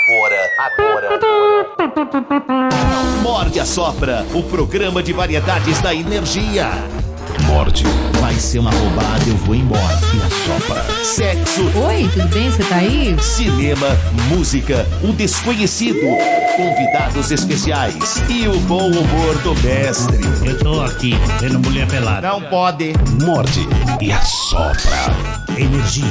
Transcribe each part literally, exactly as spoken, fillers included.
Agora, agora, agora. Morde a Sopra, o programa de variedades da energia. Morde. Vai ser uma roubada, eu vou embora. E a Sopra. Sexo. Oi, tudo bem? Você tá aí? Cinema, música, o desconhecido, convidados especiais e o bom humor do mestre. Eu tô aqui, vendo mulher pelada. Não pode. Morde e assopra. Energia.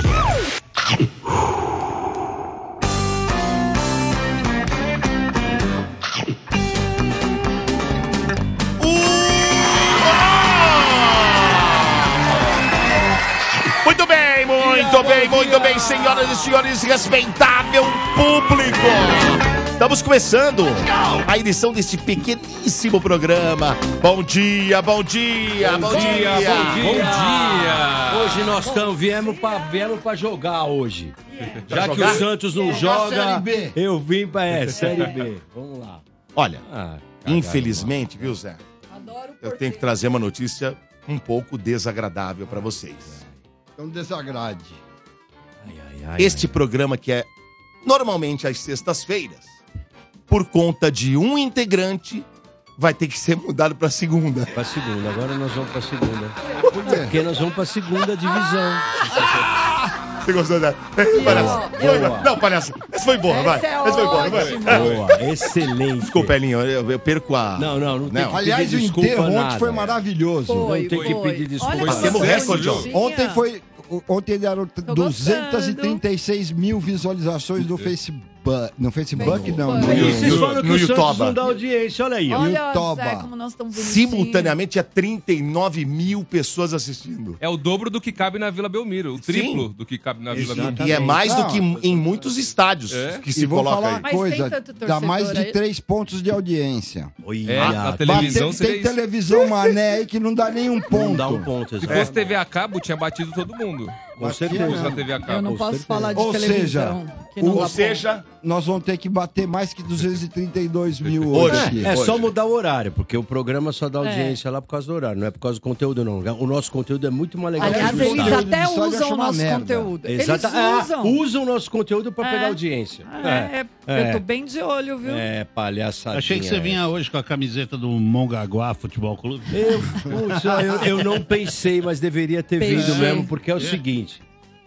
Muito bem, muito bem, muito bem, senhoras e senhores, respeitável público. Estamos começando a edição deste pequeníssimo programa. Bom dia, bom dia, bom, bom dia, dia, bom dia. Bom dia. Hoje nós estamos, viemos para viemos pra jogar hoje. Já pra que jogar? o Santos não é joga, eu vim para é, Série B. Vamos lá. Olha, ah, infelizmente, viu, Zé? Eu tenho que trazer uma notícia um pouco desagradável para vocês. Então desagrade. Ai, ai, ai, este ai. programa que é normalmente às sextas-feiras, por conta de um integrante, vai ter que ser mudado para segunda. Para segunda, agora nós vamos para segunda. Porque nós vamos para segunda divisão. Você gostou dela? Palhaça. Boa. Não, palhaça. Essa foi boa, vai. Essa é Essa foi boa, vai. Boa, excelente. Desculpa, Elinho, eu, eu perco a... Não, não, não tem Não. que Aliás, pedir o desculpa enterro ontem nada. foi maravilhoso. Foi, Não tem que foi. pedir desculpa. Olha, Batemos você recorde, tinha. ó. Ontem foi. Ontem deram duzentas e trinta e seis mil visualizações no Facebook. No Facebook, não. No, Facebook. Vocês no, falam que no o Santos YouTube. não dá audiência, olha aí. ó. Olha, Toba. Zé, como nós estamos bonitinhos. Simultaneamente tinha trinta e nove mil pessoas assistindo. É o dobro do que cabe na Vila Belmiro, o triplo Sim. do que cabe na Vila Exatamente. Belmiro. E é mais do Não. que em muitos estádios É. que E se vou coloca falar aí. uma Mas tem coisa, tanto dá torcedor mais de aí. três pontos de audiência. Olha, É, na tem- televisão Bate- seria tem isso. televisão mané aí que não dá nenhum ponto. não dá um ponto, Se exato. fosse T V a cabo, tinha batido todo mundo. Com Se fosse certeza. na T V a cabo. Eu não Com posso certeza. falar de Ou televisão. que não ou dá Ou seja, Nós vamos ter que bater mais que duzentos e trinta e dois mil Hoje. hoje. aqui. É Hoje. só mudar o horário, porque o programa só dá É. audiência lá por causa do horário, não é por causa do conteúdo, não. O nosso conteúdo é muito mais legal. Aliás, que o eles estádio. conteúdo até de estádio usam acha o uma nosso merda. conteúdo. Exata- Eles Ah, usam. usam o nosso conteúdo pra É. pegar audiência. É, É. eu tô bem de olho, viu? É, palhaçadinha. Achei que você vinha hoje com a camiseta do Mongaguá Futebol Clube. Eu, puxa, eu, eu não pensei, mas deveria ter Pensei. vindo mesmo, porque é o É. seguinte.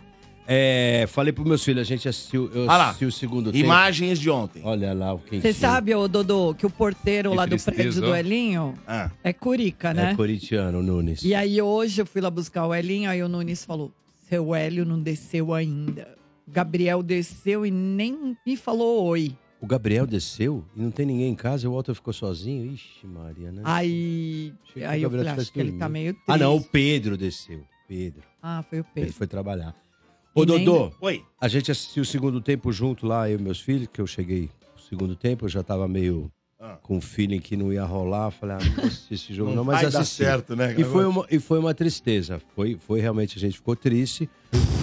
É, falei pros meus filhos, a gente assistiu, eu Ah lá. assisti o segundo tempo. imagens de ontem. Olha lá o que Você sabe, ô Dodô, que o porteiro Que lá do tristeza, prédio do ó. Elinho Ah. é Curica, né? É corintiano, Nunes. E aí hoje eu fui lá buscar o Elinho, aí o Nunes falou, seu Hélio não desceu ainda. O Gabriel desceu e nem me falou oi. O Gabriel desceu e não tem ninguém em casa, e o Walter ficou sozinho. Ixi, Maria, né? Aí, Achei que aí o eu Gabriel falei, acho tivesse que ele tá dormindo. meio triste. Ah, não, o Pedro desceu. Pedro. Ah, foi o Ele Pedro. foi trabalhar. Ô, E nem- Dodô, Oi. a gente assistiu o segundo tempo junto lá, eu e meus filhos, que eu cheguei no segundo tempo, eu já tava meio Ah. com o feeling que não ia rolar. Falei, ah, não vou assistir esse jogo, não, Não mas vai dar assisti. certo, né? E foi, uma, e foi uma tristeza. Foi, foi realmente, a gente ficou triste.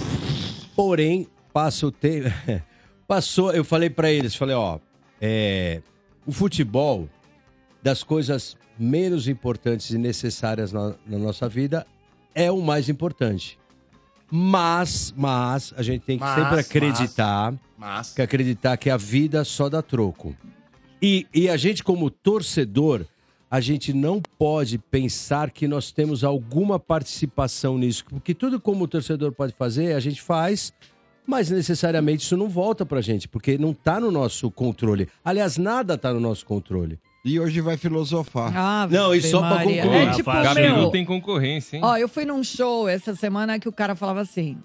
Porém, passa o tempo. Passou, eu falei pra eles, falei, ó, é, o futebol, das coisas menos importantes e necessárias na, na nossa vida, é o mais importante. Mas, mas, a gente tem que Mas, sempre acreditar, Mas... que acreditar que a vida só dá troco. E, e a gente, como torcedor, a gente não pode pensar que nós temos alguma participação nisso. Porque tudo como o torcedor pode fazer, a gente faz, mas necessariamente isso não volta pra gente, porque não tá no nosso controle. Aliás, nada tá no nosso controle. E hoje vai filosofar. Ah, Não, e Ave só pra Maria. concluir. É tipo, Gabiru meu, tem concorrência, hein? ó, eu fui num show essa semana que o cara falava assim,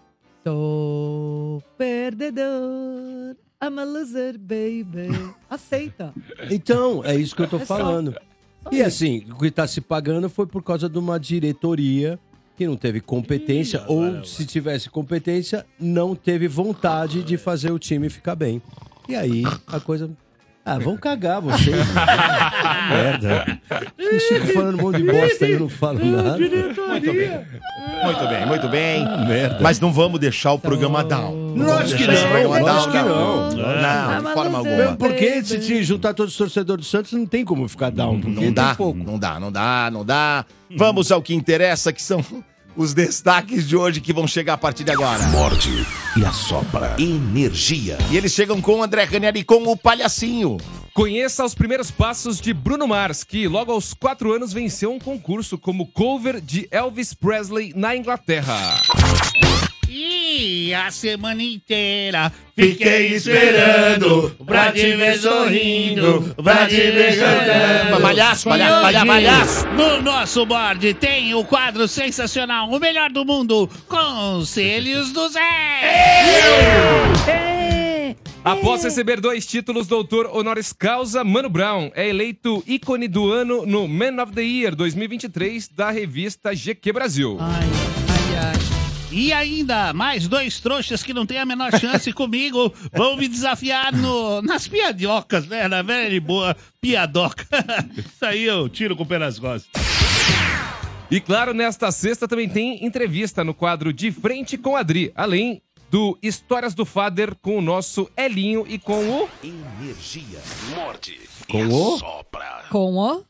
sou perdedor, I'm a loser, baby. Aceita. Então, é isso que eu tô É só- falando. E assim, o que tá se pagando foi por causa de uma diretoria que não teve competência, ou se tivesse competência, não teve vontade de fazer o time ficar bem. E aí, a coisa... Ah, vão cagar vocês. Merda. Vocês ficam falando um monte de bosta e eu não falo nada. Muito bem. Muito bem, muito bem. Merda. Mas não vamos deixar o programa down. Não vamos Lógico que deixar esse não, programa lógico down, que não. Não, de forma alguma. Mesmo porque se te juntar todos os torcedores do Santos, não tem como ficar down. Porque Não dá, tem pouco. não dá, não dá, não dá. Vamos ao que interessa, que são os destaques de hoje que vão chegar a partir de agora. Morde e assopra. Energia. E eles chegam com o André Ranieri e com o Palhacinho. Conheça os primeiros passos de Bruno Mars, que logo aos quatro anos venceu um concurso como cover de Elvis Presley na Inglaterra. E a semana inteira fiquei esperando pra te ver sorrindo, pra te ver cantando. Palhaço, palhaço, palhaço, palhaço. No nosso board tem o quadro sensacional, o melhor do mundo, Conselhos do Zé. É. Após receber dois títulos, doutor honoris causa, Mano Brown é eleito ícone do ano no Man of the Year dois mil e vinte e três da revista G Q Brasil. Ai, ai, ai. E ainda, mais dois trouxas que não têm a menor chance comigo vão me desafiar no, nas piadocas, né? Na velha e boa piadoca. Isso aí eu tiro com o pé nas costas. E claro, nesta sexta também tem entrevista no quadro De Frente com Adri, além do Histórias do Fader com o nosso Elinho e com o... Energia. Morde Com e o? assopra. Com o...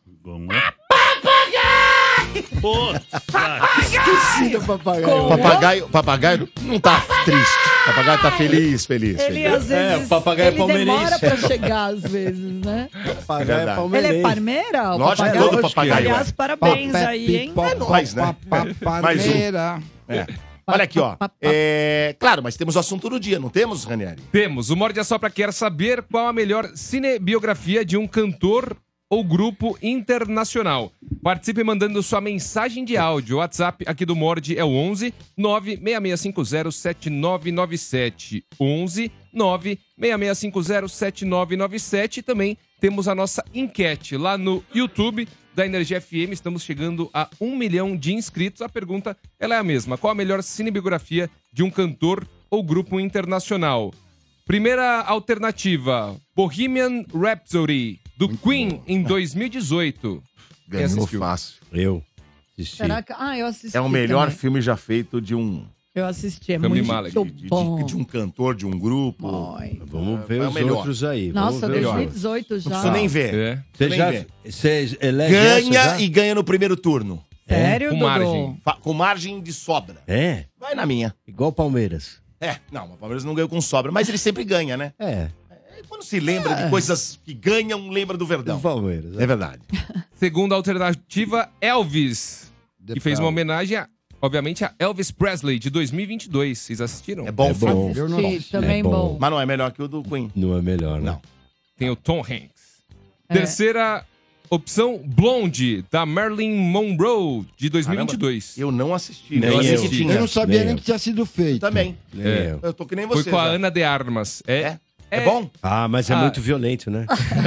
Esqueci do papagaio. Com- Papagaio, papagaio não tá triste. Papagaio tá feliz, feliz. Ele feliz. às vezes. o papagaio é ele palmeirense. demora pra chegar às vezes, né? Papagaio verdade. é Ele palmeirense. é parmeira? O Lógico que papagaio? todo papagaio Aliás, é. parabéns aí, hein? É nóis, né? Mais um. Parmeira. É. Olha aqui, ó. É, claro, mas temos o assunto do dia, não temos, Ranieri? Temos, o Morde a Sopra quer saber qual a melhor cinebiografia de um cantor ou grupo internacional. Participe mandando sua mensagem de áudio. O WhatsApp aqui do Morde é o onze nove seis seis cinco zero sete nove nove sete. onze nove seis seis cinco zero sete nove nove sete. E também temos a nossa enquete lá no YouTube da Energia F M. Estamos chegando a um milhão de inscritos. A pergunta ela é a mesma. Qual a melhor cinebiografia de um cantor ou grupo internacional? Primeira alternativa, Bohemian Rhapsody, do Queen, em dois mil e dezoito. Quem Ganhou assistiu? fácil. Eu assisti. Será que... Ah, eu assisti É o melhor também. filme já feito de um, Eu assisti, é Rami muito Malek, de, de- bom. de um cantor, de um grupo. Ai. Vamos ver É o os melhor. outros aí. Nossa, Vamos ver os dois mil e outros. dezoito já. Não preciso nem ver. É. Você nem já ver. você elege essa Ganha já? e ganha no primeiro turno. Sério, Com Dudu? margem. Fa- Com margem de sobra. É, Vai na minha. igual o Palmeiras. É, não, o Palmeiras não ganhou com sobra, mas ele sempre ganha, né? É, E quando se lembra de coisas que ganham, lembra do Verdão. o Palmeiras. É verdade. Segunda alternativa, Elvis, The que fez uma Proud. homenagem, a, obviamente, a Elvis Presley, de dois mil e vinte e dois. Vocês assistiram? É bom, É bom. filme. Eu não Assisti, assisti. também É bom. bom. Mas não é melhor que o do Queen. Não é melhor, né? Não. Tem o Tom Hanks. É. Terceira opção, Blonde, da Marilyn Monroe, de dois mil e vinte e dois. Eu não assisti. Nem eu assisti eu. que tinha. Eu não sabia Nem nem eu. que tinha sido feito. Também. Nem É. eu. Eu tô que nem Foi você. com a já. Ana de Armas. É, É? É bom? Ah, mas é Ah. muito violento, né?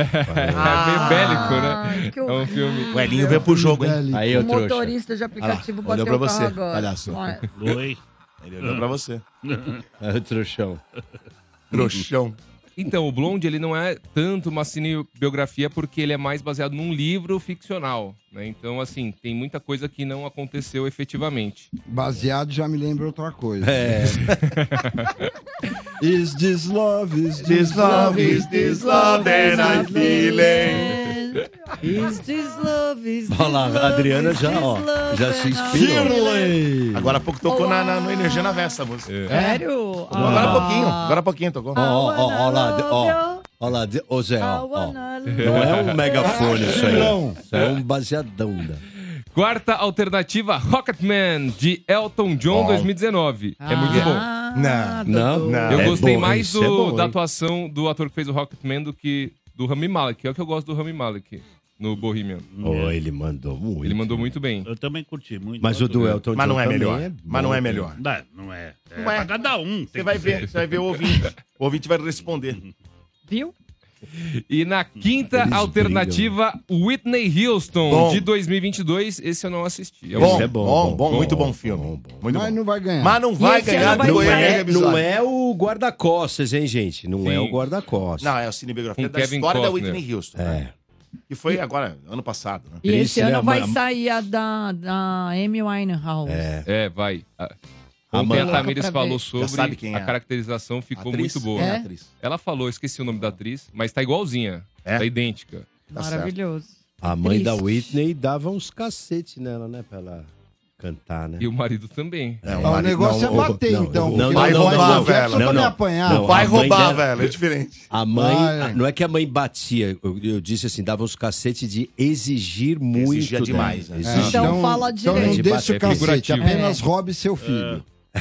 é meio bélico, Ai, né? que É um horrível. filme. O Elinho veio pro jogo, hein? Aí O eu trouxa. motorista de aplicativo Ah lá, olhou bateu pra o carro você, agora. palhaço. Vai. Oi. Ele olhou pra você. Aí o trouxão. Trouxão. Então, o Blonde, ele não é tanto uma cinebiografia porque ele é mais baseado num livro ficcional, né? Então, assim, tem muita coisa que não aconteceu efetivamente. Baseado já me lembra outra coisa. É. Is this love, is this This love, is this love that I'm feeling. Is this love, is this Olha lá, love, a Adriana is já, this ó, love já se and I'm inspirou. feeling? Agora há pouco tocou na, na- no Energia na Vesta, a música. Sério? Agora há Ah. pouquinho, agora há pouquinho tocou. Ó, ó, ó, ó lá, I wanna ó. love you. Olha lá, de- ô Zé, I ó, ó. wanna Não é um megafone isso aí. Não. Isso é um baseadão. Da... Quarta alternativa, Rocketman, de Elton John, Bom. dois mil e dezenove. É muito bom. Ah, Não, Não, Dudu. não. Eu É gostei bom, mais isso do- é bom, da hein? atuação do ator que fez o Rocketman do que do Rami Malek. É o que eu gosto do Rami Malek no Bohemian. Oh, ele mandou muito. Ele mandou muito bem. Eu também curti muito. Mas o do Elton Mas John não é também melhor. é bom, Mas não é né? melhor. Não, não é. É Não é. pra cada um. Você tem vai que ver, ser. você vai ver o ouvinte. O ouvinte vai responder. Viu? E na quinta Eles alternativa, Whitney Houston, Bom. de dois mil e vinte e dois. Esse eu não assisti. É um- Bom, é bom, bom, bom, bom, bom, muito bom bom, filme. bom, bom. Muito Mas bom. não vai ganhar. Mas não vai esse ganhar ano vai do Não sair. Bohemian é, Rhapsody. não é o guarda-costas, hein, gente? Não é Sim. o guarda-costas. Não, é a cinebiografia Com da Kevin história da Costner. Whitney Houston. É. né? Que foi agora, ano passado, né? E Triste, esse ano né, vai mano? sair a da, da Amy Winehouse. É. É, vai. A- A Ontem a Manda- Tamires Pra ver. falou Já sobre sabe quem é. a caracterização, ficou Atriz? muito boa. Quem É? a atriz? Ela falou, esqueci o nome da atriz, mas tá igualzinha. É? Tá idêntica. Tá Maravilhoso. A mãe da Triste. Whitney dava uns cacetes nela, né? Pra ela cantar, né? E o marido também. É, Ah, o marido- negócio não, é bater, não, então. não, porque vai o roubar, Michael velho. Jackson Não, pra me não. apanhar. Não, Vai a mãe roubar, dela- velho, é diferente. A mãe, Ah, é. não é que a mãe batia, eu, eu disse assim, dava uns cacetes de exigir muito. Exigia dela. demais, né? Exigir. Então fala então não direito. deixa o É cacete, figurativo. apenas roube seu filho.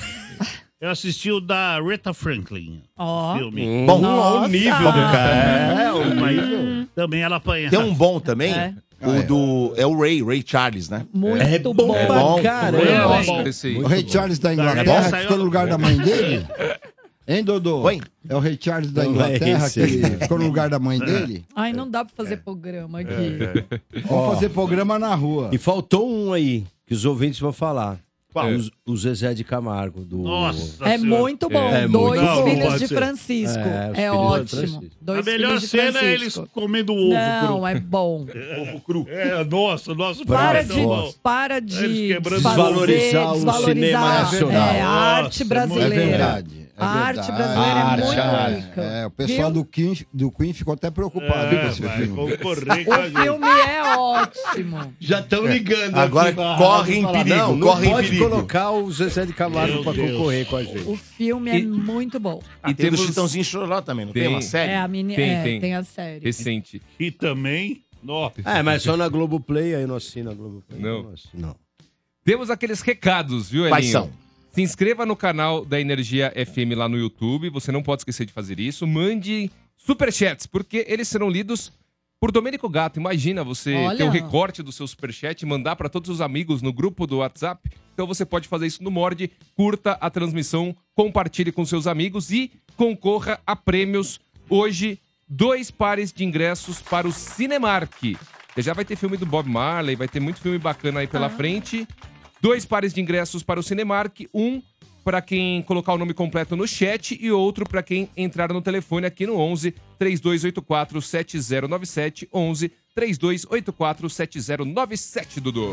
Eu assisti o da Aretha Franklin. Ó. Filme. Bom, Nossa. o nível do cara. É, o Mas nível. também ela apanha. Tem um bom também, É. o do... É o Ray, Ray Charles, né? Muito É bom. bom É pra bom. caramba. É Nossa, bom. esse aí. O Rei Charles da É Inglaterra, bom. que ficou no lugar da mãe dele? Hein, Dodô? Oi? É o Rei Charles da Não é Inglaterra, esse que aí. ele ficou no lugar da mãe dele? Ai, não dá pra fazer programa aqui. Vamos fazer programa na rua. E faltou um aí, que os ouvintes vão falar. Qual? O, o Zezé de Camargo. Do... Nossa É Senhora. muito bom. É, Dois muito bom. filhos Pode de ser. Francisco. É, os É, filhos de ótimo. Francisco. Dois A melhor filhos de cena é eles Francisco. comendo ovo Não, cru. é bom. Ovo cru. É, nossa, nossa. Para tão de, bom. para Eles de quebrando- desfazer, Desvalorizar o desvalorizar cinema nacional. é, a arte Nossa, É brasileira. verdade. É A arte verdade. brasileira é A muito arte, rica. É, o pessoal Viu? do Queen, do Queen ficou até preocupado com É, esse vai filme. concorrer com a O gente. filme é ótimo. Já estão ligando. Agora aqui pra corre rádio em e falar, perigo, Não, não corre em pode perigo. colocar o Zezé de Camargo Meu pra Deus. concorrer com a gente. O filme é E- muito bom. E E tem o do temos- Chitãozinho Chororó também, não tem, Tem. uma série? É a mini, Tem, é, tem. tem. a série. Recente. E também, nossa. É, mas só na Globoplay, aí não assina a Globoplay. Não. assino, não. Temos aqueles recados, viu, Elinho? Quais são? Se inscreva no canal da Energia F M lá no YouTube. Você não pode esquecer de fazer isso. Mande superchats, porque eles serão lidos por Domênico Gato. Imagina você Olha. ter o recorte do seu superchat e mandar para todos os amigos no grupo do WhatsApp. Então você pode fazer isso no Mord. Curta a transmissão, compartilhe com seus amigos e concorra a prêmios. Hoje, dois pares de ingressos para o Cinemark. Já vai ter filme do Bob Marley, vai ter muito filme bacana aí pela Ah. frente. Dois pares de ingressos para o Cinemark, um para quem colocar o nome completo no chat e outro para quem entrar no telefone aqui no onze, três dois oito quatro, sete zero nove sete, onze, três dois oito quatro, sete zero nove sete, Dudu.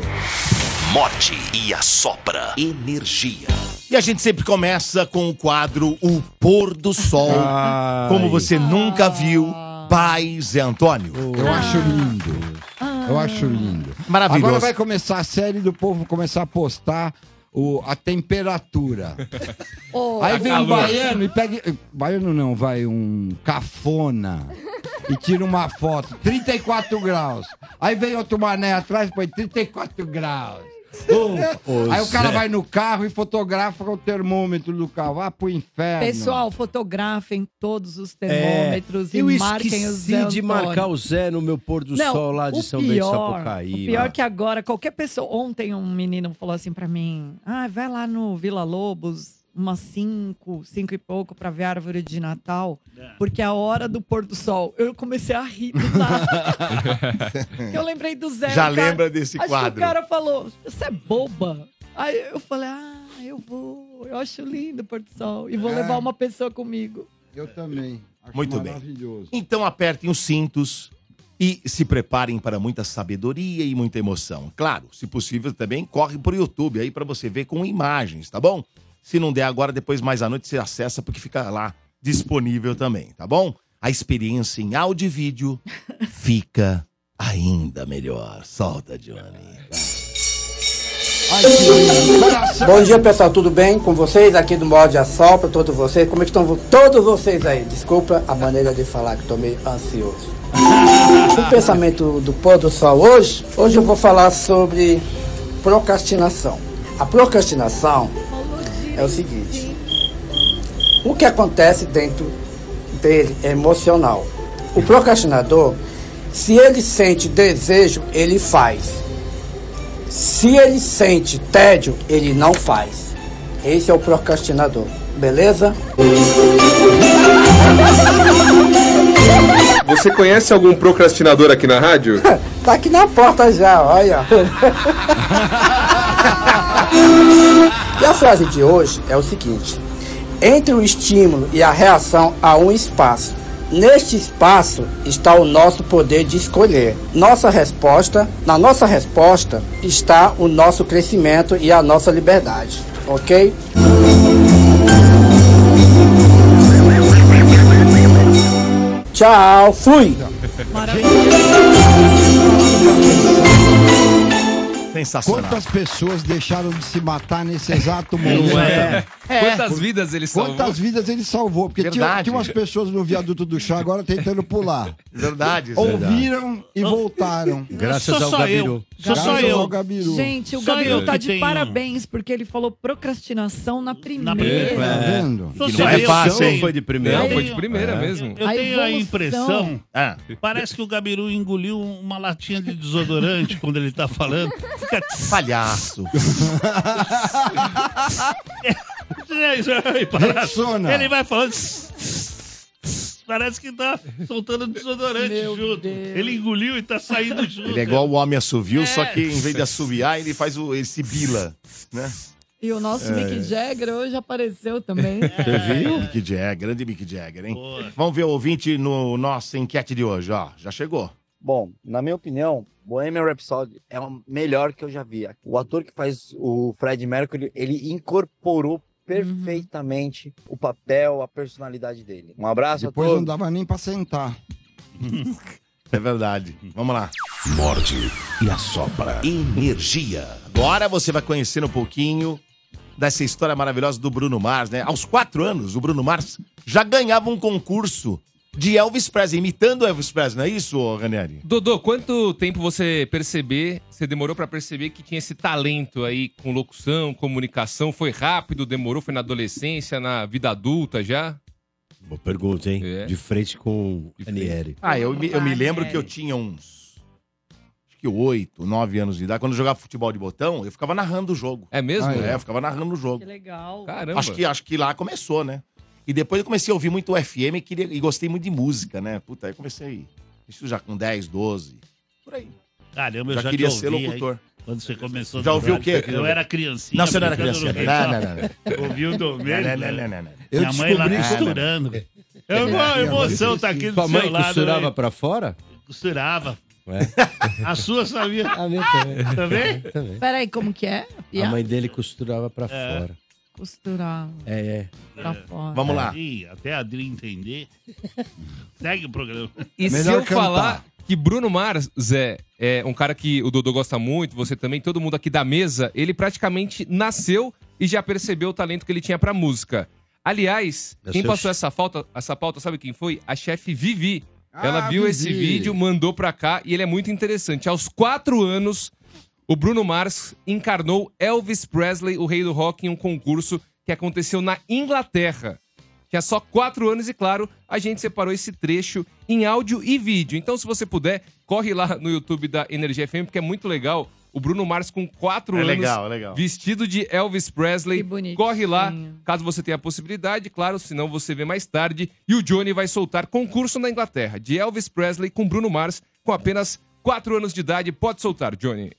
Morde e assopra. Energia. E a gente sempre começa com o quadro O Pôr do Sol, como você nunca viu, Pai Zé Antônio. Eu acho lindo. Eu acho lindo. Maravilhoso. Agora vai começar a série do povo começar a postar o, a temperatura. Oh, Aí vem um calor. baiano e pega. Baiano não, vai um cafona e tira uma foto. trinta e quatro graus. Aí vem outro mané atrás e põe trinta e quatro graus. Uh, aí o cara vai no carro e fotografa o termômetro do carro. Vá pro inferno. pessoal, fotografem todos os termômetros e eu marquem os Zé esqueci de Antônio. marcar o Zé no meu pôr do Não, sol lá de o São Bento do pior- Sapucaí. O pior lá. é que agora, qualquer pessoa... Ontem um menino falou assim pra mim, ah, vai lá no Vila Lobos, umas cinco, cinco e pouco, pra ver a árvore de Natal, porque é a hora do pôr do sol. Eu comecei a rir do nada. Eu lembrei do Zé. Já o cara- lembra desse acho quadro. que o cara falou, você é boba. Aí eu falei, ah, eu vou, eu acho lindo o pôr do sol. E vou É. levar uma pessoa comigo. Eu também. Acho Muito bem. maravilhoso. Então apertem os cintos e se preparem para muita sabedoria e muita emoção. Claro, se possível também, corre pro YouTube aí para você ver com imagens, tá bom? Se não der agora, depois mais à noite você acessa porque fica lá disponível também, tá bom? A experiência em áudio e vídeo fica ainda melhor. Solta, Johnny. Ai, que lindo. Coração. Bom dia, pessoal, tudo bem com vocês? Aqui do Morde a Sopra, todos vocês. Como é que estão todos vocês aí? Desculpa a maneira de falar, que estou meio ansioso. O pensamento do pôr do sol hoje, hoje eu vou falar sobre procrastinação. A procrastinação é o seguinte: o que acontece dentro dele é emocional. O procrastinador, se ele sente desejo, ele faz. Se ele sente tédio, ele não faz. Esse é o procrastinador. Beleza? Você conhece algum procrastinador aqui na rádio? Tá aqui na porta já, olha. E a frase de hoje é o seguinte: entre o estímulo e a reação há um espaço. Neste espaço está o nosso poder de escolher. Nossa resposta, na nossa resposta está o nosso crescimento e a nossa liberdade. Ok? Tchau, fui! Sensacional. Quantas pessoas deixaram de se matar nesse exato momento? É. Quantas vidas ele salvou? Quantas vidas ele salvou? Porque tinha, Verdade. tinha umas pessoas no viaduto do chá agora tentando pular. Verdade. Ouviram e voltaram. Graças Sou ao só Gabiru. eu. Sou Graças só ao eu. Gabiru. Gente, o Só Gabriel eu tá que de tenho- parabéns, porque ele falou procrastinação na primeira. primeira. Tá vendo? Sou Que só não é eu. fácil, hein? Não foi de primeira. Não, Aí- foi de primeira mesmo. Eu A tenho a evolução. impressão, Ah, parece que o Gabiru engoliu uma latinha de desodorante quando ele tá falando. Fica... palhaço. É isso aí, parece. Ressona. Ele vai falando... Parece que tá soltando desodorante Meu junto. Deus. Ele engoliu e tá saindo junto. Ele é igual o homem assovio, É. só que em vez de assoviar, ele faz o, ele sibila, né? E o nosso É. Mick Jagger hoje apareceu também. Você viu? Mick Jagger, grande Mick Jagger, hein? Boa. Vamos ver o ouvinte no nossa enquete de hoje, ó. Já chegou. Bom, na minha opinião, Bohemian Rhapsody é o melhor que eu já vi. O ator que faz o Freddie Mercury, ele incorporou perfeitamente o papel, a personalidade dele. Um abraço Depois a não todos. dava nem pra sentar. É verdade. Vamos lá. Morde e assopra. Energia. Agora você vai conhecer um pouquinho dessa história maravilhosa do Bruno Mars, né? Aos quatro anos, o Bruno Mars já ganhava um concurso de Elvis Presley, imitando Elvis Presley, não é isso, ô, Ranieri? Dodô, quanto tempo você perceber, você demorou pra perceber que tinha esse talento aí com locução, comunicação? Foi rápido, demorou? Foi na adolescência, na vida adulta já? Boa pergunta, hein? É. De frente com o Ranieri. Ah, eu, me- eu me Ah, lembro é. que eu tinha uns... Acho que oito, nove anos de idade. Quando eu jogava futebol de botão, eu ficava narrando o jogo. É mesmo? Ah, É, eu ficava narrando o jogo. Que legal. Caramba. Acho que, acho que lá começou, né? E depois eu comecei a ouvir muito o F M e, queria, e gostei muito de música, né? Puta, aí eu comecei. Isso já com dez, doze. Por aí. Caramba, eu Já já, queria te ser ouvi, locutor. hein? Quando você começou. Já no ouviu o rádio. quê? Eu era criancinha. Não, você não era brincando criança. no Não, quintal. não, não. Ouvi o Domênico. Não, não, não, não, não. Eu Minha mãe lá descobri que- costurando. Eu, a emoção tá aqui do Sua mãe seu lado. costurava né? pra fora? Costurava. Ué? A sua sabia A minha também. também? também. Peraí, como que é? A mãe dele costurava pra fora. Costurar É, é. pra fora. Vamos lá. Ih, até a Adri entender. Segue o programa. E se Melhor eu cantar. falar que Bruno Mars, Zé, é um cara que o Dodô gosta muito, você também, todo mundo aqui da mesa, ele praticamente nasceu e já percebeu o talento que ele tinha pra música. Aliás, quem Nasceu- passou essa pauta, essa pauta, sabe quem foi? A chefe Vivi. Ela Ah, viu Vivi. esse vídeo, mandou pra cá e ele é muito interessante. Aos quatro anos, o Bruno Mars encarnou Elvis Presley, o rei do rock, em um concurso que aconteceu na Inglaterra. Tinha só quatro anos e, claro, a gente separou esse trecho em áudio e vídeo. Então, se você puder, corre lá no YouTube da Energia F M, porque é muito legal. O Bruno Mars com quatro É anos, legal, é legal. vestido de Elvis Presley. Que bonitinho. Corre lá, caso você tenha a possibilidade, claro, senão você vê mais tarde. E o Johnny vai soltar concurso na Inglaterra, de Elvis Presley com Bruno Mars, com apenas quatro anos de idade. Pode soltar, Johnny.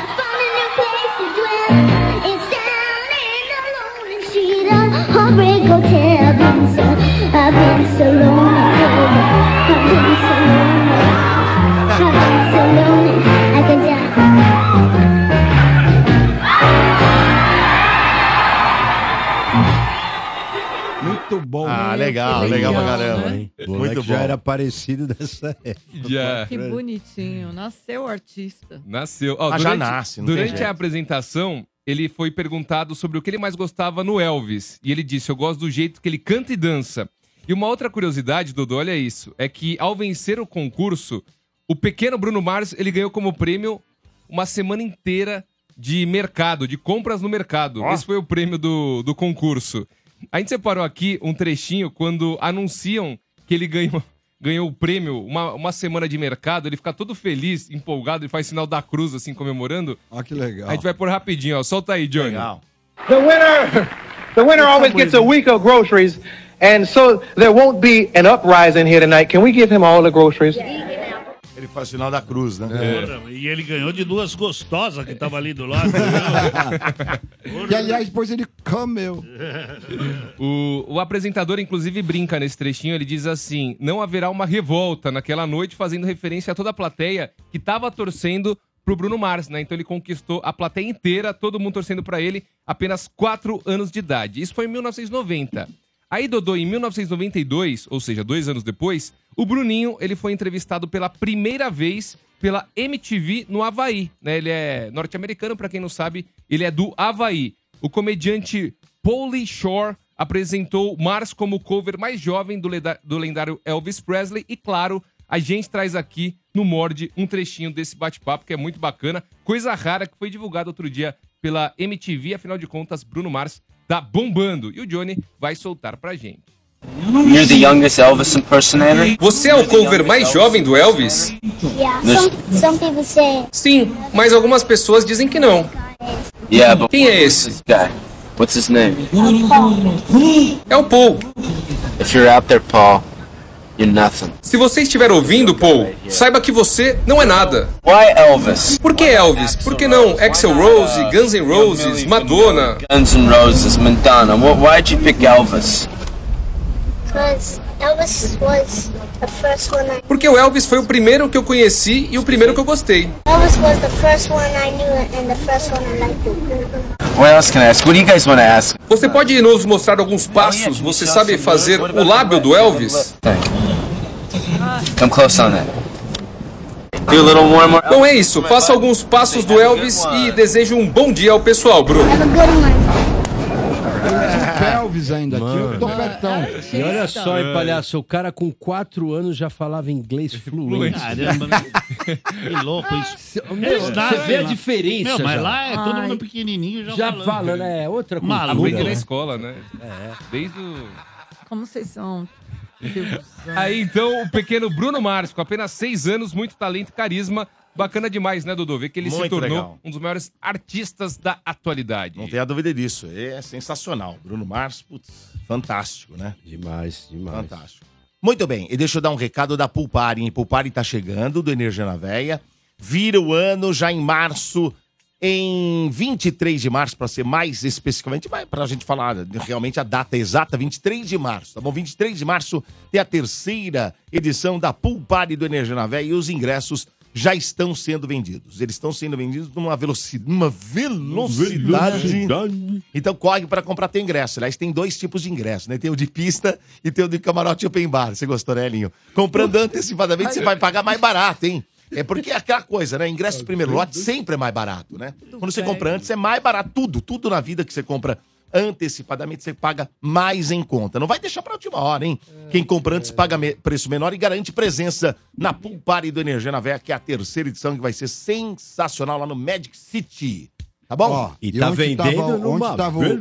Muito bom. Ah, legal, que legal pra legal, caramba. né? hein? O moleque Muito já bom. era parecido dessa época. Já Que bonitinho. Nasceu artista. nasceu. Ó, Ah, já durante nasce, não tem durante jeito. a apresentação, ele foi perguntado sobre o que ele mais gostava no Elvis. E ele disse, eu gosto do jeito que ele canta e dança. E uma outra curiosidade, Dodô, olha isso, é que ao vencer o concurso, o pequeno Bruno Mars, ele ganhou como prêmio uma semana inteira de mercado, de compras no mercado. Ó. Esse foi o prêmio do, do concurso. A gente separou aqui um trechinho quando anunciam que ele ganhou, ganhou o prêmio, uma, uma semana de mercado, ele fica todo feliz, empolgado, ele faz sinal da cruz, assim, comemorando. Olha que legal. A gente vai por rapidinho, ó. Solta aí, Johnny. Legal. The winner, the winner always gets a week of groceries, and so there won't be an uprising here tonight. Can we give him all the groceries? Ele faz o sinal da cruz, né? Porra, E ele ganhou de duas gostosas que estavam ali do lado. E aliás, depois ele comeu. O, o apresentador, inclusive, brinca nesse trechinho. Ele diz assim: não haverá uma revolta naquela noite, fazendo referência a toda a plateia que estava torcendo pro Bruno Mars, né? Então ele conquistou a plateia inteira, todo mundo torcendo pra ele, apenas quatro anos de idade. Isso foi em mil novecentos e noventa. Aí, Dodô, em mil novecentos e noventa e dois, ou seja, dois anos depois, o Bruninho ele foi entrevistado pela primeira vez pela M T V no Havaí, né? Ele é norte-americano, pra quem não sabe, ele é do Havaí. O comediante Pauly Shore apresentou Mars como o cover mais jovem do, leda- do lendário Elvis Presley e, claro, a gente traz aqui no Morde um trechinho desse bate-papo que é muito bacana, coisa rara que foi divulgada outro dia pela M T V, afinal de contas, Bruno Mars tá bombando e o Johnny vai soltar pra gente. You're the youngest Elvis impersonator? Você é o cover mais jovem do Elvis? Yeah, some, some people say. Sim, mas algumas pessoas dizem que não. Yeah, but Quem é esse? this guy? What's his name? É o Paul. If you're out there, Paul, you're nothing. Se você estiver ouvindo, Paul, saiba que você não é nada. Why Elvis? Por que Elvis? Por que não Axl Rose, Guns N' Roses, Madonna? Guns N' Roses, Madonna. Wh- Why'd you pick Elvis? Because Elvis was the first one I... Porque o Elvis foi o primeiro que eu conheci e o primeiro que eu gostei. Elvis was the first one I knew and the first one I liked. What else can I ask? What do you guys want to ask? Você pode nos mostrar alguns passos? Você sabe fazer o lábio do Elvis? Come close on that. Do a little warm-up. Bom, é isso. Faça alguns passos do Elvis e desejo um bom dia ao pessoal, Bruno. Have a good one. Elvis ainda, tinha o topetão. E olha só, hein, palhaço, o cara com quatro anos já falava inglês fluente. Caramba, né? Que louco isso. Meu, você vê a lá. diferença. Meu, mas já. lá é todo Ai. mundo pequenininho já, Já falando. falando, é outra cultura. Maluco, Aprende na né? escola, né? É. Desde o... Como vocês são? Deus. Aí então o pequeno Bruno Mars, com apenas seis anos, muito talento e carisma. Bacana demais, né, Dodô? Ver que ele se Muito tornou legal. um dos maiores artistas da atualidade. Não tenha dúvida disso. É sensacional. Bruno Mars, putz, fantástico, né? Demais, demais. Fantástico. Muito bem, e deixa eu dar um recado da Pulpari, hein? Pulpari tá chegando, do Energia na Veia. Vira o ano já em março, em vinte e três de março, para ser mais especificamente, para a gente falar realmente a data exata, vinte e três de março, tá bom? vinte e três de março tem a terceira edição da Pulpari do Energia na Veia e os ingressos já estão sendo vendidos. Eles estão sendo vendidos numa velocidade, numa velocidade. Então corre para comprar teu ingresso. Aliás, tem dois tipos de ingresso, né? Tem o de pista e tem o de camarote open bar. Você gostou, né, Elinho? Comprando antecipadamente, você vai pagar mais barato, hein? É porque é aquela coisa, né? Ingresso de primeiro lote sempre é mais barato, né? Quando você compra antes, é mais barato. Tudo, tudo na vida que você compra antecipadamente, você paga mais em conta. Não vai deixar pra última hora, hein? Quem compra antes paga me- preço menor e garante presença na Pool Party do Energia na Veia, que é a terceira edição, que vai ser sensacional lá no Magic City. Tá bom? Ó, E tá onde vendendo tava, numa onde tava o,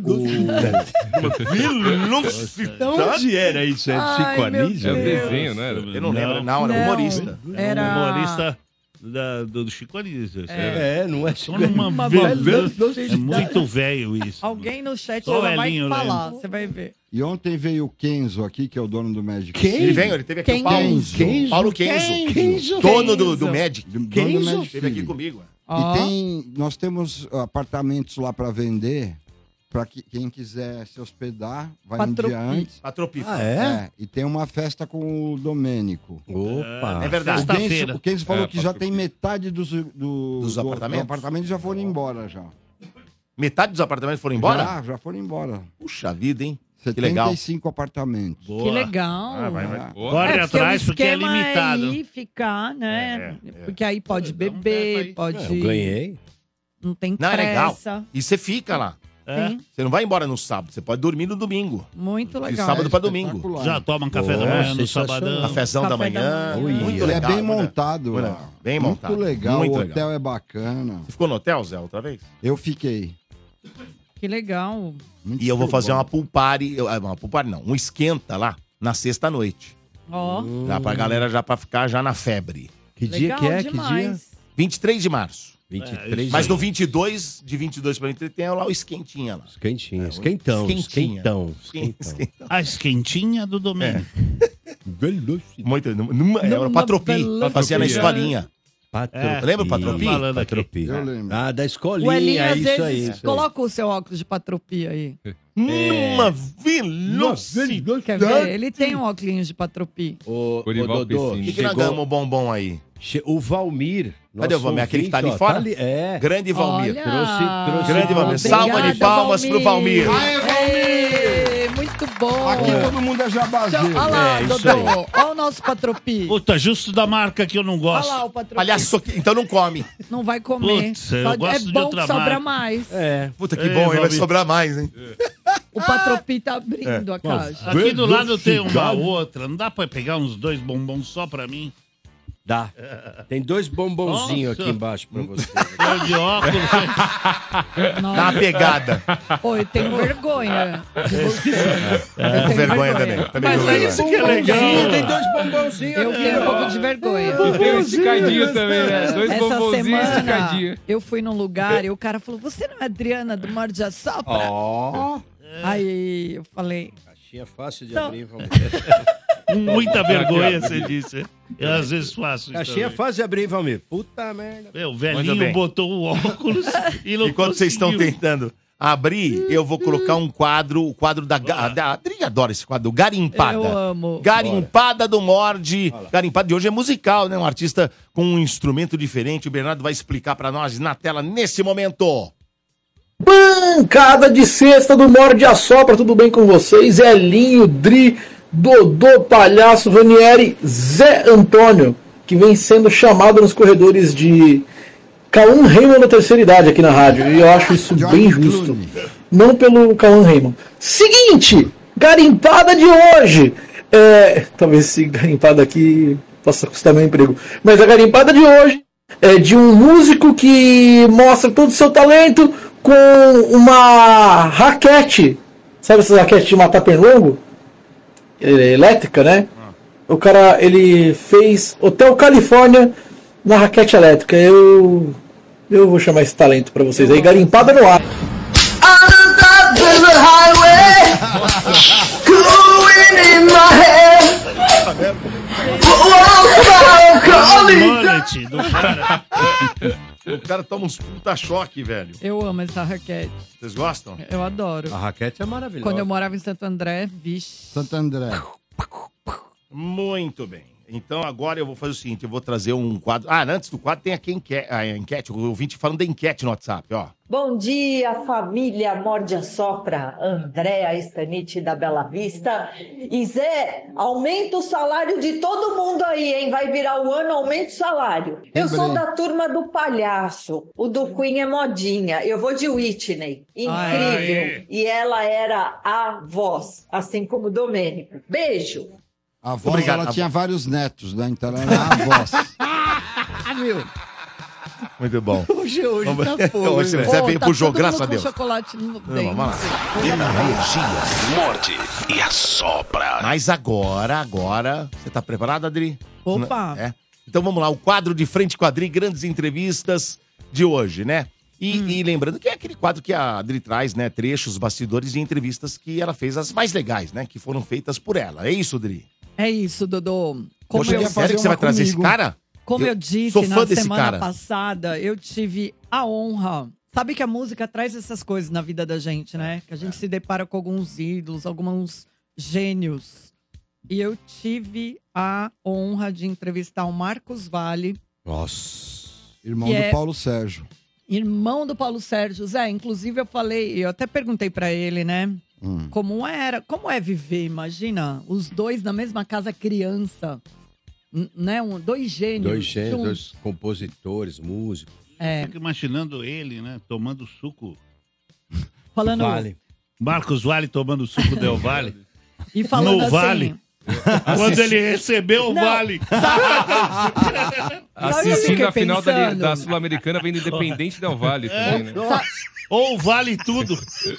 Velocidade. Onde era isso? É do Ai, Chico meu Anísio? É o Deus. desenho, né? Eu não lembro, não, era Não. humorista. Era... Um humorista da- do, do Chico Anísio. É, não é Chico Só numa Uma vez- velocidade. É muito velho isso. Alguém no chat Só o já vai Elinho falar, lembra. você vai ver. E ontem veio o Kenzo aqui, que é o dono do Magic. Quem? Ele vem, ele teve aqui Quem? o Paulo. Kenzo. Paulo Kenzo. Kenzo. Dono do, do Kenzo. Magic. Do- dono do Kenzo? Magic Esteve aqui City. comigo. Ó. E tem, nós temos apartamentos lá para vender, para que, quem quiser se hospedar, vai um Patropi. dia antes. Patropifa. Ah, é? É, e tem uma festa com o Domênico. Opa. É verdade. O Kenzo, Sexta-feira. o Kenzo falou É, que já Patropi. tem metade dos, do, Dos do- apartamentos? do apartamentos já foram embora já. Metade dos apartamentos foram embora? Já, já foram embora. Puxa vida, hein? Que legal. setenta e cinco apartamentos. Boa. Que legal. Ah, vai, vai. Boa. Corre É, atrás porque é esquema limitado. É ir ficar, né? É, é. Porque aí pode Dá um tempo beber, aí. pode. É, eu ganhei. Não tem Não, é legal. pressa. E você fica lá. É. Sim, Você não vai embora no sábado, você pode dormir no domingo. muito De legal. sábado pra espetacular. domingo. Já toma um café da Boa, manhã no sensacional. sabadão. Cafezão da Café da manhã. manhã. Muito Ele legal. é bem muito- montado muito- lá. Bem montado. Muito legal, Muito o legal. hotel é bacana. Você ficou no hotel, Zé, outra vez? Eu fiquei. Que legal. Muito E eu vou fazer bom. uma pool party, eu- ah, uma pool party não, um esquenta lá, na sexta-noite. Ó, Já pra galera já pra ficar já na febre. Que dia legal que é? Que dia? demais. vinte e três de março. vinte e É, três. Mas no vinte e dois, de vinte e dois pra vinte e três, tem lá o esquentinha lá. Esquentinho. Esquentão. Esquentinha. Esquentão. Esquen- Esquentão. esquentão. A esquentinha do domingo. Muito, numa, era Numa o Patropi, velocidade. fazia na escolinha. Patropi. É, lembra o Patropi? tá falando aqui. Patropi. Eu lembro. Ah, da O escolinha, Elinho, é às isso aí. vezes, isso aí. coloca o seu óculos de patropia aí. Numa velocidade. Quer ver? Ele tem um óculos de patropia. Ô, ô, Orival Dodô, O que, que nós chegou- ganhamos o bombom aí? che- o Valmir. Cadê o nosso Valmir? Aquele que tá ali ouvinte, ó, fora? É. Grande Valmir. Olha, Trouxe- trouxe- Grande Valmir. Salva de obrigada, palmas pro Valmir. Aê, muito bom. Aqui todo mundo é jabazeiro. Olha lá, É, isso Dodô. aí. Olha o nosso Patropi. Puta, justo da marca que eu não Olha gosto. lá o Patropi. Palhaço, então não come. Não vai comer. Putz, eu Só- gosto é de bom outra que sobra marca. mais. É. Puta que Ei, bom, hein? Vai Valmir. sobrar mais, hein? O Patropi tá abrindo a caixa. Aqui do lado tem uma Velocidade. outra. Não dá pra pegar uns dois bombons só pra mim? Dá. Tem dois bombonzinhos Nossa. aqui embaixo pra você. Eu de óculos. Dá uma pegada. Pô, eu tenho vergonha de você. É, com vergonha também. também Mas com é vergonha. isso que é legal. Tem dois bombonzinhos Eu aqui, tenho um ó. pouco de vergonha. E tem o esticadinho também, né? Dois Essa bombonzinhos e semana, esticadinho. eu fui num lugar e o cara falou, você não é Adriana do Morde a Sopra? Ó. Aí eu falei, Caixinha fácil de Então- abrir, vamos Com muita vergonha, você disse. Eu às vezes faço isso Caixinha também. fácil de abrir, Valmir. Puta merda. Meu, o Muito velhinho bem. botou o óculos e não Enquanto vocês estão conseguiu. tentando abrir, eu vou colocar um quadro, o quadro da... ga- da Adri adora esse quadro, Garimpada. eu amo. Garimpada do Morde. Garimpada de hoje é musical, né? Um artista com um instrumento diferente. O Bernardo vai explicar pra nós na tela nesse momento. Bancada de sexta do Morde a Sopra, tudo bem com vocês? Elinho, Dri, Dodô, Palhaço, Ranieri, Zé Antônio, que vem sendo chamado nos corredores de Cauã Raymond da terceira idade aqui na rádio, e eu acho isso bem justo. Não pelo Cauã Raymond. Seguinte, garimpada de hoje. É, talvez esse garimpada aqui possa custar meu emprego, mas a garimpada de hoje é de um músico que mostra todo o seu talento com uma raquete, sabe essas raquetes de matar pernilongo? É elétrica, né? O cara, ele fez Hotel Califórnia na raquete elétrica. Eu eu vou chamar esse talento pra vocês aí, garimpada no ar. Mullet do cara. O cara toma uns puta choque, velho. Eu amo essa raquete. Vocês gostam? Eu adoro. A raquete é maravilhosa. Quando eu morava em Santo André, vixe. Santo André. Muito bem. Então agora eu vou fazer o seguinte, eu vou trazer um quadro... Ah, antes do quadro tem aqui a enquete, a enquete, o ouvinte falando da enquete no WhatsApp, ó. Bom dia, família Morde a Sopra, Andréa Stanite da Bela Vista. E Zé, aumenta o salário de todo mundo aí, hein? Vai virar o ano, aumenta o salário. Eu sou da turma do Palhaço, o do Queen é modinha. Eu vou de Whitney, incrível. Aê. E ela era a voz, assim como o Domênico. Beijo. A voz, Obrigado, ela a tinha vários netos, né? Então ela era a voz. Muito bom. Hoje, hoje Vamos- tá fogo. Hoje, hein? Zé Pô, veio tá pro jogo, todo mundo graças a com Deus. chocolate no Não, dente. vamos lá. Energia. Morde e assopra. Mas agora, agora... Você tá preparado, Adri? Opa. É? Então vamos lá, o quadro de Frente com a Adri, grandes entrevistas de hoje, né? E, Hum. e lembrando que é aquele quadro que a Adri traz, né? Trechos, bastidores de entrevistas que ela fez, as mais legais, né? Que foram feitas por ela. É isso, Adri? É isso, Dodô. Como Poxa, eu, é sério que você vai trazer esse cara? como eu, Eu disse sou fã na desse semana cara. passada, eu tive a honra. Sabe que a música traz essas coisas na vida da gente, né? Que a gente se depara com alguns ídolos, alguns gênios. E eu tive a honra de entrevistar o Marcos Valle, Nossa. Irmão Que do é- Paulo Sérgio. irmão do Paulo Sérgio. Zé, inclusive eu falei, eu até perguntei pra ele, né? Hum. Como era, como é viver, imagina, os dois na mesma casa criança, N- né? Um, dois gênios. Dois gênios, juntos. dois compositores, músicos. É, Fico imaginando ele, né? Tomando suco. falando Vale. Marcos Vale tomando suco Del Vale. e falando No assim, Vale. Quando ele recebeu o Não. Vale. Sabe o que eu Assistindo fiquei a final da, pensando? da Sul-Americana vendo Independente Del Vale também, né? Sa- Ou vale tudo.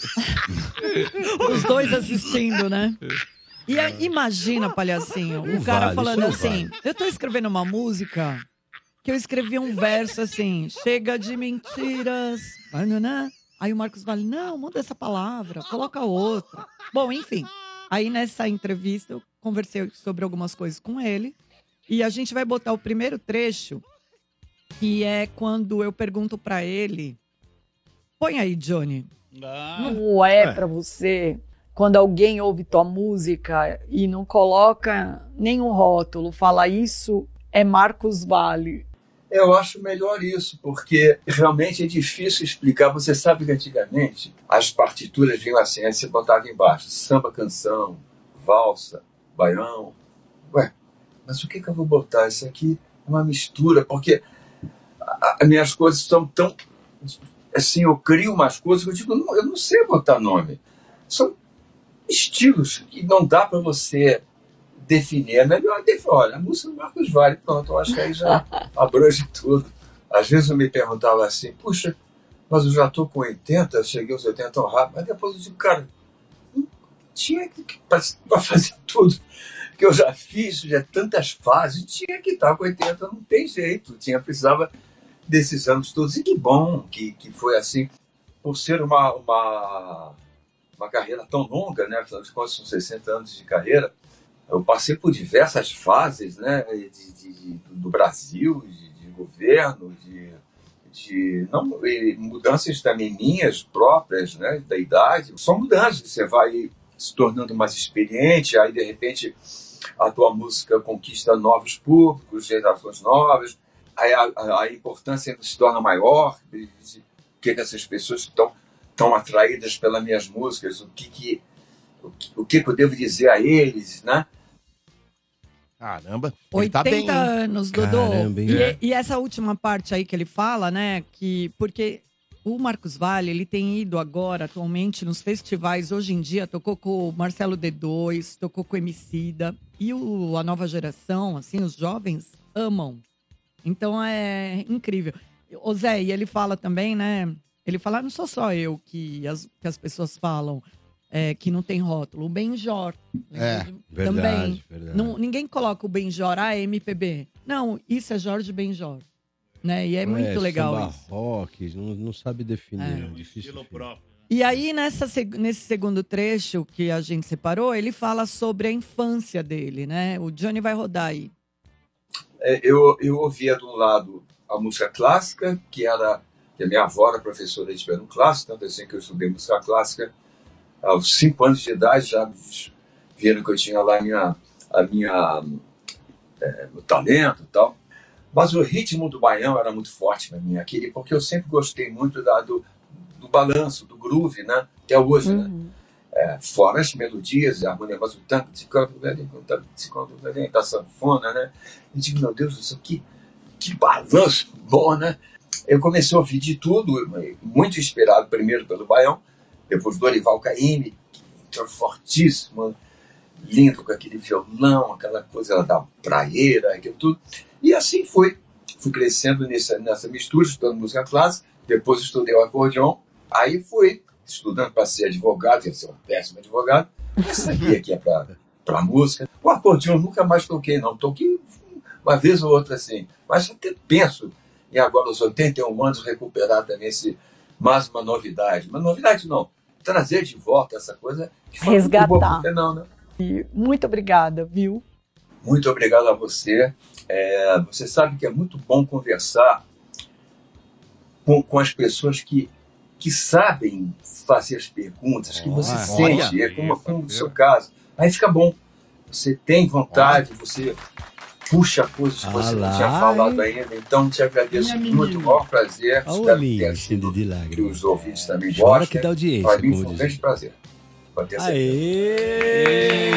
os dois assistindo, né? E aí, imagina, palhacinho, o Não cara vale, falando isso não assim, vale. eu tô escrevendo uma música que eu escrevi um verso assim, chega de mentiras, banana. Aí o Marcos Valle, não, muda essa palavra, coloca outra. Bom, enfim, aí nessa entrevista eu conversei sobre algumas coisas com ele e a gente vai botar o primeiro trecho, que é quando eu pergunto pra ele, põe aí, Johnny. Como é pra você quando alguém ouve tua música e não coloca nenhum rótulo, fala isso é Marcos Valle? Eu acho melhor isso, porque realmente é difícil explicar. Você sabe que antigamente as partituras vinham assim, aí você botava embaixo samba, canção, valsa, baião. Ué, mas o que, que eu vou botar? Isso aqui é uma mistura, porque as minhas coisas são tão... Assim, eu crio umas coisas que eu digo, não, eu não sei botar nome. São estilos que não dá para você definir. É melhor definir. Olha, a música do Marcos Valle, pronto, eu acho que aí já abrange tudo. Às vezes eu me perguntava assim, puxa, mas eu já estou com oitenta, cheguei aos oitenta tão rápido. Mas depois eu digo, cara, não tinha que para fazer tudo que eu já fiz, já tantas fases, tinha que estar com oitenta, não tem jeito. Tinha, precisava desses anos todos. E que bom que, que foi assim, por ser uma, uma, uma carreira tão longa, né? Afinal de contas, são sessenta anos de carreira. Eu passei por diversas fases, né, de, de, de, do Brasil, de, de governo, de, de não, mudanças também minhas próprias, né, da idade. São mudanças que você vai se tornando mais experiente, aí de repente a tua música conquista novos públicos, gerações novas, aí a, a, a importância se torna maior, de, de, o que, que essas pessoas estão tão atraídas pelas minhas músicas, o que, que, o, que, o que eu devo dizer a eles, né? Caramba, ele tá bem, oitenta anos, Dodô. Caramba, hein? E, É. e essa última parte aí que ele fala, né, que porque o Marcos Valle, ele tem ido agora, atualmente, nos festivais, hoje em dia, tocou com o Marcelo D dois, tocou com o Emicida, e o, a nova geração, assim, os jovens amam. Então é incrível. O Zé, e ele fala também, né, ele fala, não sou só eu que as, que as pessoas falam, É, que não tem rótulo. O Benjor. É, também. verdade, verdade. Não, ninguém coloca o Benjor, ah, é M P B. Não, isso é Jorge Benjor. Né? E é Não muito legal samba isso. rock, não, não sabe definir. É. É difícil. E aí, nessa, seg- nesse segundo trecho que a gente separou, ele fala sobre a infância dele, né? O Johnny vai rodar aí. É, eu, eu ouvia de um lado a música clássica, que era que a minha avó era professora de piano clássico, tanto assim que eu estudei música clássica aos cinco anos de idade, já viram que eu tinha lá a minha, a minha, é, meu talento e tal. Mas o ritmo do baião era muito forte para mim, aquele, porque eu sempre gostei muito da, do, do balanço, do groove, né? Até hoje, né? É, fora as melodias, a harmonia, mas o tanto de canto, da sanfona, né? Eu digo, meu Deus do céu, que, que balanço bom, né? Eu comecei a ouvir de tudo, muito inspirado primeiro pelo baião, depois Dorival Caymmi, que entrou fortíssimo, lindo com aquele violão, aquela coisa da praieira, aquilo tudo. E assim foi. Fui crescendo nessa, nessa mistura, estudando música clássica, depois estudei o acordeon, aí fui estudando para ser advogado, ia ser um péssimo advogado, eu sabia que ia para música. O acordeon nunca mais toquei, não. Toquei uma vez ou outra assim, mas até penso em agora, aos oitenta e um anos, recuperar também esse, mais uma novidade. Uma novidade não, trazer de volta essa coisa que foi muito boa, não, né? E muito obrigada, viu? Muito obrigado a você. É, você sabe que é muito bom conversar com, com as pessoas que, que sabem fazer as perguntas, que você Olha, sente, é como, como no seu caso. Aí fica bom. Você tem vontade, você puxa coisas que Ah você não lá, tinha falado hein? ainda. Então, te agradeço Minha muito. menina. Maior prazer. Olha o Espero olhinho, que tenha sido de lágrimas. que os ouvintes também Chora gostem. que dá audiência, Para mim como foi um diz. grande prazer. Pode ter certeza. Aê,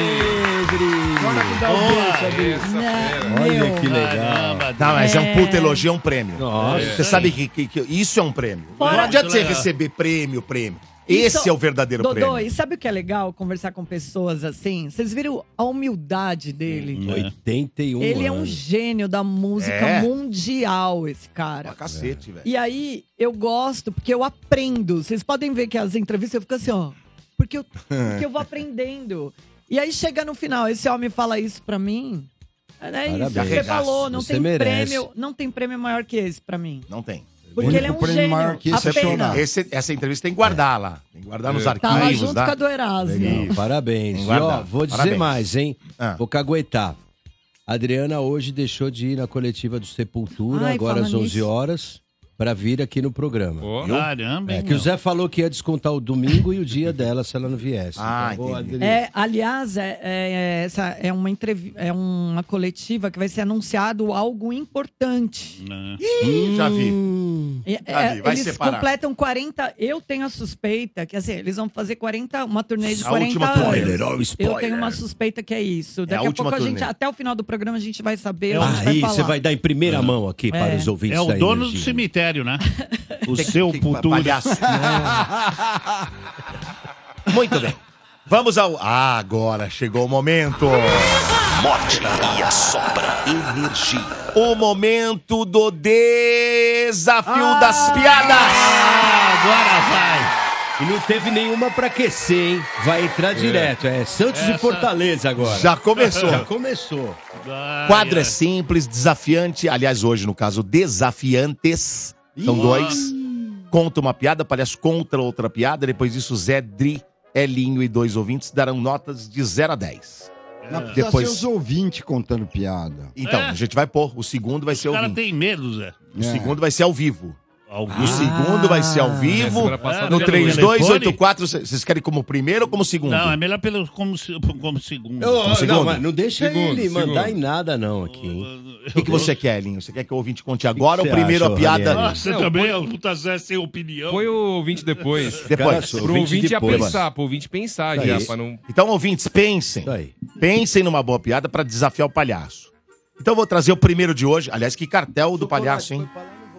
Olha que legal. Não, mas é um puta elogio, é um prêmio. Nossa. Você sabe que, que- que isso é um prêmio. Fora- Não adianta você Legal. receber prêmio, prêmio. Isso- Esse é o verdadeiro Dodô, prêmio. e sabe o que é legal conversar com pessoas assim? Vocês viram a humildade dele? oitenta e um Ele é um anos. gênio da música É. mundial, esse cara. Pra cacete, velho. E aí, eu gosto, porque eu aprendo. Vocês podem ver que as entrevistas eu fico assim, ó. Porque eu, porque eu vou aprendendo. E aí, chega no final, esse homem fala isso pra mim. É isso, Parabéns. você Arregaço. falou, não Você tem merece. prêmio, não tem prêmio maior que esse pra mim. Não tem. Porque O ele é único um prêmio gênio. maior que esse é apenas. chorar. Esse- essa entrevista tem que guardar lá. Tem que guardar nos É. arquivos. Tá lá junto tá? com a do Erasmo. Legal, parabéns. Tem E, guardado. ó, vou dizer Parabéns. mais, hein? Ah. Vou caguetar. A Adriana hoje deixou de ir na coletiva do Sepultura, Ai, agora fala às onze nisso. horas. pra vir aqui no programa. Oh, viu? caramba, É hein, que o meu? Zé falou que ia descontar o domingo e o dia dela se ela não viesse. Ah, Então, vou entendi. aderir. É, aliás, é, é- essa é uma, entrev... é uma coletiva que vai ser anunciado algo importante. Ih, já vi. É, Já vi, vai eles separar. completam quarenta. Eu tenho a suspeita que assim, eles vão fazer quarenta, uma turnê de A quarenta última anos. turnê. Spoiler, ó, Eu spoiler. tenho uma suspeita que é isso. É a Daqui a, última pouco a gente, turnê. até o final do programa, a gente vai saber. a gente Aí vai falar. você vai dar em primeira É. mão aqui para É. os ouvintes É o da dono do Energia. cemitério, né? O Que- seu que- futuro. palhaço. Muito bem. Vamos ao... Ah, agora chegou o momento. Morde e assopra energia. O momento do desafio das piadas. Agora vai. E não teve nenhuma pra aquecer, hein? Vai entrar direto. É Santos Essa- e Fortaleza agora. Já começou. Já começou. Ai, Quadro é ai. simples, desafiante. Aliás, hoje, no caso, desafiantes. São dois. Conta uma piada, palhaço contra outra piada. Depois disso, Zé, Dri, Elinho e dois ouvintes darão notas de zero a dez. Não precisa Depois- ser os ouvintes contando piada. Então, É? a gente vai pôr. O segundo vai ser O ao cara vivo. tem medo, Zé. O É. segundo vai ser ao vivo. Ao O vivo. segundo vai ser ao vivo. semana passada No pelo três dois telefone? oito quatro. Vocês querem como primeiro ou como segundo? Não, é melhor pelo, como, se- como segundo. Ô, Um segundo? não, mas não deixa Segundo, ele mandar segundo. em nada, não, aqui, hein? O que, que você quer, Elinho? Você quer que o ouvinte conte agora que ou você primeiro acha, a piada? Ranieri? Ah, você Não, também é um puta Zé sem opinião. Põe o ouvinte depois. Depois. Cara, Pro ouvinte já depois. pensar, pro ouvinte pensar Isso já, aí. pra não... Então, ouvintes, pensem. Isso aí. Pensem numa boa piada pra desafiar o palhaço. Então, eu vou trazer o primeiro de hoje. Aliás, que cartel do palhaço, hein?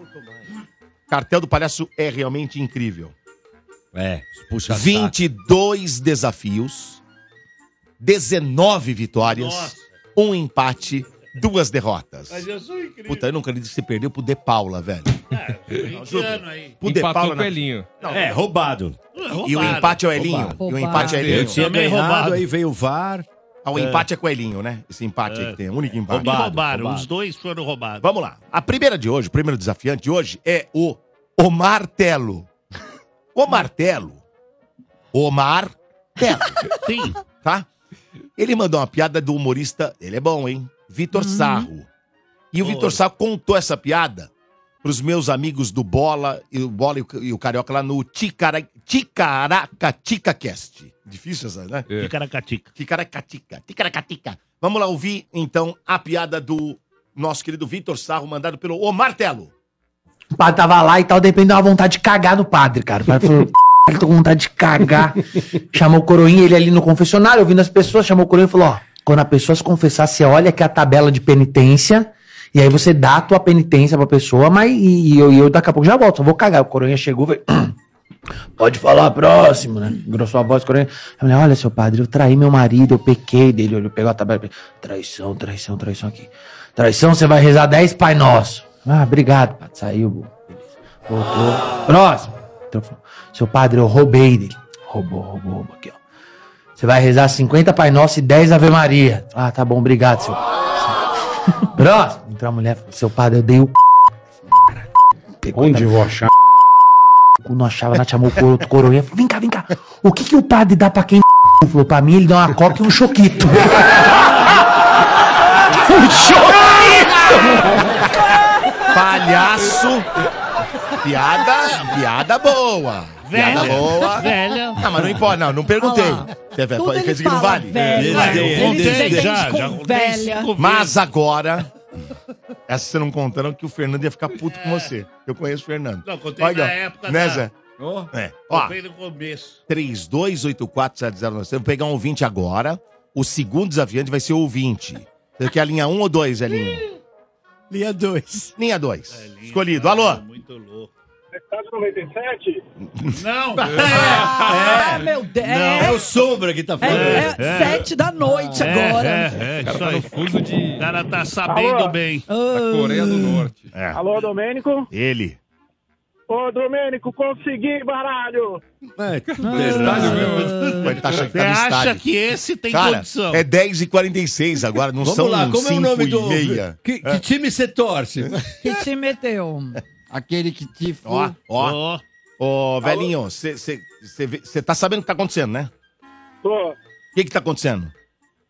Cartel do palhaço é realmente incrível. É, puxa vinte e dois desafios, dezenove vitórias, Nossa. um empate, duas derrotas. Mas eu sou incrível. Puta, eu não acredito que você perdeu pro De Paula, velho. É, vinte anos aí. Pro De Empatou Paula com o na- Elinho. É, roubado. E o empate é o Elinho. Roubado. E o empate é o Eu Elinho. tinha Também ganhado, roubado. aí veio o V A R. Ah, o empate é com o Elinho, né? Esse empate aí que tem, o único empate. Me Roubado, roubaram, roubado. os dois foram roubados. Vamos lá. A primeira de hoje, o primeiro desafiante de hoje é o O Martelo. O Martelo. O Martelo. Sim. Tá? Ele mandou uma piada do humorista, ele é bom, hein? Vitor Sarro. E o Ô. Vitor Sarro contou essa piada pros meus amigos do Bola, e o Bola e o, e o Carioca lá no Ticara, Ticaracatica Cast. Difícil essa, né? É. Ticaracatica. Ticaracatica, Ticaracatica. Vamos lá ouvir, então, a piada do nosso querido Vitor Sarro, mandado pelo O Martelo. O padre tava lá e tal, de repente deu uma vontade de cagar no padre, cara. O padre falou, ele tô com vontade de cagar. Chamou o coroinha, ele ali no confessionário, ouvindo as pessoas, chamou o coroinha e falou, ó, quando a pessoa se confessar, você olha que é a tabela de penitência, e aí você dá a tua penitência pra pessoa, mas e, e eu, e eu daqui a pouco já volto, só vou cagar. O coroinha chegou, veio, pode falar próximo, né? Engrossou a voz do coroinha. Eu falei, olha, seu padre, eu traí meu marido, eu pequei dele. Ele pegou a tabela, traição, traição, traição aqui. Traição, você vai rezar dez Pai Nosso. Ah, obrigado, padre. Saiu, beleza. Voltou. Próximo. Então, seu padre, eu roubei dele. Roubou, roubou, roubou. Aqui, ó. Você vai rezar cinquenta Pai Nosso e dez Ave Maria. Ah, tá bom, obrigado, seu padre. Próximo. Entrou a mulher, falou, seu padre, eu dei o Pegou Onde eu vou achar? Não achava, ela chamou o outro coroinha. Falou, vem cá, vem cá. O que que o padre dá pra quem falou, pra mim ele dá uma coca e um choquito. Um choquito! Palhaço. Piada, piada boa. Velha, piada boa. velha. Não, mas não importa, não, não perguntei. Você vê, Tudo pode ele quer dizer que não fala, vale? velho. Ué, eu Ele contei se defende já, com já contei velha. cinco Mas vezes. agora, essa você não contaram que o Fernando ia ficar puto com você. Eu conheço o Fernando. Não, contei Olha, na ó, época né, da- Zé? Oh, É. Ó, contei no começo. três dois oito quatro sete zero nove. Vou pegar um ouvinte agora. O segundo desafiante vai ser o ouvinte. Você quer a linha um ou dois, Elinho? Linha dois. Linha dois. Escolhido. Alô? Muito louco. Estado noventa e sete? Não! Ah, meu Deus. É o Sombra que tá É, falando. é sete da noite agora. É, é, O cara isso tá aí. no fuso de... O cara tá sabendo Alô? bem. da Coreia do Norte. É. Alô, Domênico? Ele. Ô, Domênico, consegui, baralho! É, Estádio mesmo. Ele tá achando que Você tá no acha estádio. que esse tem Cara, condição? é dez e quarenta e seis agora, não Vamos são lá, como é o cinco nome e do... meia. Que, que time você torce? Que te meteu? Aquele que te... Ó, ó. Ó, Ô, velhinho, você tá sabendo o que tá acontecendo, né? Tô. O que que tá acontecendo?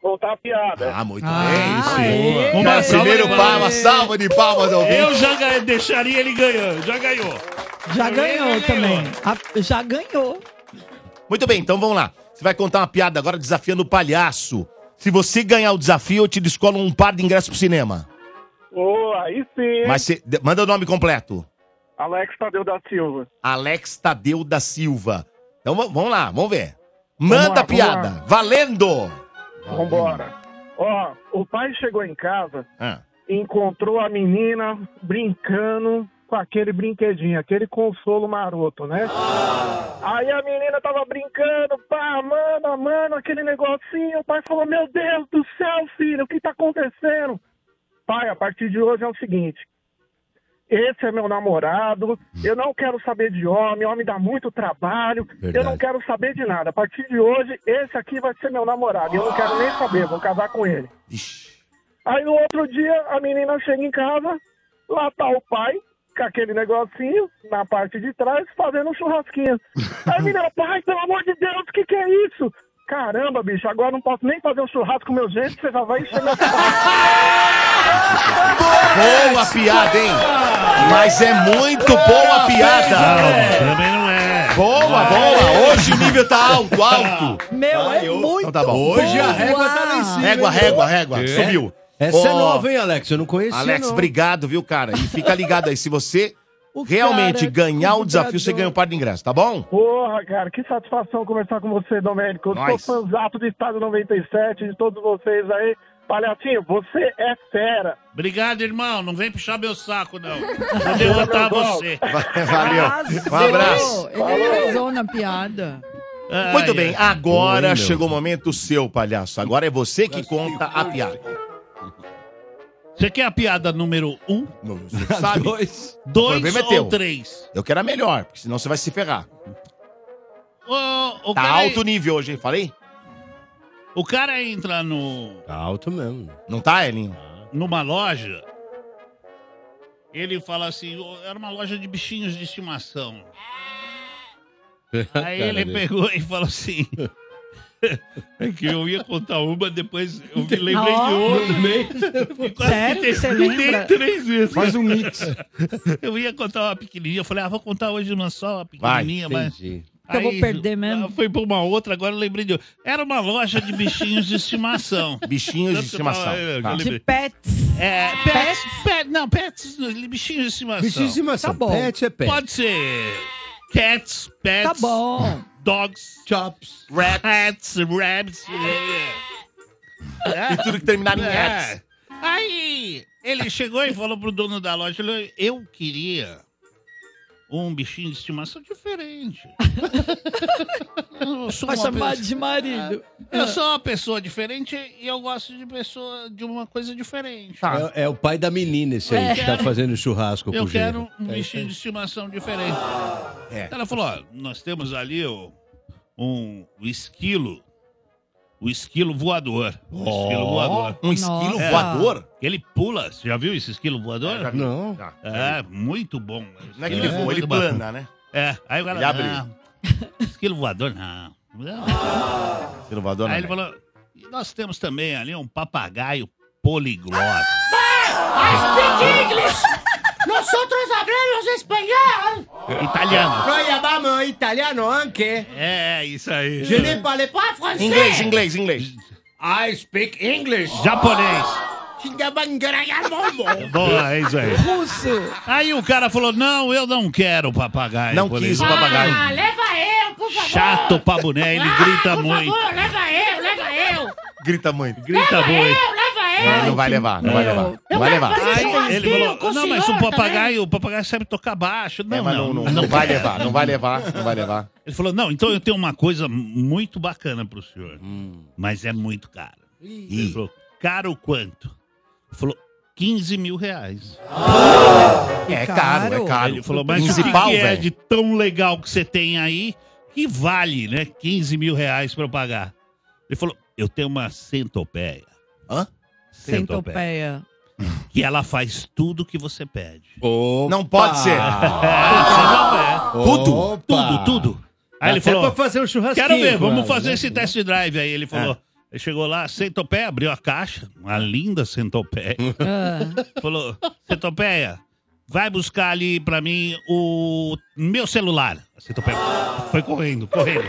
contar a piada. Ah, muito Ah, bem, aê. senhor. Uma Cara, salva primeiro de palma, palmas. salva de palmas ao vivo. Eu já ganhei, deixaria ele ganhando. Já ganhou. Já Eu ganhou ganhei, também. ganhou. A- já ganhou. Muito bem, então vamos lá. Você vai contar uma piada agora desafiando o palhaço. Se você ganhar o desafio, eu te descolo um par de ingressos pro cinema. Ô, aí sim. Mas você, de- manda o nome completo. Alex Tadeu da Silva. Alex Tadeu da Silva. Então v- vamos lá, vamos ver. Manda lá, a piada. vamos Valendo! Vambora. Ó, o pai chegou em casa, Ah. encontrou a menina brincando com aquele brinquedinho, aquele consolo maroto, né? Aí a menina tava brincando, pá, mano, mano, aquele negocinho. O pai falou, meu Deus do céu, filho, o que tá acontecendo? Pai, a partir de hoje é o seguinte, esse é meu namorado, eu não quero saber de homem, homem dá muito trabalho, Verdade. eu não quero saber de nada. A partir de hoje, esse aqui vai ser meu namorado, e eu não quero nem saber, vou casar com ele. Aí no outro dia, a menina chega em casa, lá tá o pai, com aquele negocinho, na parte de trás, fazendo um churrasquinho. Aí a menina, pai, pelo amor de Deus, o que que é isso? Caramba, bicho, agora não posso nem fazer um churrasco com meu gente, você já vai encher meu Boa piada, hein? Mas é muito boa a piada. Não, também não é. Boa, boa. Hoje o nível tá alto, alto. Meu, é muito Então tá bom. Hoje a régua tá lá em cima. Régua, hein? régua, régua. É. Subiu. Essa é Ó, nova, hein, Alex? Eu não conhecia, Alex, não. obrigado, viu, cara? E fica ligado aí. Se você realmente cara é ganhar o desafio, cobrador. você ganha um par de ingressos, tá bom? Porra, cara, que satisfação conversar com você, Domênico. Eu Nós. sou fãzato do Estado noventa e sete, de todos vocês aí. Palhacinho, você é fera. Obrigado, irmão. Não vem puxar meu saco, não. Vou derrotar você. Valeu. Um abraço. Ele arrasou na piada. Muito Ai, bem, ai. agora Oi, meu. chegou o momento seu, palhaço. Agora é você que conta a piada. Você quer a piada número um? Sabe? Dois. O Dois problema é ou teu. três? Eu quero a melhor, porque senão você vai se ferrar. O, o Tá cara, alto nível hoje, hein? Falei? O cara entra no... Tá alto mesmo. Não tá, Elinho? Numa loja, ele fala assim, era uma loja de bichinhos de estimação. Aí ele pegou e falou assim... É que eu ia contar uma, depois eu me lembrei de outra. Sério que você lembra? Tem três vezes. Faz um mix. Eu ia contar uma pequenininha, eu falei, ah, vou contar hoje uma só, uma Vai, pequenininha, mas... entendi. Que eu vou perder mesmo. ah, Foi pra uma outra, agora eu lembrei de outra. Era uma loja de bichinhos de estimação. Bichinhos de estimação. Eu Tá. já De lembrei. pets. É, pets, pet, não, pets, bichinhos de estimação. Bichinhos de estimação. Tá bom. Pet é pet. Pode ser cats, pets, Tá bom. dogs, Chops. rats, rabbits. É. E tudo que terminar em É. X. Aí, ele chegou e falou pro dono da loja, ele, eu queria um bichinho de estimação diferente. Eu sou Vai uma chamar pessoa- de marido. Eu sou uma pessoa diferente e eu gosto de pessoa de uma coisa diferente. É, é o pai da menina esse aí, É. que tá fazendo churrasco Eu pro quero genro. um bichinho de estimação diferente. É. Ela falou, ó, nós temos ali ó, um o esquilo. O esquilo voador. O Ó, esquilo voador. um esquilo É. voador? Ele pula. Você já viu esse esquilo voador? É, já vi. Não. Já. É, muito bom. Não é que ele voa, ele muito plana, bom. né? É, aí o cara... Ele abre. Não, esquilo voador, não. Não. Esquilo voador não. Aí ele né? falou, e nós temos também ali um papagaio poliglota. I speak English! Nosotros hablamos espanhol! Italiano. Noi amamos italiano anche. É, isso aí. Je ne parle pas français! Inglês, inglês, inglês. I speak English. Japonês. Japonês! Boa, é isso aí. Russo. Aí o cara falou, não, eu não quero papagaio. Não poliglota. quis o papagaio. Ah, leva eu, por favor! Chato pra boné, ele grita ah, por muito. favor, leva eu, leva eu! Grita muito. Grita leva muito. eu, leva eu! É, não vai levar, não vai Meu. levar. Não Eu vai quero levar. fazer Aí churrasquinho ele falou, com o não, mas o senhor papagaio, o papagaio sabe tocar baixo. Não, É, mas não, não, não, não vai quero. levar, não vai levar, não vai levar. Ele falou, não, então eu tenho uma coisa muito bacana pro senhor, Hum. mas é muito caro. Ele falou, caro quanto? Ele falou, quinze mil reais. É caro, é caro. Ele falou, mas quinze o que, pau, que é velho? de tão legal que você tem aí que vale, né, quinze mil reais pra eu pagar? Ele falou, eu tenho uma centopeia. Hã? Centopeia. Que ela faz tudo que você pede. Não pode ser. Tudo, Opa. tudo, tudo. Aí ele Até falou, pra fazer um churrasquinho quero ver, com vamos ela, fazer né? esse test drive aí. Ele falou, Ele chegou lá, centopeia, abriu a caixa, uma linda centopeia. Falou, centopeia, vai buscar ali pra mim o meu celular. A centopeia foi correndo, correndo.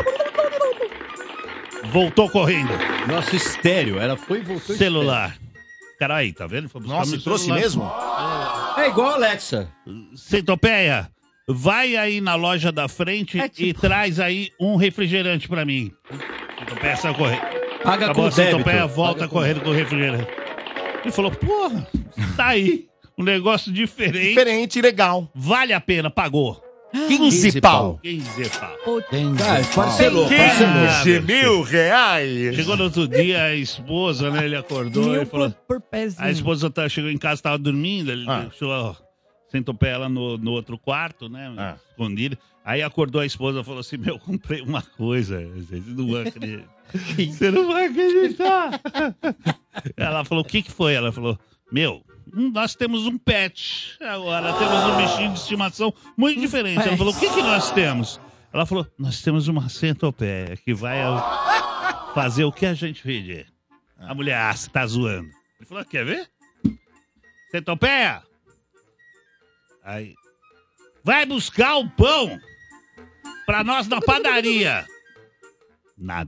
Voltou correndo. Nossa, estéreo. Ela foi e voltou. Celular. Cara, aí, tá vendo? Foi buscar Nossa, meu e trouxe celular. mesmo? É igual a Alexa. Centopeia, vai aí na loja da frente É e tipo- traz aí um refrigerante pra mim. Centopeia saiu correndo. Paga Acabou, com a centopeia débito. volta Paga com- correndo com o refrigerante. Ele falou, porra, tá aí. Um negócio diferente. Diferente e legal. Vale a pena, pagou. quinze pau. quinze pau. Cara, parcelou, parcelou. quinze mil reais. Chegou no outro dia, a esposa, né? Ele acordou Mil e falou. por, por pezinho. A esposa tá, chegou em casa, tava dormindo, ele Ah. deixou, ó, sentou pra ela no, no outro quarto, né? Ah. Escondido. Aí acordou a esposa e falou assim: Meu, comprei uma coisa. Vocês não vão acreditar. Você não vai acreditar. Ela falou: O que que foi? Ela falou: Meu, hum, nós temos um pet. Agora temos um bichinho de estimação muito diferente. Ela falou: O que que nós temos? Ela falou: Nós temos uma centopeia que vai ah, fazer o que a gente pedir. A mulher, ah, você tá zoando. Ele falou: Quer ver? Centopeia? Aí. Vai buscar o pão pra nós na padaria. Nada.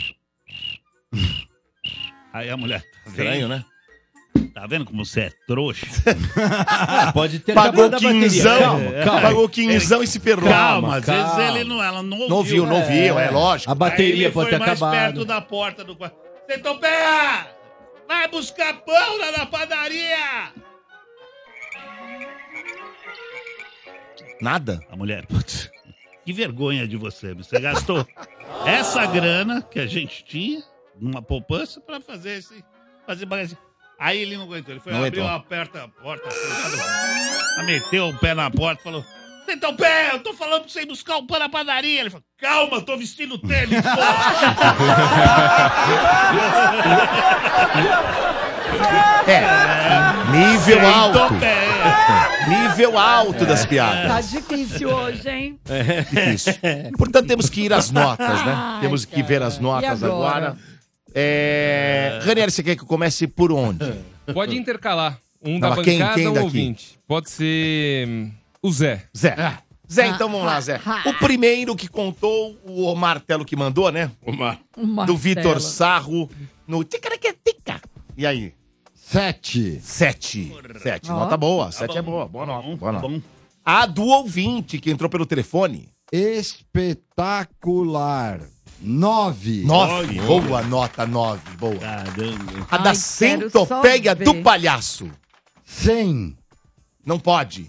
Aí a mulher, tá vendo? Estranho, né? Tá vendo como você é trouxa? Pode ter Pagou acabado a bateria. quinzão, Calma, calma. pagou quinzão e se ferrou. Calma, às calma. vezes ele não, ela não ouviu. Não ouviu, não ouviu, é lógico. A bateria Aí ele pode foi ter mais acabado. perto da porta do quarto. Centopeia! Vai buscar pão lá na padaria! Nada. A mulher, putz, que vergonha de você. Você gastou essa grana que a gente tinha numa poupança pra fazer esse... Fazer bagagem. Aí ele não aguentou. Ele foi Não abrir, aguentou. aperta a porta, meteu o pé na porta e falou: Então, pé, eu tô falando pra você ir buscar o pão na padaria. Ele falou: Calma, eu tô vestindo tênis, É. Nível alto. Centopeia. Nível alto das Tá piadas. difícil hoje, hein? É difícil. Portanto, temos que ir às notas, né? Ai, Temos que ver as notas E agora? agora. É... Ranieri, você quer que eu comece por onde? Pode intercalar. Um Não, da mas quem- bancada, quem um daqui? ouvinte. Pode ser hum, o Zé. Zé. Zé, então vamos lá, Zé. O primeiro que contou, o martelo que mandou, né? Um Do martelo. Vitor Sarro no Ticaracatica. E aí? Sete. Sete. Sete. Ó. Nota boa. Sete é boa. Boa nota. Boa nota. A do ouvinte que entrou pelo telefone. Espetacular. Nove. Nove. Boa nota, nove. Boa. Caramba. A da Ai, quero centopeia só do ver. palhaço. Cem. Não pode.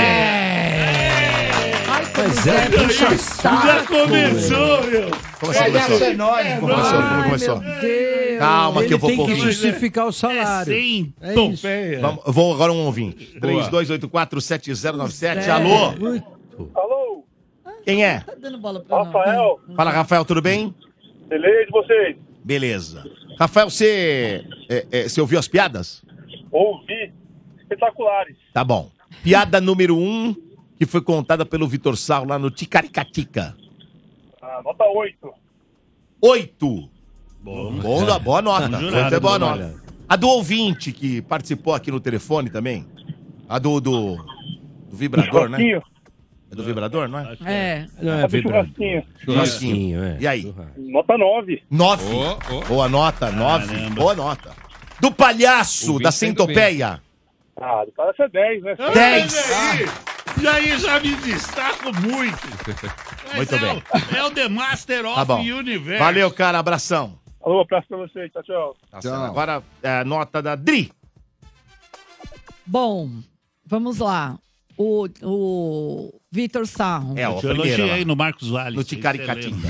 Ai, Mas é, puxa saco. Já começou, meu. Como assim começou? é nóis, Como começou? Como Ai, começou? meu Deus. Calma que eu vou Tem que ouvir. justificar o salário. É centopeia. Vamos, vou agora um ouvinte. três dois oito quatro sete zero nove sete. Alô? Alô, Quem é? Tá dando bola pra nós. Rafael, Fala, Rafael, tudo bem? beleza de vocês? Beleza. Rafael, você, é, é, você ouviu as piadas? Ouvi, espetaculares. Tá bom. Piada número um, que foi contada pelo Vitor Sarro lá no Ticaricatica. Ah, nota oito. Oito. Bom, Bom, boa nota. Tamo jurado, Oito é boa bom, nota. A do ouvinte que participou aqui no telefone também. A do, do, do vibrador, né? Churrasquinho. É do vibrador, não é? É. Não A é do vibrado. churrasquinho. Churrasquinho. é. E aí? Nota nove. Nove. Ô, ô. Boa nota, nove. Caramba. Boa nota. Do palhaço, Ouvinte da sempre bem. centopeia. Ah, parece é dez, né? Dez. Olha aí. E aí já me destaco muito. Mas Muito é bem. O, é o The Master of Tá bom. Universe. Valeu, cara. Abração. Alô, abraço pra vocês. Tchau, tchau. Tá Tchau. certo. Agora, é, a nota da Dri. Bom, vamos lá. O, o Vitor Sarro. É, ó, Eu primeiro elogiei lá. aí no Marcos Vale. No Ticaricatica.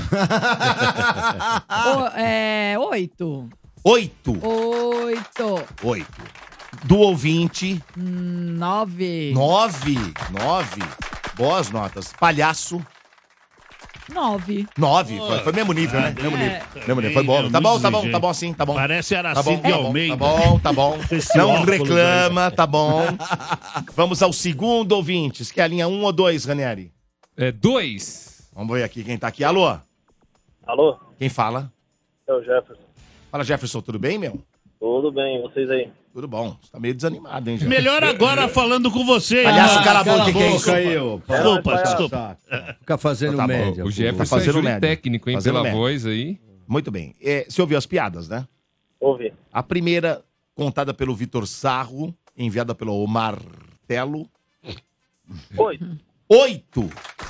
O- é, oito. Oito. Oito. Oito. Do ouvinte, Nove. nove. Nove. Boas notas. Palhaço, Nove. nove. Foi, foi mesmo nível, né? Mesmo nível. Mesmo nível. Foi bom. Tá bom, tá bom, tá bom assim, tá bom. Parece Tá bom, Aracide tá de bom, Almeida. tá bom, tá bom. Esse Não óculos reclama, tá bom. Vamos ao segundo ouvintes, que é a linha um ou dois, Ranieri? É dois. Vamos ver aqui quem tá aqui. Alô? Alô, Quem fala? é o Jefferson. Fala, Jefferson, tudo bem, meu? Tudo bem, vocês aí? Tudo bom. Você tá meio desanimado, hein, Jefferson? Melhor agora falando com você. Aliás, Ah, cala a boca, cala que é isso? aí, ô. Desculpa, desculpa. Fica fazendo Tá bom. média. O pô. Jefferson Tá fazendo é júri média. técnico, hein, Fazendo pela média. voz aí. Muito bem. É, você ouviu as piadas, né? Ouvi. A primeira, contada pelo Vitor Sarro, enviada pelo Omar Telo. Oito. Oito.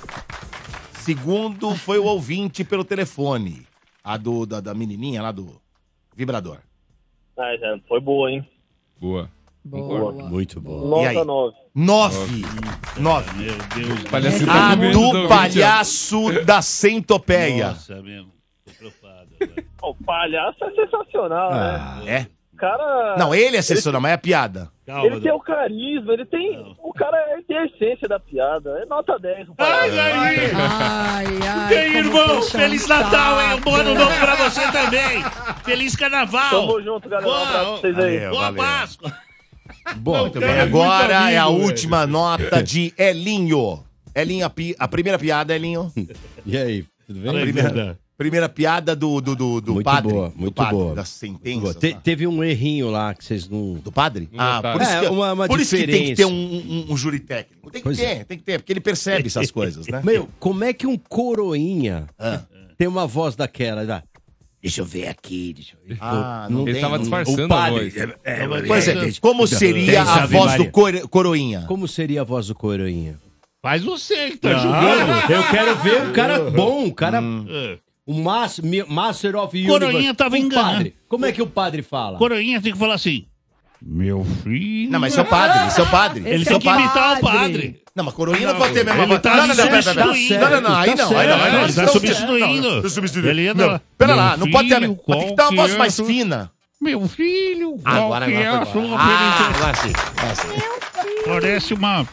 Segundo foi o ouvinte pelo telefone. A do, da, da menininha lá do vibrador. Ah, já foi boa, hein? Boa. Boa. Muito bom. E aí? Nota nove. Nove. Nove. Meu Deus. Palhacinho A tá com medo do ouvinte, palhaço da centopeia. Nossa, mesmo. Tô preocupado. O palhaço é sensacional, Ah, né? é? O cara... Não, ele é sensacional, mas é a piada. Calma, Ele tem o carisma, ele tem... O cara ele tem a essência da piada. É nota dez o palhaço. Ai, ai, Ai, ai. Tem, como irmão! puxa um Feliz Natal, hein? Um bom ano saco. novo pra você também! Feliz Carnaval! Tamo junto, galera. Um abraço pra vocês aí. Valeu, Boa valeu. Páscoa! Bom, muito bem. cara, é Agora muito é a amigo, última nota de Elinho. Elinho, a, pi- a primeira piada, Elinho. E aí, tudo bem? A primeira, primeira piada do, do, do, do Muito padre. boa, do muito padre, boa. Da sentença. Boa. Te- teve um errinho lá que vocês não... Do padre? Não Ah, notaram. por isso, É, que, uma- uma por isso que tem que ter um, diferença. um, um júri técnico. Tem que Pois ter, é. tem que ter, porque ele percebe essas coisas, né? Meu, como é que um coroinha Ah. tem uma voz daquela? Da... Deixa eu ver aqui, deixa eu ver. Ah, não Ele tem. tava não- disfarçando o a padre. voz. É, é, Pois é, como seria Tem a Ave voz Maria. do coro- coroinha? Como seria a voz do coroinha? Faz você que tá julgando. Eu quero ver um cara bom, um cara... É. Um mas, mi- Master of Universe. Coroinha tava Um enganando. padre. Como é que o padre fala? Coroinha tem que falar assim. Meu filho. Não, mas isso é o padre, isso é o padre. Ele Isso é tem o que padre. imitar o padre. Não, mas coroinha não pode ter a mesma Ele voz. tá Não, não, não, pera, pera, pera. substituindo. Não, não, não, aí não, aí não, aí não. Ele tá Não, substituindo. não, não, substituindo. Ele ia Não, dar- pera Meu lá, não pode ter a filho, mesma. Tem que ter uma voz qual mais que é a fina. Meu filho, Agora, qual que é agora a foi sua embora. Ah, penitência? agora sim, agora sim. Parece uma...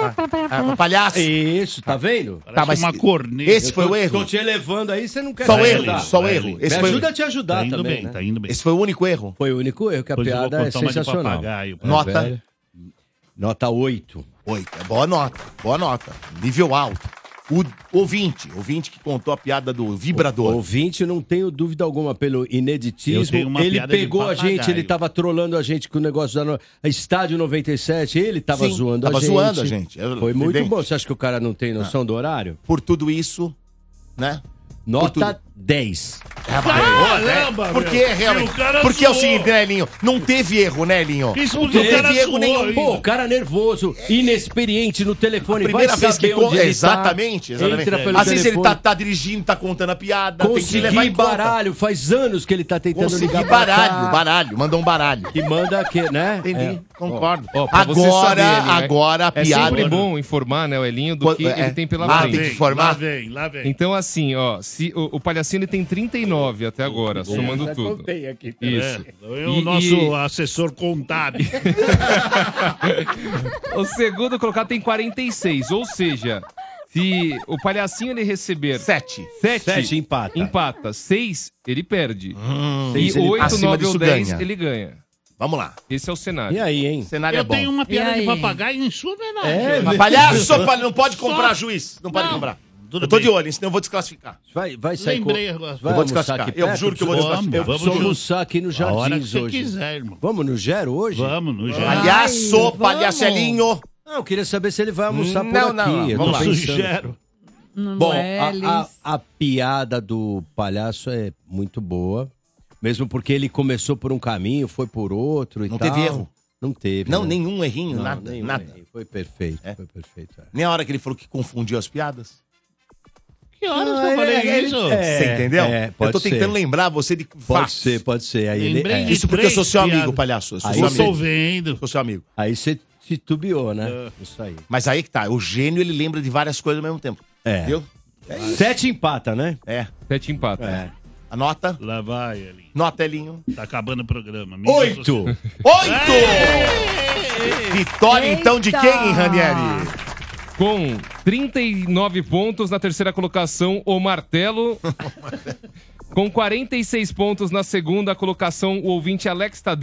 Ah, palhaço. Isso, tá vendo? Parece mas uma corneta. esse foi Eu tô- o erro? Tô te elevando aí, você não quer Só o me erro, ajudar. só o Vai, erro. vai. Esse Me foi, ajuda a te ajudar Tá indo também, bem, né? tá indo bem. esse foi o único erro. Foi o único erro, que a Depois eu vou piada é contar uma de sensacional. papagaio. Nota. velho. Nota oito. Oito. É boa nota, boa nota. Nível alto. O ouvinte, ouvinte que contou a piada do vibrador. Ouvinte, não tenho dúvida alguma, pelo Eu ineditismo. tenho uma Ele piada de pegou a papagaio. gente, ele tava trolando a gente com o negócio da no... Estádio noventa e sete, ele tava Sim, zoando tava a gente. zoando a gente, é Foi muito evidente. bom. Você acha que o cara não tem noção do horário? Por tudo isso, né? Nota dez. Caramba, Porque meu. realmente. O cara Porque é o zoou. seguinte, né, Elinho? Não teve erro, né, Elinho? Isso Não porque o teve cara erro zoou nenhum. ainda. Pô, o cara nervoso, inexperiente no telefone. Primeira vai vez saber que conta. onde ele Exatamente, tá, exatamente. Entra pelo Às vezes ele telefone. tá, tá dirigindo, tá contando a piada. tem que Consegui levar em conta. baralho, faz anos que ele tá tentando Consegui ligar pra baralho, cá. baralho. Mandou um baralho. Que manda que, né? Entendi, É. concordo. Ó, pra você agora, saber, Elinho, é- agora a É piada. sempre bom informar, né, o Elinho, do Quando- que é. ele tem pela Ah, frente. tem que informar? Lá vem, lá vem. Então, assim, ó, se o, o Palhacinho ele tem trinta e nove até agora, somando já tudo. contei aqui. Isso. É, eu, o nosso assessor contábil. O segundo colocado tem quarenta e seis, ou seja, se o Palhacinho ele receber sete, sete, Sete, empata. empata, seis, ele perde. Seis, e ele- oito, acima nove ou disso dez, ganha. ele ganha. Vamos lá. Esse é o cenário. E aí, hein? O cenário Eu é bom. tenho uma piada E de aí? papagaio em sua homenagem. É, Mas palhaço, palha- não pode Só- comprar, juiz. Não pode Não, comprar. tudo Eu tô bem. de olho, senão eu vou desclassificar. Vai, vai sair Lembrei com... agora. Vai Eu vou almoçar desclassificar. aqui Eu perto? juro que eu vou Vamos, desclassificar. Eu vamos preciso junto. almoçar aqui no A hora que Jardins você hoje. quiser, irmão. Vamos no Gero hoje? Vamos, no Gero. Palhaço, vamos. palhacelinho. Não, eu queria saber se ele vai almoçar por Não, aqui. não, eu vamos tô lá. No pensando. Gero. No Bom, Lelis. a, a, a piada do palhaço é muito boa. Mesmo porque ele começou por um caminho, foi por outro e Não tal. teve erro? Não teve. Não, né? nenhum errinho, Não, nada, nenhum nada. errinho. Foi perfeito, É? foi perfeito. é. Nem a hora que ele falou que confundiu as piadas. Que horas Não, que eu ele- falei ele- isso? é. Você entendeu? é, eu pode tô tentando ser. lembrar você de Pode fatos. ser, pode ser. Aí, ele, Lembrei é. de Isso porque eu sou três seu amigo, piadas. palhaço. Eu sou Aí seu Eu tô amigo. vendo. Sou seu amigo. Aí você titubeou, né? Isso aí. Mas aí que tá, o gênio ele lembra de várias coisas ao mesmo tempo. É. Viu? Sete empata, né? É. Sete empata. É. A nota? Lá vai, Elinho. Nota, Elinho. Tá acabando o programa. Mídia Oito! social. Oito! Vitória então de Eita! quem, Ranieri? Com trinta e nove pontos na terceira colocação, o Martelo. Com quarenta e seis pontos na segunda colocação, o ouvinte Alex Tadeu.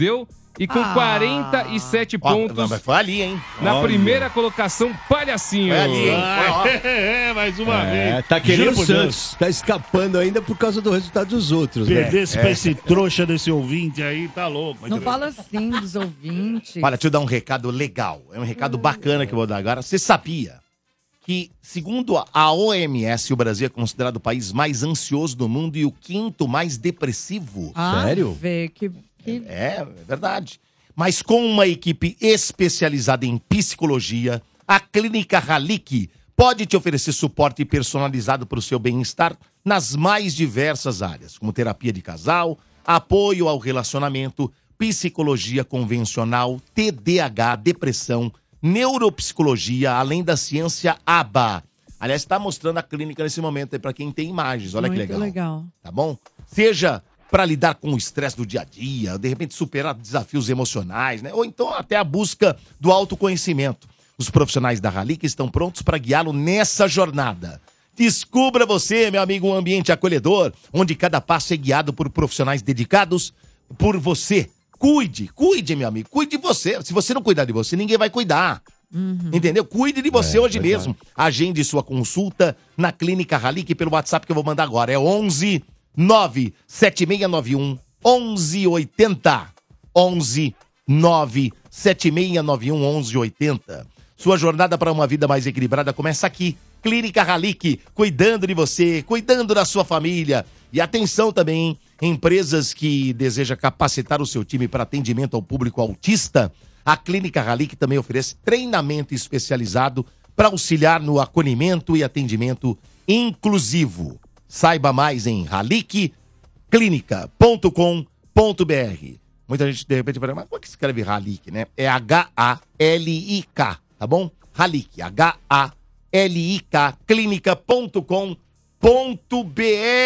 E com Ah. quarenta e sete Ó, pontos. mas foi ali, hein? Na Olha. primeira colocação, Palhacinho. Foi ali, hein? Ah, é, mais uma É, vez. tá querendo Juro o por Santos. Tá escapando ainda por causa do resultado dos outros, né? Perdesse É. pra esse trouxa desse ouvinte aí, tá louco. Não fala assim dos ouvintes. Olha, deixa eu dar um recado legal. É um recado bacana que eu vou dar agora. Você sabia que, segundo a O M S, o Brasil é considerado o país mais ansioso do mundo e o quinto mais depressivo? Ah, Vê, que, que... É, é verdade. Mas com uma equipe especializada em psicologia, a Clínica Halik pode te oferecer suporte personalizado para o seu bem-estar nas mais diversas áreas, como terapia de casal, apoio ao relacionamento, psicologia convencional, T D A H, depressão, neuropsicologia, além da ciência A B A. Aliás, está mostrando a clínica nesse momento aí para quem tem imagens. Olha Muito que legal. legal. Tá bom? Seja para lidar com o estresse do dia a dia, de repente superar desafios emocionais, né? Ou então até a busca do autoconhecimento. Os profissionais da Halik estão prontos para guiá-lo nessa jornada. Descubra você, meu amigo, um ambiente acolhedor, onde cada passo é guiado por profissionais dedicados por você. Cuide, cuide, meu amigo, cuide de você. Se você não cuidar de você, ninguém vai cuidar. Entendeu? Cuide de você É, hoje verdade. mesmo. Agende sua consulta na Clínica Halik pelo WhatsApp que eu vou mandar agora. É onze nove sete seis nove um onze oitenta. onze nove sete seis nove um onze oitenta. Sua jornada para uma vida mais equilibrada começa aqui. Clínica Halik, cuidando de você, cuidando da sua família. E atenção também, empresas que desejam capacitar o seu time para atendimento ao público autista, a Clínica Halik também oferece treinamento especializado para auxiliar no acolhimento e atendimento inclusivo. Saiba mais em halik clínica ponto com ponto b r. Muita gente de repente fala, mas como é que escreve Halik, né? É H A L I K, tá bom? Halik, H A L I K, clínica ponto com ponto b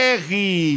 r.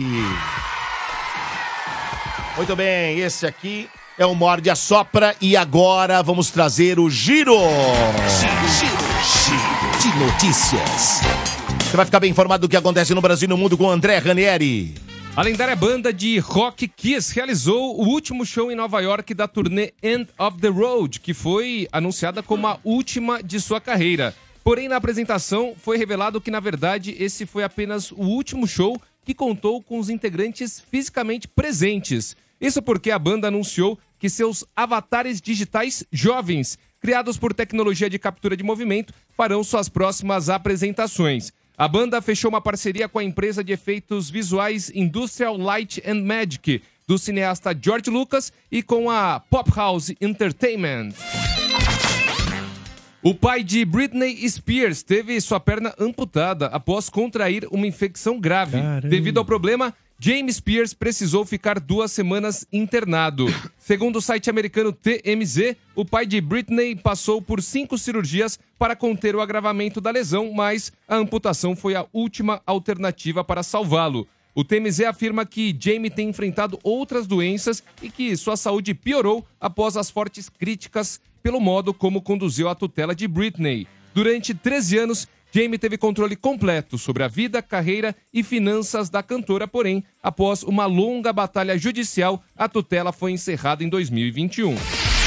Muito bem, esse aqui é o Morde a Sopra e agora vamos trazer o Giro. Giro, giro, giro de notícias. Você vai ficar bem informado do que acontece no Brasil e no mundo com o André Ranieri. A lendária banda de rock Kiss realizou o último show em Nova York da turnê End of the Road, que foi anunciada como a última de sua carreira. Porém, na apresentação foi revelado que, na verdade, esse foi apenas o último show que contou com os integrantes fisicamente presentes. Isso porque a banda anunciou que seus avatares digitais jovens, criados por tecnologia de captura de movimento, farão suas próximas apresentações. A banda fechou uma parceria com a empresa de efeitos visuais Industrial Light and Magic, do cineasta George Lucas, e com a Pop House Entertainment. O pai de Britney Spears teve sua perna amputada após contrair uma infecção grave. Caramba. Devido ao problema, James Spears precisou ficar duas semanas internado. Segundo o site americano T M Z, o pai de Britney passou por cinco cirurgias para conter o agravamento da lesão, mas a amputação foi a última alternativa para salvá-lo. O T M Z afirma que Jamie tem enfrentado outras doenças e que sua saúde piorou após as fortes críticas pelo modo como conduziu a tutela de Britney. Durante treze anos, Jamie teve controle completo sobre a vida, carreira e finanças da cantora, porém, após uma longa batalha judicial, a tutela foi encerrada em dois mil e vinte e um.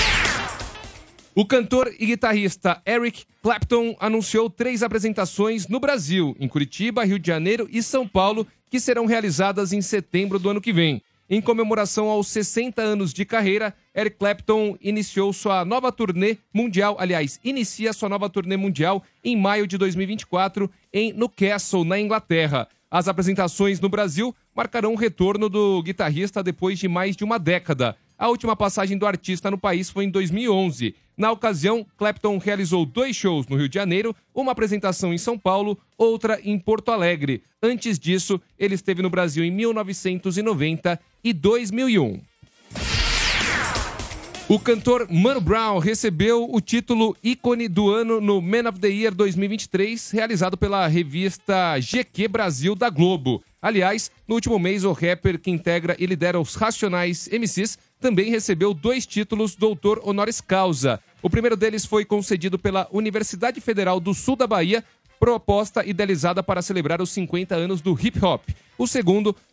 O cantor e guitarrista Eric Clapton anunciou três apresentações no Brasil, em Curitiba, Rio de Janeiro e São Paulo, que serão realizadas em setembro do ano que vem. Em comemoração aos sessenta anos de carreira, Eric Clapton iniciou sua nova turnê mundial, aliás, inicia sua nova turnê mundial em maio de dois mil e vinte e quatro em Newcastle, na Inglaterra. As apresentações no Brasil marcarão o retorno do guitarrista depois de mais de uma década. A última passagem do artista no país foi em dois mil e onze. Na ocasião, Clapton realizou dois shows no Rio de Janeiro, uma apresentação em São Paulo, outra em Porto Alegre. Antes disso, ele esteve no Brasil em mil novecentos e noventa e dois mil e um. O cantor Mano Brown recebeu o título ícone do ano no Man of the Year dois mil e vinte e três, realizado pela revista G Q Brasil da Globo. Aliás, no último mês, o rapper que integra e lidera os Racionais M Cs também recebeu dois títulos doutor honoris causa. O primeiro deles foi concedido pela Universidade Federal do Sul da Bahia, proposta idealizada para celebrar os cinquenta anos do hip hop. O segundo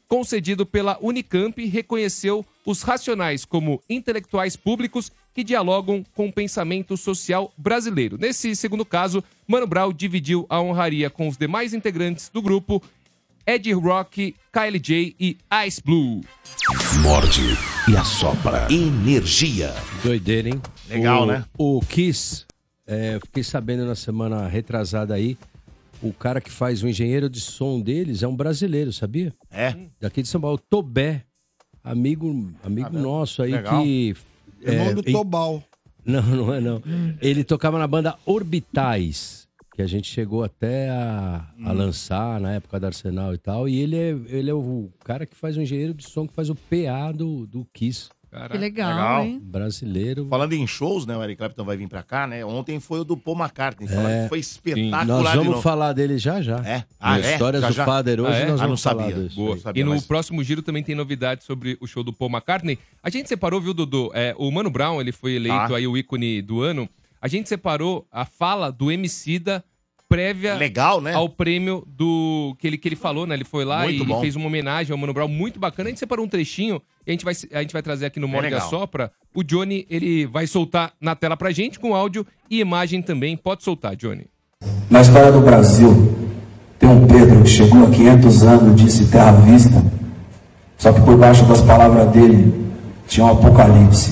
concedido pela Unicamp, reconheceu os Racionais como intelectuais públicos que dialogam com o pensamento social brasileiro. Nesse segundo caso, Mano Brown dividiu a honraria com os demais integrantes do grupo, Ed Rock, K L J e Ice Blue. Morde e assopra. Energia. Doideira, hein? Legal, o, né? O Kiss, é, eu fiquei sabendo na semana retrasada aí, o cara que faz o engenheiro de som deles é um brasileiro, sabia? É? Daqui de São Paulo, Tobé, amigo, amigo Ah, nosso aí legal. que... Irmão do em- Tobal. Não, não é não. Ele tocava na banda Orbitais, que a gente chegou até a, a lançar na época da Arsenal e tal. E ele é, ele é o cara que faz o engenheiro de som, que faz o P A do, do Kiss. Que legal, hein? Brasileiro. Falando em shows, né? O Eric Clapton vai vir pra cá, né? Ontem foi o do Paul McCartney. Falaram É, que foi sim. espetacular. Nós de vamos novo. falar dele já já. É? No Ah, é? Histórias Já, do já? Father hoje Ah, é? nós Ah, não vamos falar sabia. disso. Boa. Eu sabia, E no mas- próximo giro também tem novidades sobre o show do Paul McCartney. A gente separou, viu, Dudu? É, o Mano Brown, ele foi eleito Tá. aí o ícone do ano. A gente separou a fala do Emicida prévia Legal, né? ao prêmio do que ele, que ele falou, né? Ele foi lá Muito e ele bom. fez uma homenagem ao Mano Brown muito bacana. A gente separou um trechinho e a gente vai, a gente vai trazer aqui no Morde a legal. Sopra. O Johnny, ele vai soltar na tela pra gente com áudio e imagem também. Pode soltar, Johnny. Na história do Brasil, tem um Pedro que chegou há quinhentos anos e disse terra à vista, só que por baixo das palavras dele tinha um apocalipse.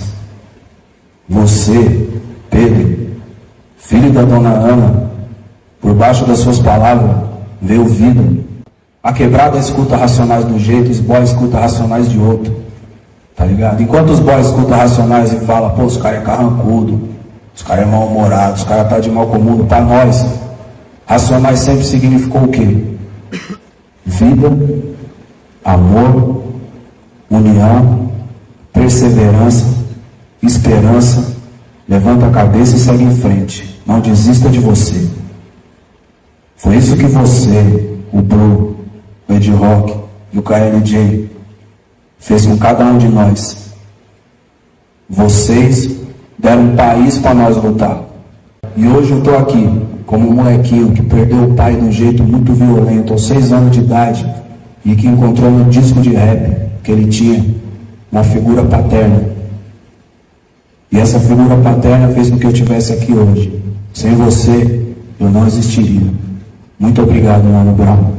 Você, Pedro, filho da dona Ana, por baixo das suas palavras veio vida. A quebrada escuta Racionais de um jeito, os boys escutam Racionais de outro. Tá ligado? Enquanto os boys escutam Racionais e falam, pô, os caras é carrancudo, os caras é mal-humorado, os caras tá de mal comum, pra nós, Racionais sempre significou o quê? Vida, amor, união, perseverança, esperança. Levanta a cabeça e segue em frente. Não desista de você. Foi isso que você, o Blue, o Ed Rock e o K L J fez com cada um de nós. Vocês deram um país para nós lutar. E hoje eu tô aqui como um molequinho que perdeu o pai de um jeito muito violento aos seis anos de idade e que encontrou no disco de rap que ele tinha uma figura paterna. E essa figura paterna fez com que eu estivesse aqui hoje. Sem você, eu não existiria. Muito obrigado, Mano Brown.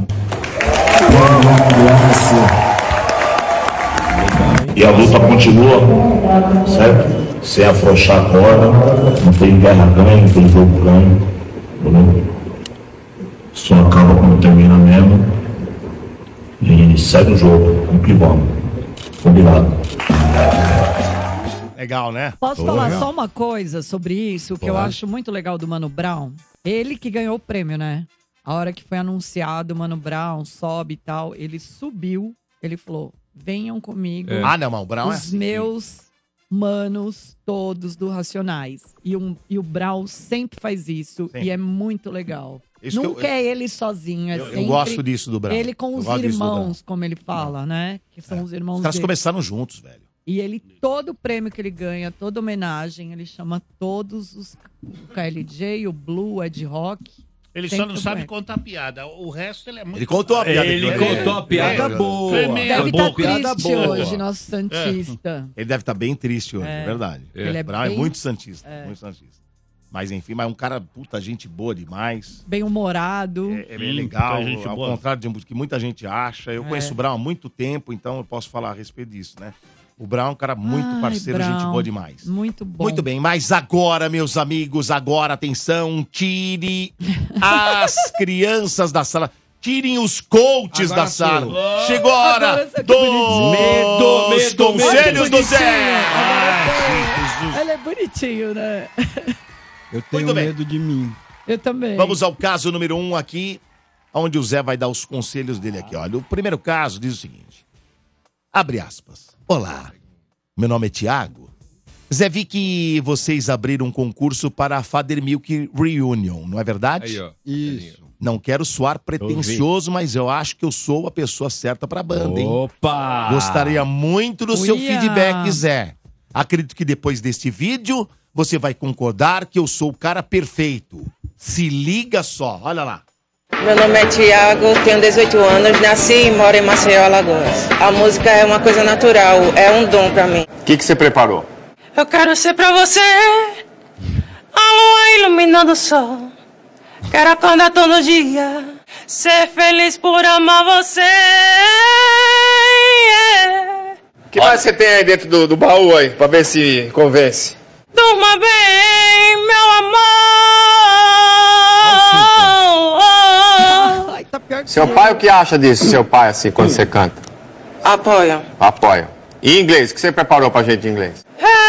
E a luta continua, certo? Sem afrouxar a corda, não tem guerra ganha, não tem jogo ganho, entendeu? Só acaba quando termina mesmo. E segue o jogo, vamos que vamos. Combinado. Legal, né? Posso Pô, falar legal. só uma coisa sobre isso, que eu Pode. acho muito legal do Mano Brown? Ele que ganhou o prêmio, né? A hora que foi anunciado, o Mano Brown sobe e tal, ele subiu, ele falou, venham comigo. É. Ah, não, mas o Brown é Os assim. meus manos todos do Racionais. E, um, e o Brown sempre faz isso, Sim. e é muito legal. Isso que Nunca eu- é ele sozinho, é eu- eu sempre gosto disso do Brown. ele com Eu os gosto disso do Brown. irmãos, como ele fala, né? Que são os irmãos Os caras dele. começaram juntos, velho. E ele, todo prêmio que ele ganha, toda homenagem, ele chama todos os o K L J, o Blue, o Ed Rock. Ele só Sempre não sabe bem. contar piada. O resto ele é muito. Ele contou a piada. Ele que- contou a piada boa. Deve estar boa. triste hoje, nosso Santista. Ele deve estar bem triste hoje, é, É. verdade. Ele é Brown é bem- muito santista, é. muito santista. Mas enfim, mas um cara, puta, gente boa demais. Bem humorado. É bem legal, muita gente ao boa. contrário de que muita gente acha. Eu É. conheço o Brown há muito tempo, então eu posso falar a respeito disso, né? O Brown é um cara muito Ai, parceiro, Brown, gente boa demais. Muito bom. Muito bem, mas agora, meus amigos, agora, atenção, tire as crianças da sala. Tirem os coaches Agora da sala. sim. Chegou a hora Agora essa que dos bonitinho. medo, medo, conselhos do Zé. Ele é bonitinho, né? Eu tenho Muito bem. medo de mim. Eu também. Vamos ao caso número um aqui, onde o Zé vai dar os conselhos dele aqui. Olha, o primeiro caso diz o seguinte. Abre aspas. Olá, meu nome é Tiago. Zé, vi que vocês abriram um concurso para a Father Milk Reunion, não é verdade? Aí, ó. Isso. Não quero soar pretensioso, mas eu acho que eu sou a pessoa certa para a banda, hein? Opa! Gostaria muito do seu Uia! feedback, Zé. Acredito que depois deste vídeo, você vai concordar que eu sou o cara perfeito. Se liga só, olha lá. Meu nome é Tiago, tenho dezoito anos, nasci e moro em Maceió, Alagoas. A música é uma coisa natural, é um dom pra mim. O que, que você preparou? Eu quero ser pra você a lua iluminando o sol. Quero acordar todo dia, ser feliz por amar você. O que mais você tem aí dentro do, do baú aí, pra ver se convence? Durma bem, meu amor. Seu pai, o que acha disso, seu pai, assim, quando você canta? Apoia. Apoia. E inglês, o que você preparou pra gente em inglês?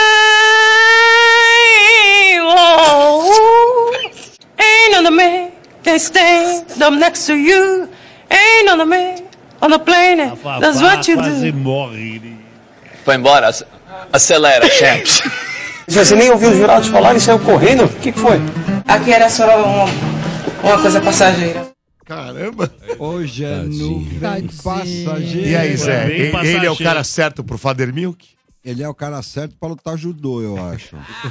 Hey, oh, ain't none of me can stand up next to you. Ain't none of me on the planet. That's what you quase do. morre. Foi embora, ac- acelera, champs. Você nem ouviu os jurados falarem e saiu correndo? O que, que foi? Aqui era só uma, uma coisa passageira. Caramba. Hoje é nuvem passageira. E aí, Zé? Bem Ele, ele é o passageiro. cara certo pro Father Milk? Ele é o cara certo pra lutar judô, eu acho.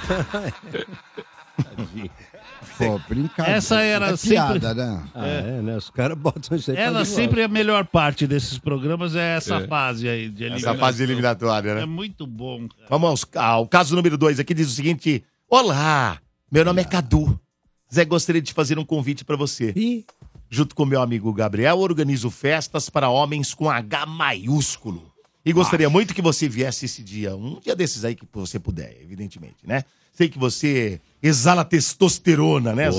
Pô, brincadeira. Essa era é sempre- piada, né? Ah, é, né? Os caras botam isso aí. Ela faz sempre igual. é a melhor parte desses programas, é essa É. fase aí de Essa eliminação. fase eliminatória, né? É muito bom, cara. Vamos aos, ao caso número dois aqui, diz o seguinte: olá, meu nome é Cadu. Zé, gostaria de fazer um convite pra você. Junto com meu amigo Gabriel, organizo festas para homens com H maiúsculo. E gostaria muito que você viesse esse dia, um dia desses aí que você puder, evidentemente, né? Sei que você exala testosterona, né, Zé?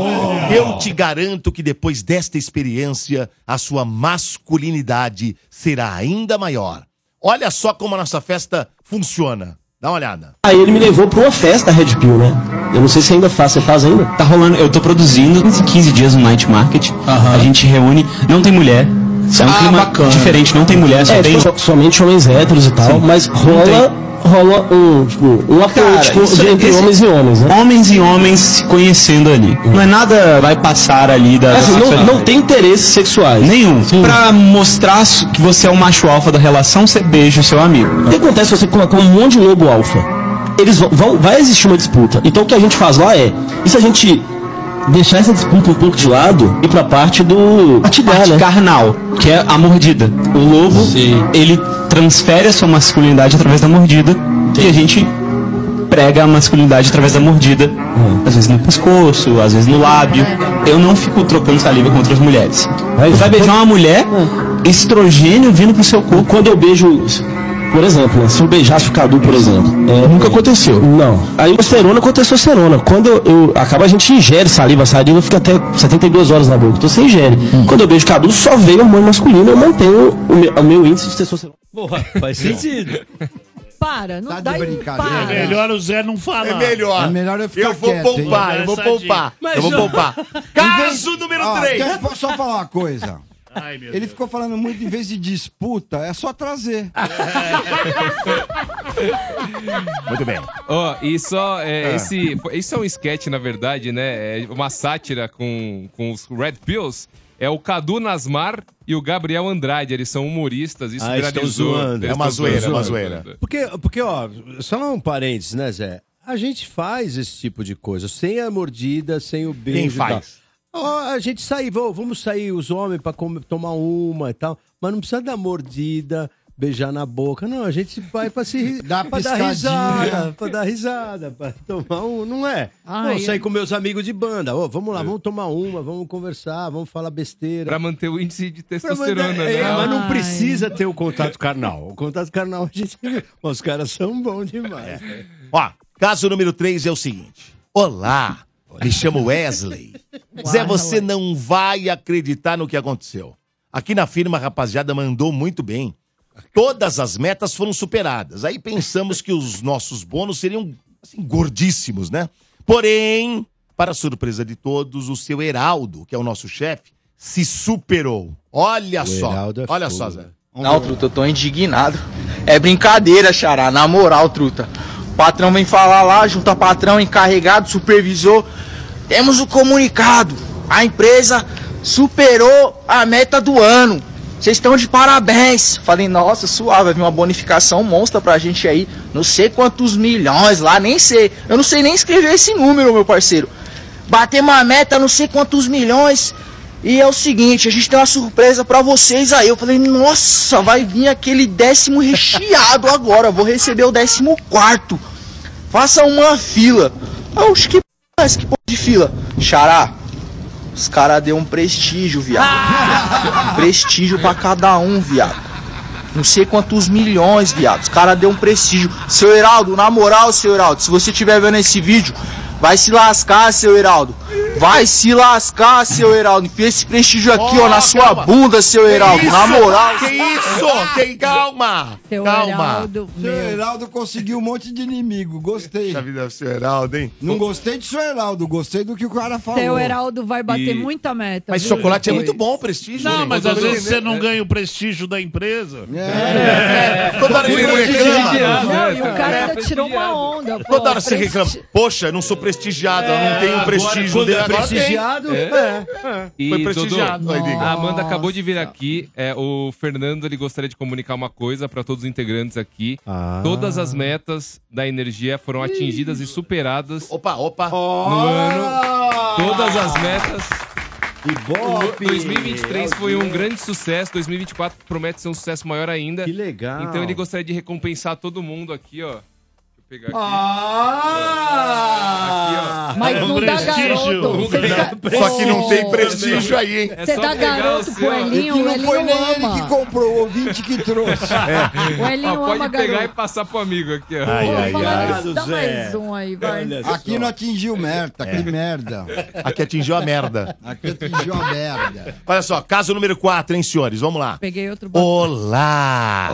Eu te garanto que depois desta experiência, a sua masculinidade será ainda maior. Olha só como a nossa festa funciona. Dá uma olhada. Aí ele me levou pra uma festa Red Pill, né? Eu não sei se ainda faz, você faz ainda? Tá rolando, eu tô produzindo quinze dias no Night Market. A gente reúne, não tem mulher. É um Ah, clima bacana. diferente, não tem mulher, só É, tem. tipo, somente homens héteros e tal, Sim. mas Não rola, rola um, tipo, um apoio Cara, tipo, isso- de- entre esse- homens e homens, né? Homens e homens se conhecendo ali. Não é nada vai passar ali da. É, assim, da não, sexualidade. não tem interesses sexuais. Nenhum. Pra mostrar que você é o macho alfa da relação, você beija o seu amigo. O que acontece se você colocar um monte de lobo alfa? Eles vão, vão- vai existir uma disputa. Então o que a gente faz lá é, e se a gente deixar essa disputa um pouco de lado e pra parte do atigar, Parte né? carnal, que é a mordida. O lobo, ele transfere a sua masculinidade através da mordida e a gente prega a masculinidade através da mordida, às vezes no pescoço, às vezes no lábio. Eu não fico trocando saliva com outras mulheres. Você vai beijar uma mulher, estrogênio vindo pro seu corpo. Quando eu beijo, por exemplo, né, se eu beijasse o Cadu, por exemplo. é, Nunca aconteceu. Não. Aí testosterona com testosterona. Quando eu, eu acaba, a gente ingere saliva, a saliva fica até setenta e duas horas na boca. Então você ingere. Quando eu beijo o Cadu, só veio hormônio masculino, eu mantenho o meu, o meu índice de testosterona. Porra, faz sentido. Para, não Tá de dá brincadeira. para. É melhor o Zé não falar. É melhor. É melhor eu ficar Eu vou quieto, poupar, hein? eu vou Essa poupar. dica. Eu vou Mas, poupar. Caso número Ó, três. então, posso só falar uma coisa? Ai, meu Ele ficou falando muito, em vez de disputa, é só trazer. Muito bem. Ó, e só, é, Ah. esse, isso é um sketch, na verdade, né? É uma sátira com, com os Red Pills. É o Cadu Nasmar e o Gabriel Andrade, eles são humoristas, isso Ah, eles estão viralizou. zoando. Eles É uma estão zoeira, é uma zoando. zoeira. Porque, porque, ó, só um parênteses, né, Zé? A gente faz esse tipo de coisa, sem a mordida, sem o beijo. Quem e tal. faz? Ó, a gente sai, vamos, vamos sair os homens pra comer- tomar uma e tal, mas não precisa dar mordida, beijar na boca. Não, a gente vai pra se Dá pra dar piscadinha. risada, pra dar risada, pra tomar um, não é? Ai, Não, sair eu- com meus amigos de banda. Ô, vamos lá, vamos tomar uma, vamos conversar, vamos falar besteira. Pra manter o índice de Pra testosterona, mandar- né? é, mas não Ai. precisa ter o contato carnal. O contato carnal a gente viu. Mas os caras são bons demais. né? Ó, caso número três é o seguinte. Olá, me chamo Wesley. Zé, você não vai acreditar no que aconteceu. Aqui na firma, a rapaziada mandou muito bem. Todas as metas foram superadas. Aí pensamos que os nossos bônus seriam, assim, gordíssimos, né? Porém, para surpresa de todos, o seu Heraldo, que é o nosso chefe, se superou. Olha O só, Heraldo é olha fogo, só, Zé. velho. Não, truta, eu tô indignado. É brincadeira, xará. Na moral, truta. O patrão vem falar lá, junto a patrão, encarregado, supervisor. Temos o comunicado. A empresa superou a meta do ano. Vocês estão de parabéns. Falei, nossa, suave, vai vir uma bonificação monstra pra gente aí. Não sei quantos milhões lá, nem sei. Eu não sei nem escrever esse número, meu parceiro. Batemos a meta, não sei quantos milhões. E é o seguinte, a gente tem uma surpresa pra vocês aí. Eu falei, nossa, vai vir aquele décimo recheado agora. Vou receber o décimo quarto. Faça uma fila. Ah, oxe, que p... que porra de fila? Xará, os caras deu um prestígio, viado. Prestígio pra cada um, viado. Não sei quantos milhões, viado. Os caras deu um prestígio. Seu Heraldo, na moral, seu Heraldo, se você estiver vendo esse vídeo, vai se lascar, seu Heraldo. Vai se lascar, seu Heraldo. Enfia esse prestígio aqui, Oh, ó, na sua calma. bunda, seu Que Heraldo. isso? Na moral. Que isso? Que calma. Seu calma. Heraldo, Seu meu. Heraldo conseguiu um monte de inimigo. Gostei. Puxa vida, seu Heraldo, hein? Não gostei de seu Heraldo, gostei do que o cara falou. Seu Heraldo vai bater E- muita meta. Mas viu, chocolate é depois? muito bom, o prestígio. Não, né? mas Eu às tô vezes você entendendo. não ganha o prestígio da empresa. É, toda hora ele reclama. Não, e o cara ainda tirou uma onda. pô, Toda hora você presti- reclama. Poxa, eu não sou prestigiado, eu não tenho o prestígio quando dele. é Agora tem. prestigiado, É. É, é. E, Foi prestigiado. Dodô, Aí, diga. a Amanda acabou de vir aqui. É, o Fernando ele gostaria de comunicar uma coisa para todos os integrantes aqui. Ah. Todas as metas da energia foram atingidas e superadas Opa, opa. no ano. Todas as metas. Ibope. dois mil e vinte e três foi um grande sucesso. dois mil e vinte e quatro promete ser um sucesso maior ainda. Que legal. Então ele gostaria de recompensar todo mundo aqui, ó. Deixa eu pegar aqui. Ah! Mas não dá garoto. Você fica- Só que não tem Ô, prestígio aí, hein? É Você só dá pegar garoto o pro seu- E Elinho, que o não Elinho foi nem ele que ama. comprou, o ouvinte que trouxe. O Elinho Ó, pode ama pegar garoto. e passar pro amigo aqui, ó. Ai, Pô, ai, falar ai. nisso, dá Zé. mais um aí, vai. Olha só. Aqui não atingiu merda, que merda. Aqui atingiu a merda. Aqui atingiu a merda. Olha só, caso número quatro, hein, senhores? Vamos lá. Peguei outro batom. Olá.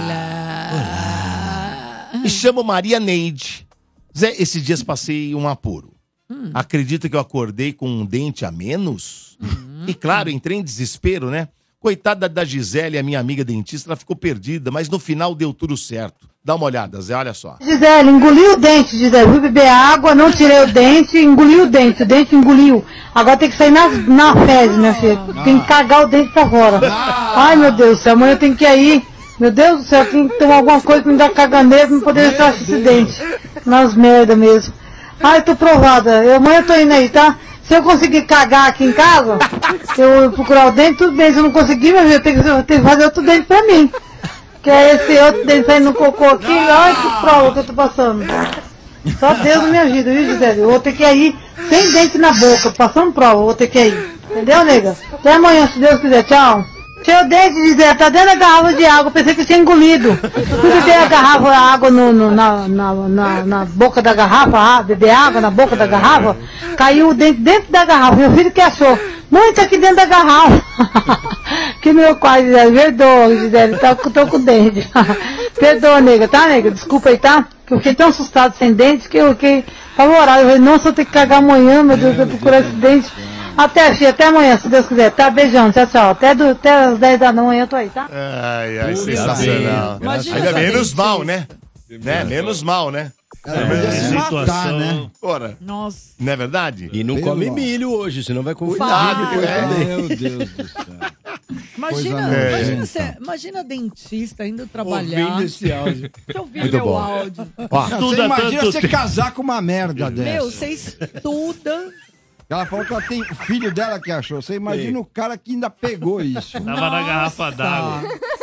Olá. Me chamo Maria Neide. Zé, esses dias passei um apuro. Hum. Acredita que eu acordei com um dente a menos? Uhum. E claro, entrei em desespero, né? Coitada da Gisele, a minha amiga dentista, ela ficou perdida, mas no final deu tudo certo. Dá uma olhada, Zé, olha só. Gisele, engoliu o dente, Gisele. Fui beber água, não tirei o dente, engoliu o dente, o dente engoliu. Agora tem que sair na, na fezes, minha filha. Tem que cagar o dente pra fora. Ai, meu Deus do céu, amanhã eu tenho que ir aí. Meu Deus do céu, tem que tomar alguma coisa pra me dar caganeiro pra me poder entrar esse dente. Nas merda mesmo. Ai, tô provada. Eu, amanhã eu tô indo aí, tá? Se eu conseguir cagar aqui em casa, eu procurar o dente, tudo bem. Se eu não conseguir, meu filho, eu tenho que, eu tenho que fazer outro dente pra mim. Que é esse outro dente saindo no cocô aqui. Ai, que prova que eu tô passando. Só Deus me ajuda, viu, Gisele? Eu vou ter que ir sem dente na boca, passando prova, eu vou ter que ir. Entendeu, nega? Até amanhã, se Deus quiser. Tchau. Seu dente, Gisele, tá dentro da garrafa de água, pensei que tinha engolido. Fui beber a garrafa, a água no, no- na, na, na, na boca da garrafa, ah, beber água na boca da garrafa, caiu o dente dentro da garrafa. Meu filho que achou, mãe, tá aqui dentro da garrafa. Que meu pai, Gisele, perdoa, Gisele, tá, tô com o dente. Perdoa, nega, tá, nega? Desculpa aí, tá? Que eu fiquei tão assustado sem dente que eu fiquei favorável. Eu falei, nossa, eu tenho que cagar amanhã, meu Deus, eu vou procurar esse dente. Até, filha, até amanhã, se Deus quiser. Tá, beijão, tchau, tchau. Até, do, até as dez da manhã eu tô aí, tá? Ai, ai, Tudo sensacional. bem. Imagina Ainda essa menos dentista. mal, né? né? Menos mal, né? Ela podia se matar, né? Ora, Nossa. não é verdade? E não Pelo come amor. milho hoje, senão vai confundir Cuidado, depois é. também. Meu Deus do céu. Imagina, Coisa imagina, nojenta. você, imagina dentista indo trabalhar. Ouvindo esse áudio. Deixa eu ouvir Muito meu bom. áudio. Ó, Não, Estuda você imagina tanto você tempo. casar com uma merda dessa. Meu, você estuda. Ela falou que ela tem o filho dela que achou. Você imagina Sim. o cara que ainda pegou isso. Tava na garrafa d'água.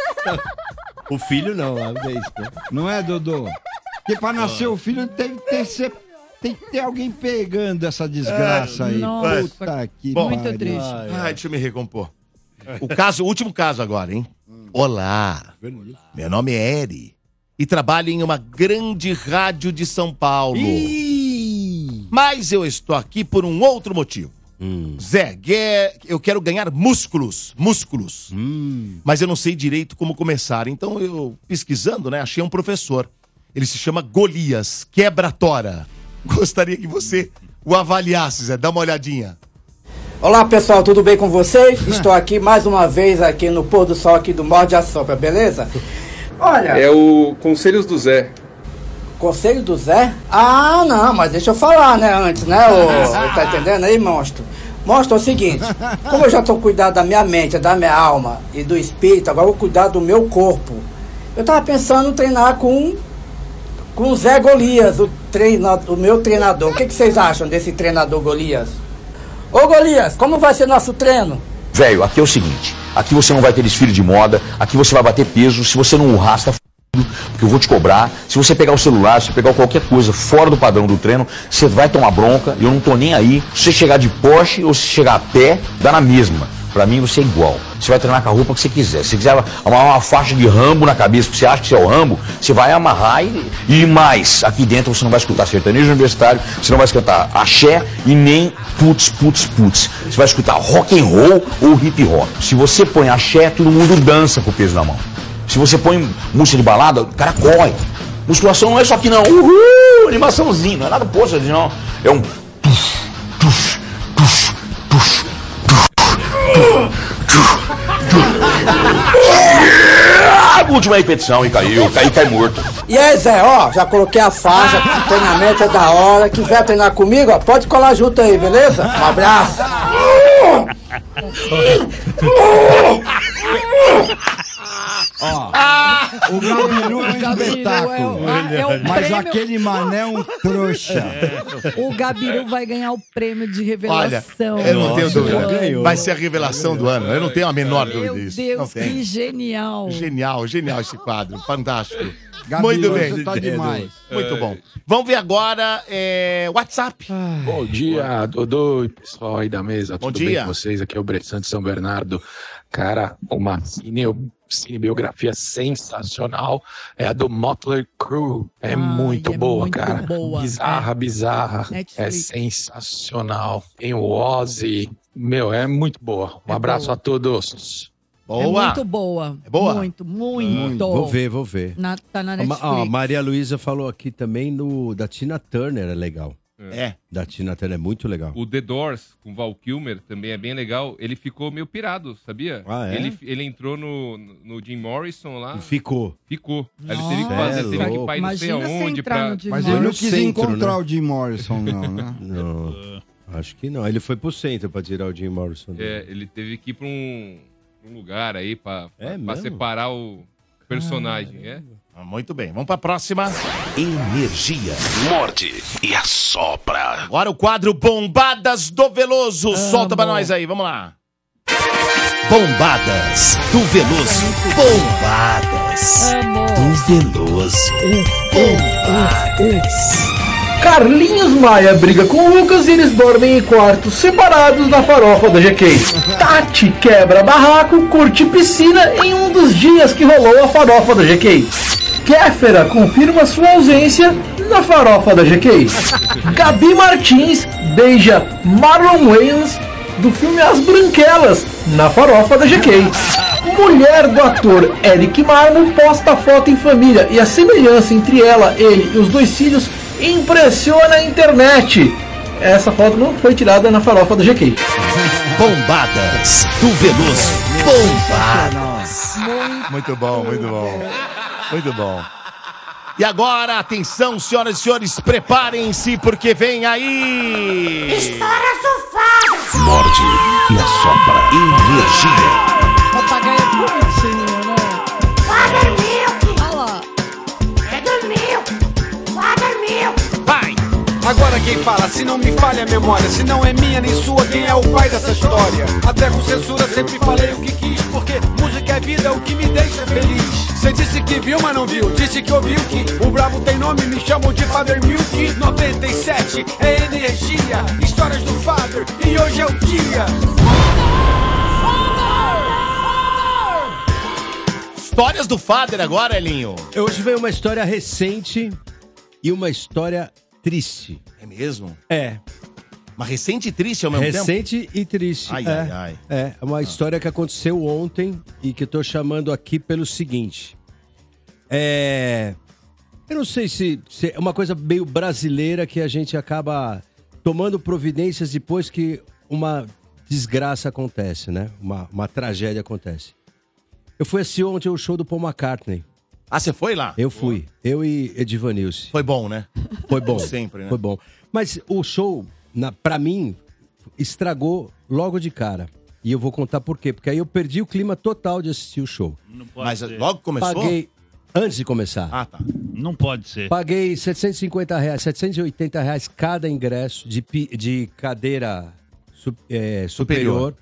O filho não, a vez, né? Não é, Dodô? Porque pra nascer o filho tem que ter, ser- tem que ter alguém pegando essa desgraça aí. Nossa. Puta que Bom, Muito pariu. triste. Ai, deixa eu me recompor. O caso, o último caso agora, hein? Olá, meu nome é Eri e trabalho em uma grande rádio de São Paulo. Mas eu estou aqui por um outro motivo. Hum. Zé, que- eu quero ganhar músculos, músculos. Hum. Mas eu não sei direito como começar. Então eu, pesquisando, né, achei um professor. Ele se chama Golias Quebra-Tora. Gostaria que você o avaliasse, Zé. Dá uma olhadinha. Olá pessoal, tudo bem com vocês? Estou aqui mais uma vez aqui no pôr do sol aqui do Morde a Sopra, beleza? Olha, É o Conselhos do Zé. conselho do Zé? Ah, não, mas deixa eu falar, né, antes, né, ô, tá entendendo aí, monstro? Monstro, é o seguinte, como eu já tô cuidando da minha mente, da minha alma e do espírito, agora eu vou cuidar do meu corpo. Eu tava pensando em treinar com com o Zé Golias, o, treina, o meu treinador. O que, que vocês acham desse treinador Golias? Ô Golias, como vai ser nosso treino? Velho, aqui é o seguinte, aqui você não vai ter desfile de moda, aqui você vai bater peso, se você não urrar, você tá f***, porque eu vou te cobrar. Se você pegar o celular, se você pegar qualquer coisa fora do padrão do treino, você vai tomar bronca, eu não tô nem aí. Se você chegar de Porsche ou se chegar a pé, dá na mesma. Pra mim você é igual. Você vai treinar com a roupa que você quiser. Se você quiser amarrar uma faixa de Rambo na cabeça, porque você acha que você é o Rambo, você vai amarrar e, e mais. Aqui dentro você não vai escutar sertanejo universitário, você não vai escutar axé e nem putz, putz, putz. Você vai escutar rock and roll ou hip hop. Se você põe axé, todo mundo dança com o peso na mão. Se você põe música de balada, o cara corre. Musculação não é só que não. Uhul! Animaçãozinho, não é nada poxa, não. É um... Última repetição e caiu, cai, cai morto. E aí, Zé, ó, já coloquei a faixa, o treinamento é da hora. Quiser treinar comigo, ó, pode colar junto aí, beleza? Um abraço. Ó, o Gabiru é um espetáculo. é- é o mas prêmio- aquele mané é um trouxa. O Gabiru vai ganhar o prêmio de Olha, revelação. eu não tenho do dúvida. ano. Vai ser a revelação do ano. Eu não tenho a menor dúvida Meu disso. Deus, Não tem. que genial. Genial, genial esse quadro. Fantástico. Gabiru, Muito bem. você tá demais. Muito bom. Vamos ver agora é, WhatsApp. Bom dia, Dodô e pessoal aí da mesa. Bom Tudo dia. bem com vocês? Aqui é o Bressan de São Bernardo. Cara, uma cine, cinebiografia sensacional é a do Motley Crue. É muito é boa, muito cara. boa. Bizarra, É. bizarra. Netflix. É sensacional. Tem o Ozzy. Meu, é muito boa. Um É abraço boa. a todos. É muito boa. É boa? Muito, muito. Vou ver, vou ver. Na- tá na A, Netflix. Ma- ó, a Maria Luísa falou aqui também no, da Tina Turner, é legal. É. Da Tina Turner é muito legal. O The Doors, com Val Kilmer, também é bem legal. Ele ficou meio pirado, sabia? Ah, é? ele, ele entrou no, no Jim Morrison lá. Ficou. Ficou. Aí ele Nossa. teve que fazer, É teve que louco. ir não sei Imagina você aonde entrar pra... no Jim Mas ele não no quis centro, encontrar né? o Jim Morrison, não, né? Não, acho que não. Ele foi pro centro pra tirar o Jim Morrison. dele. É, ele teve que ir pra um, pra um lugar aí pra, É pra mesmo? separar o personagem, é? Ah, muito bem. Vamos pra próxima. Energia. Morde e assopra. Agora o quadro Bombadas do Veloso. Solta pra nós aí, vamos lá. Bombadas do Veloso. Bombadas do Veloso. Bombadas. Carlinhos Maia briga com o Lucas e eles dormem em quartos separados na farofa da G K. Tati quebra barraco, curte piscina em um dos dias que rolou a farofa da G K. Kéfera confirma sua ausência na farofa da G K. Gabi Martins beija Marlon Wayans do filme As Branquelas na farofa da G K. Mulher do ator Eric Marmo posta foto em família e a semelhança entre ela, ele e os dois filhos impressiona a internet. Essa foto não foi tirada na farofa da G K. Bombadas do Veloso. Bombadas. Muito bom, muito bom. Muito bom. E agora, atenção, senhoras e senhores, preparem-se porque vem aí... Estoura sofá! Morde e assopra. Energia. Papagaio é bonitinho, né? Father Milk! Olha lá. É do Milk! Father Milk! Vai! Agora quem fala, se não me falha a memória, se não é minha nem sua, quem é o pai dessa história? Até com censura sempre falei o que quis, porque música é vida, é o que me deixa feliz. Cê disse que viu, mas não viu, disse que ouviu que o brabo tem nome, me chamam de Father Milk. noventa e sete é energia, histórias do Father, e hoje é o dia. Histórias do Father agora, Elinho. Hoje veio uma história recente e uma história triste. É mesmo? É. Mas recente e triste ao mesmo tempo? Recente e triste. Ai, é. ai, ai. É, é uma história que aconteceu ontem e que eu tô chamando aqui pelo seguinte. É... Eu não sei se, se é uma coisa meio brasileira que a gente acaba tomando providências depois que uma desgraça acontece, né? Uma, uma tragédia acontece. Eu fui assistir ontem o show do Paul McCartney. Ah, você foi lá? Eu fui. Eu e Edivanilce. Foi bom, né? Foi bom. Como sempre, né? Foi bom. Mas o show, na, pra mim, estragou logo de cara. E eu vou contar por quê. Porque aí eu perdi o clima total de assistir o show. Mas logo começou? Paguei, antes de começar. Ah, tá. Não pode ser. Paguei setecentos e cinquenta reais, setecentos e oitenta reais cada ingresso de, pi- de cadeira su- é, superior.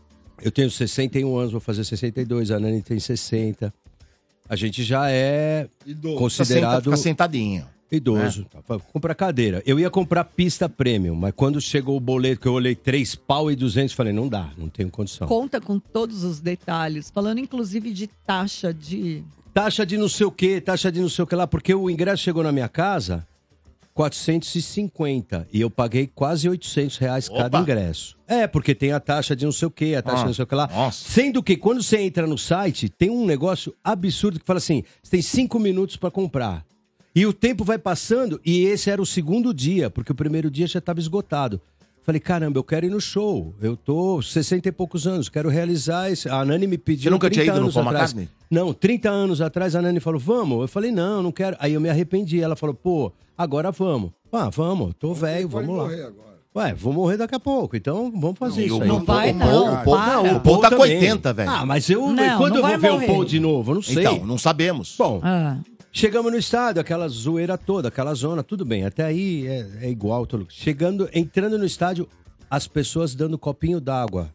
Eu tenho sessenta e um anos, vou fazer sessenta e dois, a Nani tem sessenta. A gente já é Idoso. considerado... Fica sentadinho. Idoso. Tá, vai comprar cadeira. Eu ia comprar pista premium, mas quando chegou o boleto que eu olhei três pau e duzentos, falei, não dá, não tenho condição. Conta com todos os detalhes, falando inclusive de taxa de... Taxa de não sei o que, taxa de não sei o que lá, porque o ingresso chegou na minha casa quatrocentos e cinquenta e eu paguei quase oitocentos reais Opa. cada ingresso. É, porque tem a taxa de não sei o que, a taxa Ah, de não sei o que lá. nossa. Sendo que quando você entra no site, tem um negócio absurdo que fala assim, você tem cinco minutos para comprar. E o tempo vai passando e esse era o segundo dia, porque o primeiro dia já estava esgotado. Falei, caramba, eu quero ir no show. Eu tô sessenta e poucos anos, quero realizar esse... A Nani me pediu Você nunca tinha trinta ido no anos Paul atrás. McCartney? Não, trinta anos atrás a Nani falou, vamos? Eu falei, não, não quero. Aí eu me arrependi. Ela falou, pô, agora vamos. Ah, vamos, tô velho, vamos lá. Ué, vou morrer daqui a pouco, então vamos fazer Não, isso o aí. Paul- vai, o Paul- não, o Paul- não, para. o Paul tá com também. oitenta, velho. Ah, mas eu, Não, quando não eu vai vou ver morrer. o Paul de novo, eu não sei. Então, não sabemos. Bom, Ah. chegamos no estádio, aquela zoeira toda, aquela zona, tudo bem. Até aí é, é igual. Todo... Chegando, entrando no estádio, as pessoas dando copinho d'água.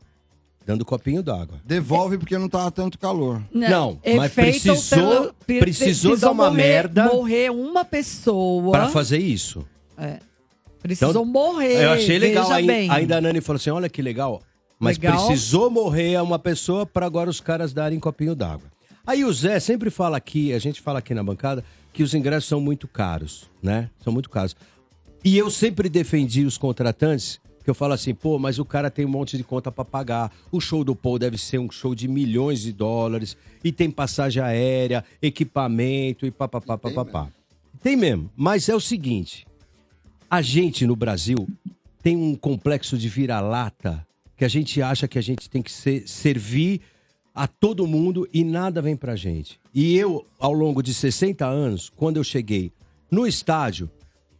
Dando copinho d'água. Devolve porque não tava tanto calor. Não, mas efeito precisou, altera- pre- precisou dar uma morrer, merda Morrer uma pessoa. pra fazer isso. É. Precisou Então, morrer. Eu achei legal. veja Aí, bem. ainda a Nani falou assim: olha que legal. Mas Legal. precisou morrer uma pessoa para agora os caras darem copinho d'água. Aí o Zé sempre fala aqui, a gente fala aqui na bancada, que os ingressos são muito caros, né? São muito caros. E eu sempre defendi os contratantes, que eu falo assim, pô, mas o cara tem um monte de conta para pagar. O show do Paul deve ser um show de milhões de dólares. E tem passagem aérea, equipamento e papapá, papapá. Tem mesmo. Mas é o seguinte, a gente no Brasil tem um complexo de vira-lata que a gente acha que a gente tem que ser, servir a todo mundo e nada vem pra gente. E eu, ao longo de sessenta anos, quando eu cheguei no estádio,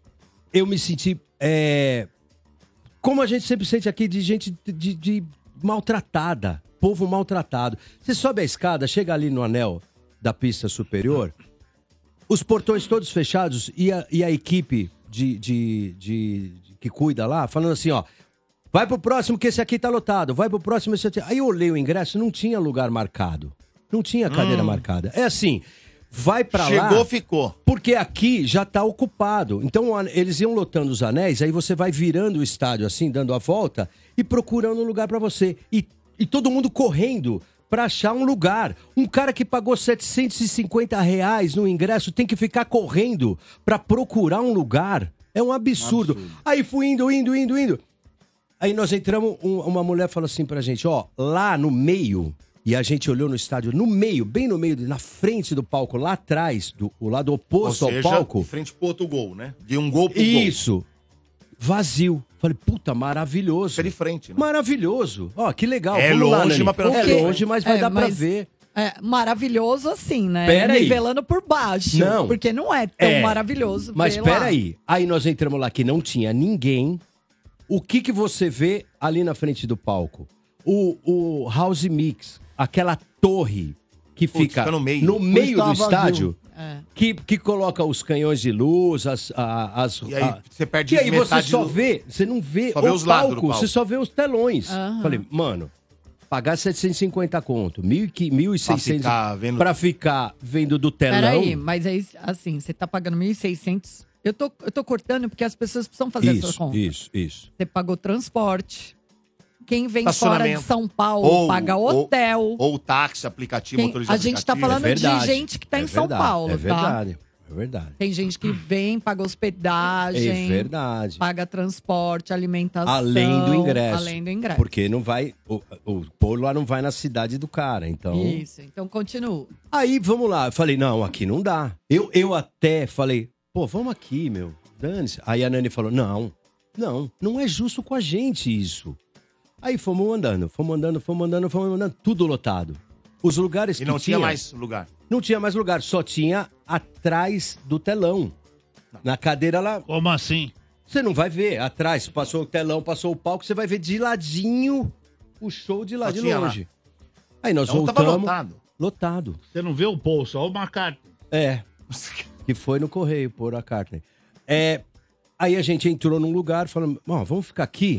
eu me senti, é, como a gente sempre sente aqui, de gente de, de maltratada, povo maltratado. Você sobe a escada, chega ali no anel da pista superior, os portões todos fechados e a, e a equipe de, de, de, de- que cuida lá, falando assim, ó, vai pro próximo que esse aqui tá lotado, vai pro próximo esse aqui. Aí eu olhei o ingresso, não tinha lugar marcado. Não tinha cadeira Hum. marcada. É assim, vai pra lá... Chegou, ficou. Porque aqui já tá ocupado. Então a- eles iam lotando os anéis, aí você vai virando o estádio assim, dando a volta e procurando um lugar pra você. E, e todo mundo correndo pra achar um lugar. Um cara que pagou setecentos e cinquenta reais no ingresso tem que ficar correndo pra procurar um lugar. É um absurdo. Aí fui indo, indo, indo, indo. Aí nós entramos, um- uma mulher falou assim pra gente, ó, lá no meio, e a gente olhou no estádio, no meio, bem no meio, na frente do palco, lá atrás, do, o lado oposto Ou ao seja, palco. de frente pro outro gol, né? De um gol pro Isso. Vazio. Falei, puta, maravilhoso. É de frente, né? Maravilhoso. Ó, que legal. É Vamos lá, longe, Nani. mas pelo É menos- longe, mas vai É, dar pra mas- ver. É maravilhoso assim, né? Pera aí. Nivelando por baixo. Não. Porque não é tão É. maravilhoso. Mas ver espera lá. aí. Aí nós entramos lá que não tinha ninguém. O que que você vê ali na frente do palco? O, o House Mix, aquela torre que Putz, fica fica no meio. no meio do Estava estádio, É. que, que coloca os canhões de luz, as... a- as E aí a- você perde E aí você metade só do- vê, você não vê Só vê o os lados do palco, palco. você só vê os telões. Aham. Falei, mano, pagar setecentos e cinquenta conto, mil e mil e seiscentos ficar vendo- pra ficar vendo do telão. Peraí, mas aí, assim, você tá pagando mil e seiscentos. Eu tô, eu tô cortando porque as pessoas precisam fazer essa Isso, conta. isso, isso. Você pagou transporte. Quem vem fora de Estacionamento. São Paulo Ou- paga ou- hotel. Ou táxi, aplicativo, Quem- motorista a gente tá aplicativo. falando de gente que tá é em São verdade, Paulo, É tá? verdade, é verdade. Tem gente que vem, paga hospedagem. É verdade. Paga transporte, alimentação. Além do ingresso. Além do ingresso. Porque não vai. O, o polo lá não vai na cidade do cara, então. Isso, então continua. Aí vamos lá. Eu falei, não, aqui não dá. Eu, eu até falei, pô, vamos aqui, meu. Dane-se. Aí a Nani falou, não, não, não é justo com a gente isso. Aí fomos andando, fomos andando, fomos andando, fomos andando, tudo lotado. Os lugares E que não tinha tinha mais lugar. Não tinha mais lugar, só tinha atrás do telão. Na cadeira lá. Como assim? Você não vai ver atrás, passou o telão, passou o palco, você vai ver de ladinho o show de lá Só de tinha longe. Aí nós Então tava voltamos. lotado. Lotado. Você não vê o Paul, só uma carta. É. Que foi no correio, por a carta. É, aí a gente entrou num lugar, falando, ó, vamos ficar aqui.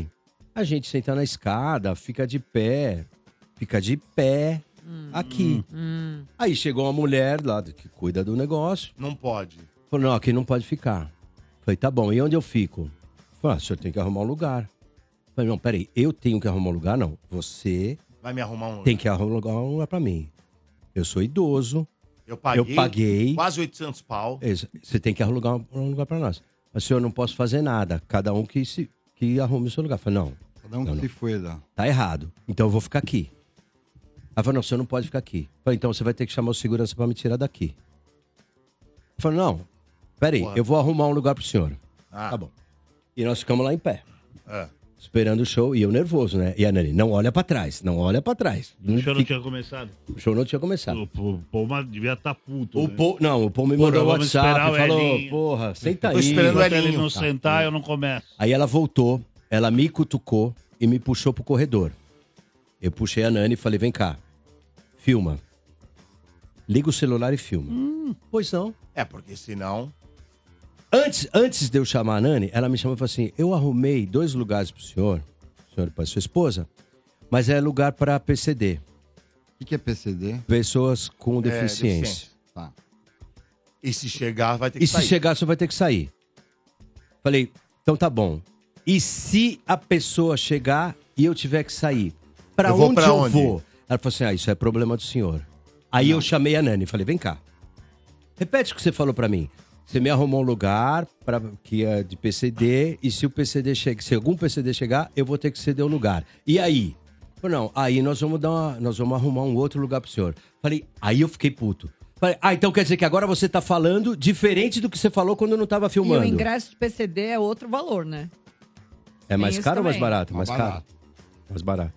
A gente senta na escada, fica de pé, fica de pé aqui. Hum. Aí chegou uma mulher lá que cuida do negócio. Não pode. Falou, não, aqui não pode ficar. Falei, tá bom, e onde eu fico? Falei, ah, o senhor tem que arrumar um lugar. Falei, não, peraí, eu tenho que arrumar um lugar? Não, você Vai me arrumar um lugar. tem que arrumar um lugar pra mim. Eu sou idoso, Eu paguei, eu paguei. quase oitocentos pau. Ex- Você tem que arrumar um- um lugar pra nós. Mas, senhor, eu não posso fazer nada. Cada um que, se, que arrume o seu lugar. Falei, não. Cada um não, que não. se fueda. Tá errado. Então eu vou ficar aqui. Ela falou, não, você não pode ficar aqui. Falei, então você vai ter que chamar o segurança pra me tirar daqui. Falei, não, peraí, Porra. eu vou arrumar um lugar pro senhor. Ah. Tá bom. E nós ficamos lá em pé, É. esperando o show, e eu nervoso, né? E a Nani, não olha pra trás, não olha pra trás. O show não fica- tinha começado. O show não tinha começado. O Poma devia estar puto. O né? Paul, não, o Paul me Porra, mandou o vamos esperar WhatsApp o e falou, Elinho. porra, senta aí. Tô esperando o Enquanto ele Elinho. não Tá. sentar, eu não começo. Aí ela voltou, ela me cutucou e me puxou pro corredor. Eu puxei a Nani e falei, vem cá, filma. Liga o celular e filma. Hum. Pois não. É, porque senão... Antes, antes de eu chamar a Nani, ela me chamou e falou assim, eu arrumei dois lugares pro senhor, senhor e para sua esposa, mas é lugar para P C D. O que, que é P C D? Pessoas com É, deficiência. deficiência. Tá. E se chegar, vai ter que E se sair. chegar, só vai ter que sair. Falei, então tá bom. E se a pessoa chegar e eu tiver que sair? Pra Eu vou onde pra eu onde? vou? Ela falou assim, ah, isso é problema do senhor. Aí eu chamei a Nani, falei, vem cá. Repete o que você falou pra mim. Você me arrumou um lugar pra, que é de P C D, e se o P C D chegar, se algum P C D chegar, eu vou ter que ceder o lugar. E aí? Falei, não, aí nós vamos dar uma, nós vamos arrumar um outro lugar pro senhor. Falei, aí eu fiquei puto. Falei, ah, então quer dizer que agora você tá falando diferente do que você falou quando eu não tava E filmando. o ingresso de P C D é outro valor, né? É mais Tem isso caro ou mais também. barato? Mais, Mais caro. barato. Mais barato.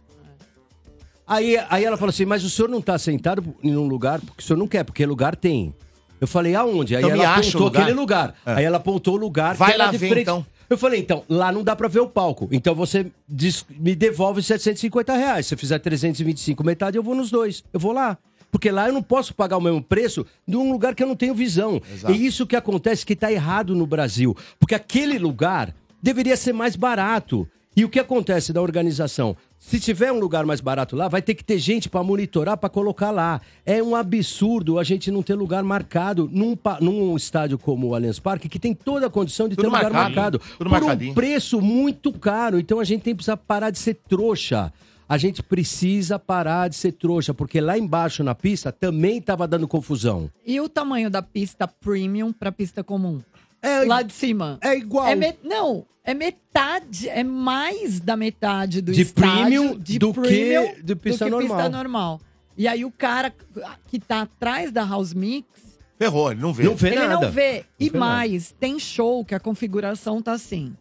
Aí, aí ela falou assim, mas o senhor não tá sentado em um lugar porque o senhor não quer, porque lugar tem. Eu falei, aonde? Aí Então me ela acha o apontou lugar. aquele lugar. É. Aí ela apontou o lugar Vai que era lá de ver, frente. então. Eu falei, então, lá não dá pra ver o palco. Então você diz- me devolve setecentos e cinquenta reais. Se você fizer trezentos e vinte e cinco metade, eu vou nos dois. Eu vou lá. Porque lá eu não posso pagar o mesmo preço de um lugar que eu não tenho visão. Exato. E isso que acontece que tá errado no Brasil. Porque aquele lugar deveria ser mais barato. E o que acontece da organização? Se tiver um lugar mais barato lá, vai ter que ter gente para monitorar, para colocar lá. É um absurdo a gente não ter lugar marcado num, pa- num estádio como o Allianz Parque, que tem toda a condição de Tudo ter lugar marcado, marcado. tudo por marcadinho. um preço muito caro. Então a gente tem que precisar parar de ser trouxa. A gente precisa parar de ser trouxa, porque lá embaixo na pista também estava dando confusão. E o tamanho da pista premium pra pista comum? É, Lá de cima. É igual. É me- Não, é metade, é mais da metade do De estádio premium de do que premium de pista do que normal. pista normal. E aí o cara que tá atrás da House Mix, Ferrou, ele não vê. Não vê ele nada. não vê. E vê mais, tem show que a configuração tá assim.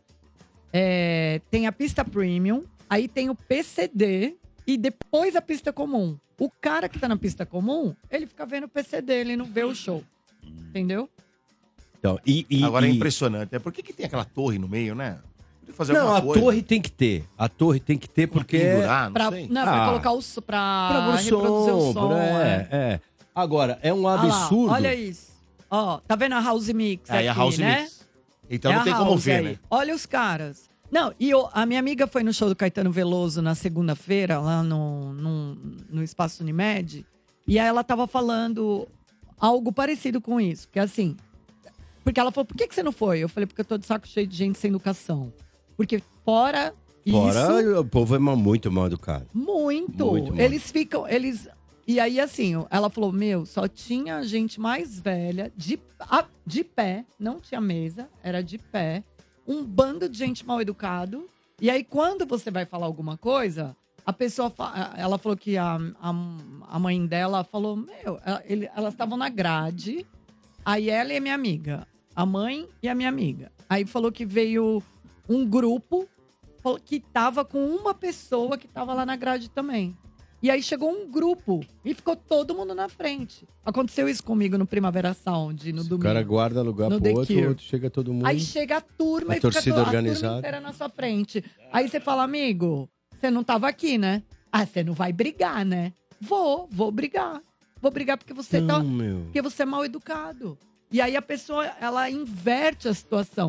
É, tem a pista premium, aí tem o P C D e depois a pista comum. O cara que tá na pista comum, ele fica vendo o P C D, ele não vê o show. Entendeu? Então, e, e- Agora é e- impressionante. É por que, que tem aquela torre no meio, né? Podia fazer Não, alguma a coisa. torre tem que ter. A torre tem que ter porque... pendurar, não Pra, sei. não, pra Ah. colocar o so- pra, Pra pôr reproduzir o som. é, é. Agora, é um Ah lá, absurdo. olha isso. Ó, tá vendo a House Mix É, aqui, e a House né? Mix. Então É não a tem como House ver, aí. né? Olha os caras. Não, e eu- a minha amiga foi no show do Caetano Veloso na segunda-feira, lá no, no, no Espaço Unimed, e aí ela tava falando algo parecido com isso, que é assim, porque ela falou, por que, que você não foi? Eu falei, porque eu tô de saco cheio de gente sem educação. Porque fora Fora, isso... o povo é mal- muito mal educado. Muito. Muito, muito. Eles ficam, eles... E aí, assim, ela falou, meu, só tinha gente mais velha, de, a- de pé, não tinha mesa, era de pé, um bando de gente mal educado. E aí, quando você vai falar alguma coisa, a pessoa, fa- ela falou que a, a, a mãe dela falou, meu, ela- ele- elas estavam na grade, aí ela e a minha amiga, a mãe e a minha amiga. Aí falou que veio um grupo falou que tava com uma pessoa que tava lá na grade também. E aí chegou um grupo e ficou todo mundo na frente. Aconteceu isso comigo no Primavera Sound, no O domingo. cara guarda lugar No pro The outro, Cure. outro chega todo mundo. Aí chega a turma A e fica torcida to- a organizada. turma inteira na sua frente. Aí você fala, amigo, você não tava aqui, né? Ah, você não vai brigar, né? Vou, vou brigar. Vou brigar porque você Não, tá. meu. Porque você é mal educado. E aí a pessoa, ela inverte a situação.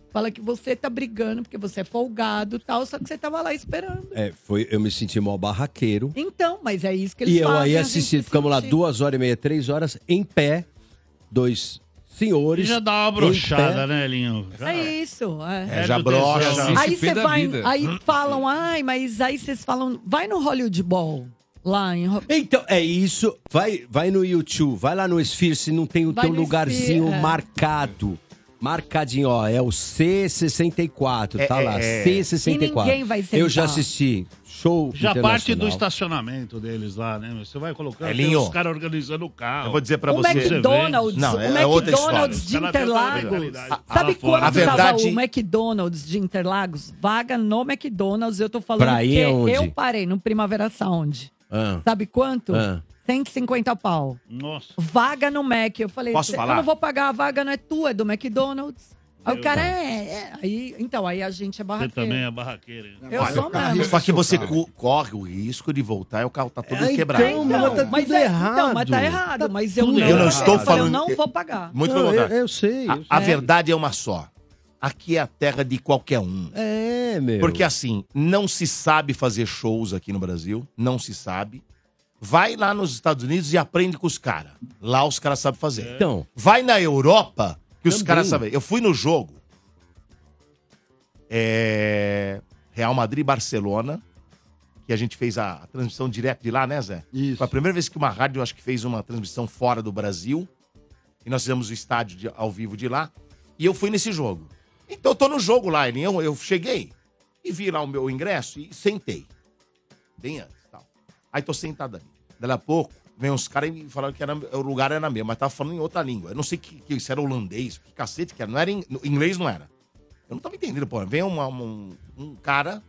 Fala que você tá brigando porque você é folgado e tal, só que você tava lá esperando. É, foi, eu me senti mó barraqueiro. Então, mas é isso que eles E eu fazem. aí a gente assisti, se ficamos lá sentir. duas horas e meia, três horas, em pé, dois senhores. E já dá uma em brochada, pé. né, Linho? Já- É isso, é. É, já brocha. tesão. Aí você vai, aí falam, ai, mas aí vocês falam, vai no Hollywood Bowl, lá em... Ro- Então, é isso. Vai, vai no YouTube, vai lá no Sphere, se não tem o Vai teu no lugarzinho Sphere, é. marcado. Marcadinho, ó, é o C sessenta e quatro, tá É, lá, é, é. C sessenta e quatro. E ninguém vai sentar. Eu já assisti show Já parte do internacional. estacionamento deles lá, né? Você vai colocando É, tem Linho. os caras organizando o carro. Eu vou dizer pra O você. McDonald's, Não, o é outra McDonald's história. de Os caras têm outra Interlagos. mentalidade. Sabe Lá fora. quando A verdade- tava o McDonald's de Interlagos? Vaga no McDonald's, eu tô falando Pra ir que aonde? eu parei no Primavera Sound. Ah, Sabe quanto? ah. cento e cinquenta pau. Nossa. Vaga no Mac. Eu falei, Posso "Cê- falar? eu não vou pagar, a vaga não é tua, é do McDonald's. Aí o Eu cara não. é, é. Aí, então, aí a gente é Você barraqueiro. também é barraqueiro. hein? Eu sou Ah, mesmo. Só que você co- corre o risco de voltar e o carro tá todo É, quebrado. então, mas tá mas tudo é, errado. Então, mas tá errado. Mas eu tudo não, Eu não eu estou falei, falando- Eu não vou pagar. Muito Não, pelo eu, contrário. eu sei. A, eu a sei. verdade é uma só. Aqui é a terra de qualquer um. É, meu. Porque assim, não se sabe fazer shows aqui no Brasil. Não se sabe. Vai lá nos Estados Unidos e aprende com os caras. Lá os caras sabem fazer. Então, Vai na Europa que os Também. caras sabem. Eu fui no jogo. É... Real Madrid e Barcelona. Que a gente fez a, a transmissão direto de lá, né, Zé? Isso. Foi a primeira vez que uma rádio, acho que fez uma transmissão fora do Brasil. E nós fizemos o estádio de- ao vivo de lá. E eu fui nesse jogo. Então eu tô no jogo lá, Elinho. Eu, eu cheguei e vi lá o meu ingresso e sentei. Bem antes, tal. Aí tô sentado ali. Daí a pouco, vem uns caras e me falaram que era, o lugar era mesmo, mas tava falando em outra língua. Eu não sei que, que se era holandês, que cacete que era. Não era em, no- inglês, não era. Eu não tava entendendo, pô. Vem uma- um, um cara...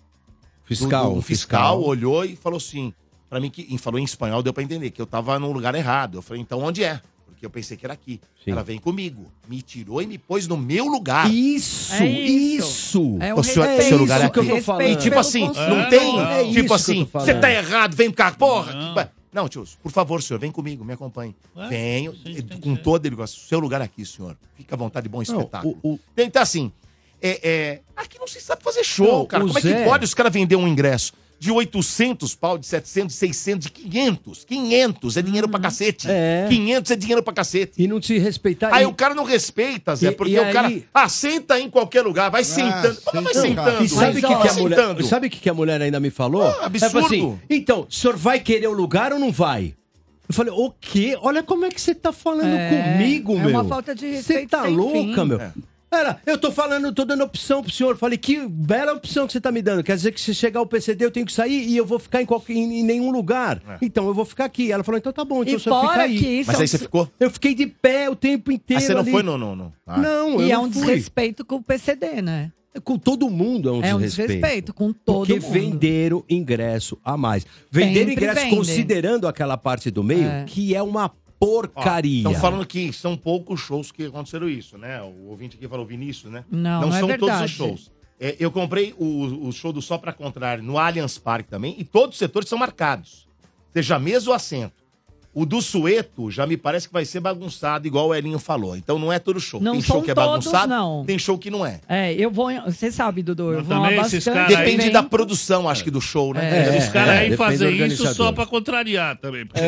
fiscal. do- do fiscal, olhou e falou assim, pra mim, que e falou em espanhol, deu pra entender, que eu tava no lugar errado. Eu falei, então onde é? Porque eu pensei que era aqui. Sim. Ela vem comigo, me tirou e me pôs no meu lugar. Isso, É isso. isso. É O o senhor- respeito, seu lugar é isso que eu aqui. tô respeito falando. E tipo pelo assim, consumidor. não tem, É isso tipo que eu assim, tô falando. você tá errado, vem cá, porra. Não. que- Não, tio, por favor, senhor, vem comigo, me acompanhe. Ué, Venho, sim, tem com que toda ele gosta. Seu lugar aqui, senhor. Fica à vontade, bom Não, espetáculo. o- o- Então, assim, é, é, aqui não se sabe fazer show, Não, cara. o Como é que Zé- pode os caras vender um ingresso de oitocentos pau, de setecentos, seiscentos, de quinhentos? quinhentos é dinheiro pra cacete. É. quinhentos é dinheiro pra cacete. E não te respeitar. Aí e- o cara não respeita, Zé, E- porque e o cara. aí- Ah, senta em qualquer lugar, vai sentando. Como vai senta, sentando? E sabe o que, Mas, que ó, a mulher, sentando. sabe o que, que a mulher ainda me falou? Ah, absurdo. Ela falou assim, então, o senhor vai querer o lugar ou não vai? Eu falei, o quê? Olha como é que você tá falando É, comigo, é meu. uma falta de Você respeito tá sem louca, fim. meu? É. Era, eu tô falando, tô dando opção pro senhor. Falei, que bela opção que você tá me dando. Quer dizer que se chegar o P C D eu tenho que sair e eu vou ficar em, qualquer, em, em nenhum lugar. É. Então eu vou ficar aqui. Ela falou, então tá bom, então E o senhor fica fora aí. que isso Mas é aí um você des- ficou? Eu fiquei de pé o tempo inteiro Ah, você não ali. foi no. no, no. Ah. Não, eu E é não um fui. desrespeito com o P C D, né? Com todo mundo é um É um desrespeito. desrespeito com todo Porque mundo. venderam ingresso a mais. Venderam Sempre ingresso vendem. considerando aquela parte do meio, É. que é uma porcaria. Estão falando que são poucos shows que aconteceram isso, né? O ouvinte aqui falou Vinícius, né? Não, não é são todos verdade. os shows. É, eu comprei o, o show do Só Pra Contrário no Allianz Parque também, e todos os setores são marcados. Seja mesa ou assento. O do Sueto já me parece que vai ser bagunçado, igual o Elinho falou. Então não é todo show. Não tem show são que é todos, bagunçado, não. tem show que não é. É, eu vou. em- Você sabe, Dudu, eu Mas vou a também esses bastante. caras aí- Depende evento. da produção, acho que, do show, né? É. Os caras aí depende fazem do isso organizador. só pra contrariar também. porque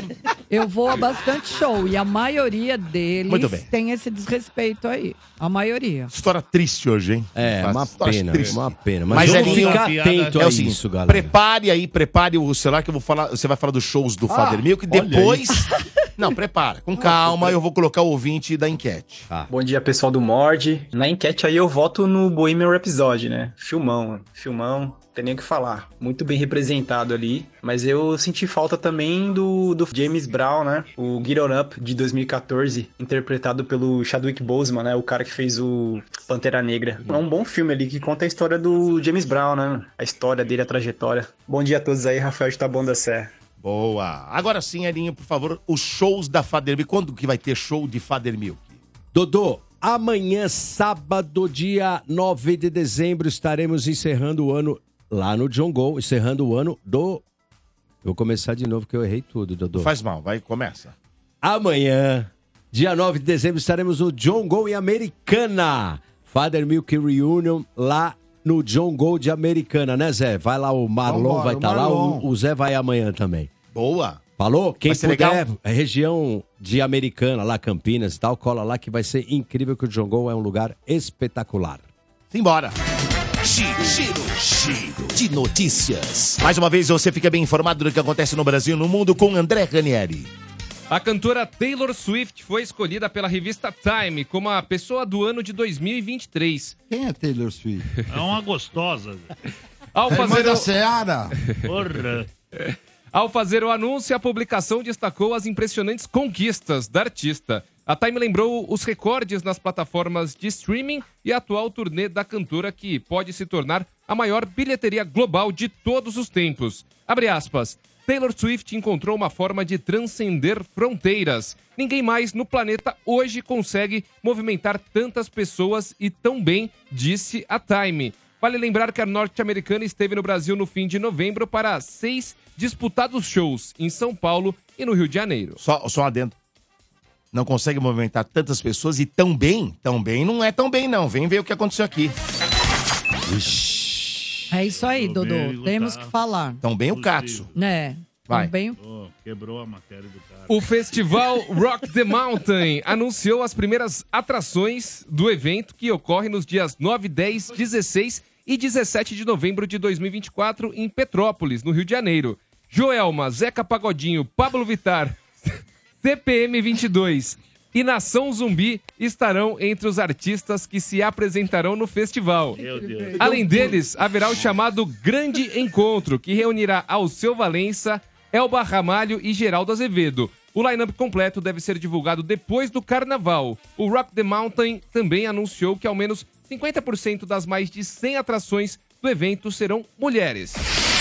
Eu vou a bastante show e a maioria deles Muito bem. tem esse desrespeito aí. A maioria. História triste hoje, hein? É, uma História pena, triste. uma pena. Mas, Mas, vamos Elinho, ficar piada- atento É a o seguinte, isso, galera. prepare aí, prepare o celular que eu vou falar. Você vai falar dos shows do Father Milk, depois. Não, prepara, com calma, eu vou colocar o ouvinte da enquete. Bom dia, pessoal do Mord. Na enquete aí eu voto no Bohemian Rhapsody, né? Filmão, mano. Filmão, tem nem o que falar. Muito bem representado ali. Mas eu senti falta também do, do James Brown, né? O Get On Up, de dois mil e quatorze, interpretado pelo Chadwick Boseman, né? O cara que fez o Pantera Negra. É um bom filme ali que conta a história do James Brown, né? A história dele, a trajetória. Bom dia a todos aí, Rafael de Taboão da Serra. Boa. Agora sim, Elinho, por favor, os shows da Father Milk. Quando que vai ter show de Father Milk? Dodô, amanhã, sábado, dia nove de dezembro, estaremos encerrando o ano lá no John Go, encerrando o ano do... Eu vou começar de novo, que eu errei tudo, Dodô. Não faz mal, vai, começa. Amanhã, dia nove de dezembro, estaremos no John Go em Americana. Father Milk Reunion lá no John Gold Americana, né, Zé? Vai lá, o Marlon Vambora, vai estar o lá, Marlon. o, o Zé vai amanhã também. Boa. Falou? Quem Vai ser puder, legal? é região de Americana, lá Campinas e tal, cola lá que vai ser incrível, que o John Gold é um lugar espetacular. Simbora. Giro, giro, giro de notícias. Mais uma vez, você fica bem informado do que acontece no Brasil e no mundo com André Ranieri. A cantora Taylor Swift foi escolhida pela revista Time como a pessoa do ano de dois mil e vinte e três. Quem é Taylor Swift? É uma gostosa. Ao É fazer irmã da o... Seara. Porra. Ao fazer o anúncio, a publicação destacou as impressionantes conquistas da artista. A Time lembrou os recordes nas plataformas de streaming e a atual turnê da cantora, que pode se tornar a maior bilheteria global de todos os tempos. Abre aspas. Taylor Swift encontrou uma forma de transcender fronteiras. Ninguém mais no planeta hoje consegue movimentar tantas pessoas e tão bem, disse a Time. Vale lembrar que a norte-americana esteve no Brasil no fim de novembro para seis disputados shows em São Paulo e no Rio de Janeiro. Só, só adendo. Não consegue movimentar tantas pessoas e tão bem, tão bem não é tão bem não. Vem ver o que aconteceu aqui. É isso aí, Dodô. Temos que falar. Tão bem o Katsu. Né? Vai. Também. Oh, quebrou a matéria do cara. O festival Rock the Mountain anunciou as primeiras atrações do evento, que ocorre nos dias nove, dez, dezesseis e dezessete de novembro de dois mil e vinte e quatro em Petrópolis, no Rio de Janeiro. Joelma, Zeca Pagodinho, Pablo Vittar, C P M vinte e dois e Nação Zumbi estarão entre os artistas que se apresentarão no festival. Meu Deus. Além deles, haverá o chamado Grande Encontro, que reunirá Alceu Valença, Elba Ramalho e Geraldo Azevedo. O line-up completo deve ser divulgado depois do Carnaval. O Rock the Mountain também anunciou que ao menos cinquenta por cento das mais de cem atrações do evento serão mulheres.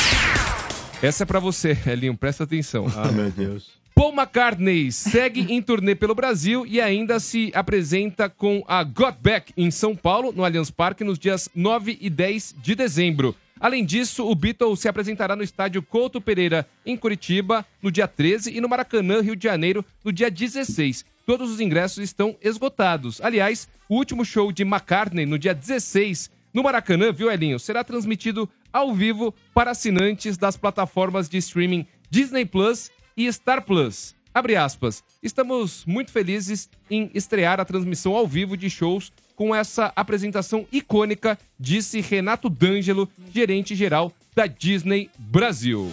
Essa é pra você, Elinho, presta atenção. Ah, meu Deus. Paul McCartney segue em turnê pelo Brasil e ainda se apresenta com a Got Back em São Paulo, no Allianz Parque, nos dias nove e dez de dezembro. Além disso, o Beatles se apresentará no estádio Couto Pereira, em Curitiba, no dia treze, e no Maracanã, Rio de Janeiro, no dia dezesseis. Todos os ingressos estão esgotados. Aliás, o último show de McCartney, no dia dezesseis, no Maracanã, viu, Elinho, será transmitido ao vivo para assinantes das plataformas de streaming Disney Plus e Star Plus. Abre aspas. Estamos muito felizes em estrear a transmissão ao vivo de shows com essa apresentação icônica, disse Renato D'Angelo, gerente-geral da Disney Brasil.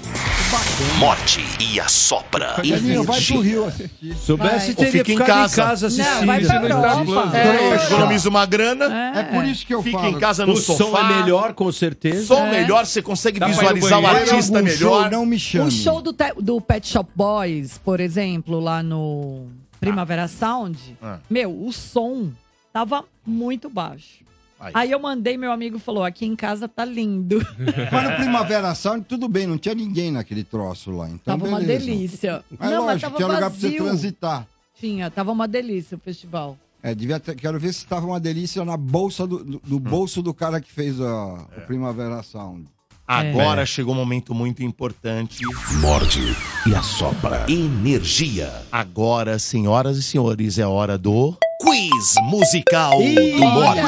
Morte e assopra. Elinho, vai pro Rio assistir. Soubesse, Ou teria fica em ficado casa. em casa assistindo. Não, vai pra no Star Plus. Europa. É, economiza uma grana. É. É por isso que eu Fica falo. em casa no O sofá. som é melhor, com certeza. Som É. melhor, você consegue Dá pra ir no visualizar o banheiro. artista Algum show, melhor. não me chame. O show do, te- do Pet Shop Boys, por exemplo, lá no Primavera Sound, Ah. meu, o som tava muito baixo. Aí. Aí eu mandei, meu amigo falou, aqui em casa tá lindo. Mas no Primavera Sound, tudo bem, não tinha ninguém naquele troço lá. Então, Tava uma beleza. delícia. Mas Não, mas lógico, tava tinha lugar pra você vazio. transitar. Tinha, tava uma delícia o festival. É, devia ter, quero ver se tava uma delícia na bolsa do, do, do bolso do cara que fez a, o Primavera Sound. Agora chegou um momento muito importante. Morde e assopra. Energia. Agora, senhoras e senhores, é hora do... Quiz musical do Morde.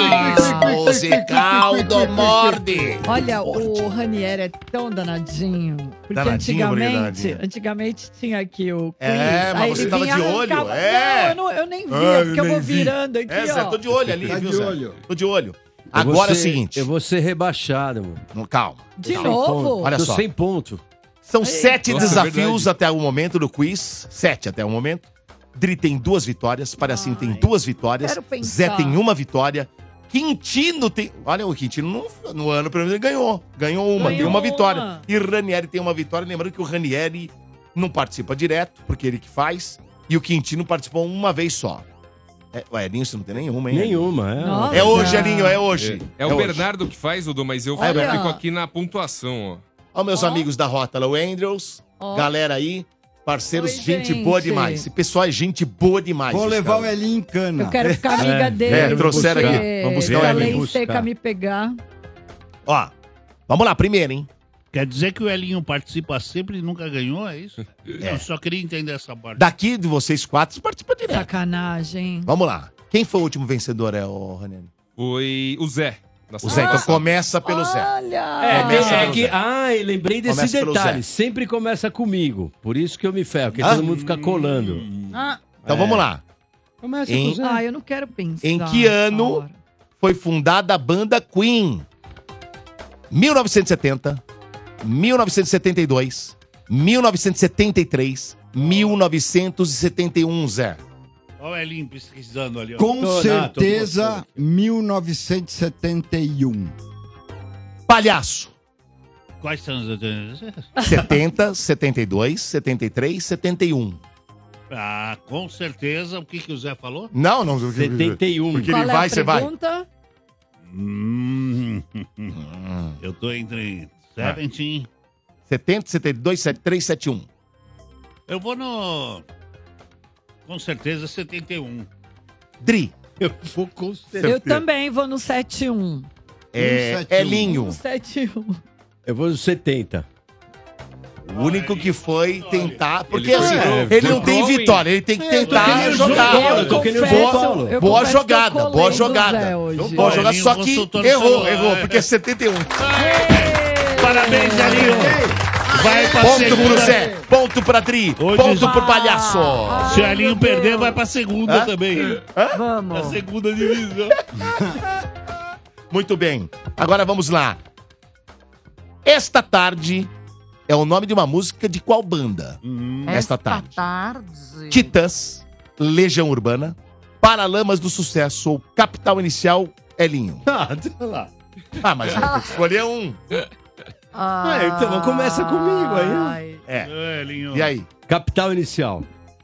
Quiz musical do Morde. Olha, o Ranieri é tão danadinho. Porque Danadinho, por que antigamente, danadinho? antigamente tinha aqui o quiz. É, mas aí você ele tava vinha, de olho, arrancava- é. Não, eu, não, eu nem via, Ah, eu porque eu nem vou vi. virando aqui, É, Zé, ó. tô de olho ali, Tá viu, de Zé? olho. Tô de olho. Eu Agora vou é o ser- seguinte. Eu vou ser rebaixado, mano. Não, calma. De Calma. novo? Olha Tô só. sem ponto. São sete Nossa, desafios verdade. até o momento do quiz. Sete até o momento. Dri tem duas vitórias. Palhacinho tem duas vitórias. quero pensar. Zé tem uma vitória. Quintino tem... Olha, o Quintino no, no ano, pelo menos, ele ganhou. Ganhou uma, Ganhou tem uma uma. vitória. E Ranieri tem uma vitória. Lembrando que o Ranieri não participa direto, porque ele que faz. E o Quintino participou uma vez só. É, o Elinho, você não tem nenhuma, hein? Nenhuma, é. Nossa. É hoje, Elinho, é hoje. É, o hoje. Bernardo que faz, Dudu, mas eu Olha. fico aqui na pontuação, ó. Ó, meus Ó. amigos da Rota Low Andrews, Ó. galera aí, parceiros, Oi, gente, gente. boa demais. Esse pessoal é gente boa demais. Vou esse levar cara. o Elinho em cana. Eu quero ficar amiga É, dele. é, trouxeram porque aqui. Vamos buscar se o a Elinho. lei Buscar. seca me pegar. Ó, vamos lá, primeiro, hein? Quer dizer que o Elinho participa sempre e nunca ganhou, é isso? É. Eu só queria entender essa parte. Daqui de vocês quatro, participa direto. Sacanagem. Vamos lá. Quem foi o último vencedor, é o Ranieri? Foi o Zé. da O semana Zé, então passada. começa pelo Zé. Olha! É, Começa é pelo que, Zé. ah, eu lembrei desse Começa pelo detalhe. Zé. Sempre começa comigo. Por isso que eu me ferro, porque Ah? todo mundo fica colando. Ah, Então É. vamos lá. Começa Em- com o Zé. ah, eu não quero pensar. Em que ano foi fundada a banda Queen? mil novecentos e setenta, mil novecentos e setenta e dois, mil novecentos e setenta e três, mil novecentos e setenta e um, Zé. Olha o Elinho pesquisando ali. Ó. Com Tô- certeza, mil novecentos e setenta e um. Palhaço. Quais são os... setenta, setenta e dois, setenta e três, setenta e um. Ah, com certeza. O que, que o Zé falou? Não, não. setenta e um. Porque Qual ele é vai, a você vai. pergunta? Hum, eu tô entre setenta. setenta, setenta e dois, setenta e três, setenta e um. Eu vou no... Com certeza, setenta e um. Dri. Eu vou com Eu também vou no sete um. É, Elinho. sete um. Eu vou no setenta. O único que foi tentar. Porque Ele assim, foi- ele não foi tem pro win. vitória, ele tem que É, eu tô tentar querendo jogar. jogar, eu tô querendo Boa- João Paulo. Eu Boa confesso que eu jogada, colei boa do jogada. Zé hoje. Boa jogada, Elinho só que consultou no errou, celular, errou, é. porque é setenta e um. Parabéns, Elinho. Vai pra Ponto segunda. pro Zé, ponto pra Dri, Hoje- ponto pro palhaço. Se o Elinho perder, vai pra segunda Hã? também. Vamos. A segunda divisão. Muito bem, agora vamos lá. Esta tarde é o nome de uma música de qual banda? Esta tarde. tarde. Titãs, Legião Urbana, Paralamas do Sucesso ou Capital Inicial, Elinho. Ah, deixa lá. Ah, mas tem que escolher um. Ah, então começa comigo aí. Ai. É. É, Elinho. E aí? Capital Inicial.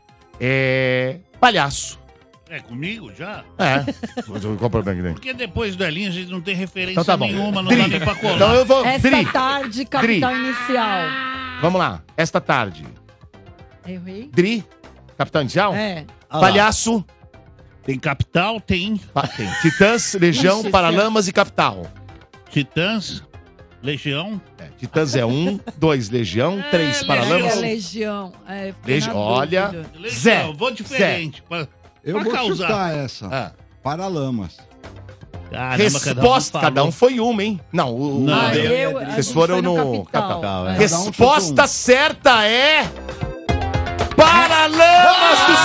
É. Palhaço. É comigo já? É. Qual o problema que tem? Porque depois do Elinho a gente não tem referência Então tá bom. nenhuma, não Dri. dá nem pra colar. Então eu vou. Esta Dri. tarde, capital inicial. Vamos lá. Esta tarde. Errei? Dri. Capital Inicial? É. Palhaço. Tem Capital, tem. Pa- tem. Titãs, Legião, Ixi, Paralamas e Capital. Titãs, Legião. É, Titãs é um, dois Legião, três É, Paralamas. Legião. É, fiquei Legi- na Olha, dúvida. Legião, Zé. vou diferente. Pra, Eu pra vou causar. chutar essa. Ah. Paralamas. Caramba, Resposta, cada um, falou. foi uma, hein? Não, o, Não, o- Ah, eu- eu, a vocês gente foram foi no capital. Capital. É. Cada um Resposta chutou um. certa é. Paralamas do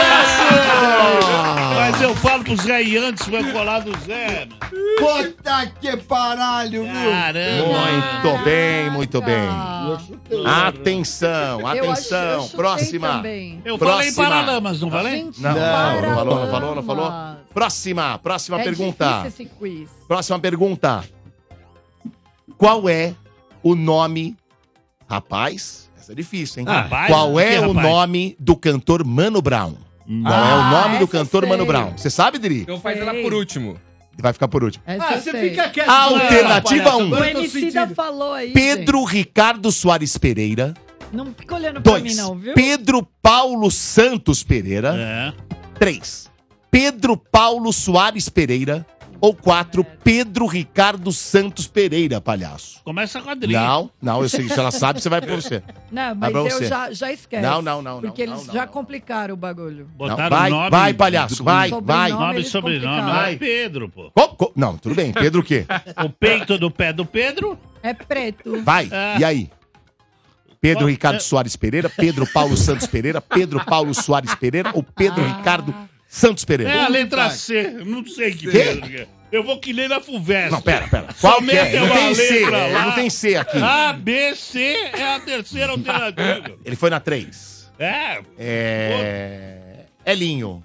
Sucesso! Mas eu falo pro Zé e antes vai colar do Zé. Puta que paralho, viu? Caramba. Muito bem, muito bem. Ah, Atenção, eu acho- eu atenção. chutei Próxima. também. Eu Próxima. falei Paralamas, não falei? Gente, Não, não, não falou, não falou, não falou. Paralamas. Próxima, próxima É pergunta. difícil esse quiz. Próxima pergunta. Qual é o nome. Rapaz, essa é difícil, hein? Rapaz? Qual é Que o rapaz? nome do cantor Mano Brown? Qual é Ah, o nome do essa cantor sei. Mano Brown? Você sabe, Dri? Então faz ela Sei. por último. Vai ficar por último. Essa Ah, eu você sei. fica quieto. Alternativa Palhaço, um. agora O eu tô Emicida sentindo. falou aí, Pedro Ricardo Soares Pereira. gente. Não fica olhando pra mim, Dois. não, viu? Pedro Paulo Santos Pereira. É. Três. Pedro Paulo Soares Pereira. Ou quatro. Pedro Ricardo Santos Pereira, palhaço. Começa com a Adri. Não, não, eu sei. Se ela sabe, você vai pra você. Não, Vai mas pra eu você. já, já esquece. Não, não, não, não, Porque não, eles não, já não. complicaram o bagulho. Não, Botaram vai, nome, vai, palhaço, vai, vai. Sobrenome. Nome e eles sobrenome. complicaram. Não é Pedro, pô. Co- co- Não, tudo bem. Pedro o quê? O peito do pé do Pedro. É preto. Vai, É. e aí? Pedro Qual- Ricardo é- Soares Pereira, Pedro Paulo Santos Pereira, Pedro Paulo Soares Pereira ou Pedro Ricardo Santos Pereira? É a letra C. Eu não sei que Quê? Pedro que é. Eu vou que ler na Fuvest. Não, pera, pera. Qual que é? Somente Não uma tem C, letra é, lá. não tem C aqui. A, B, C é a terceira alternativa. Ele foi na três. É. É... Elinho.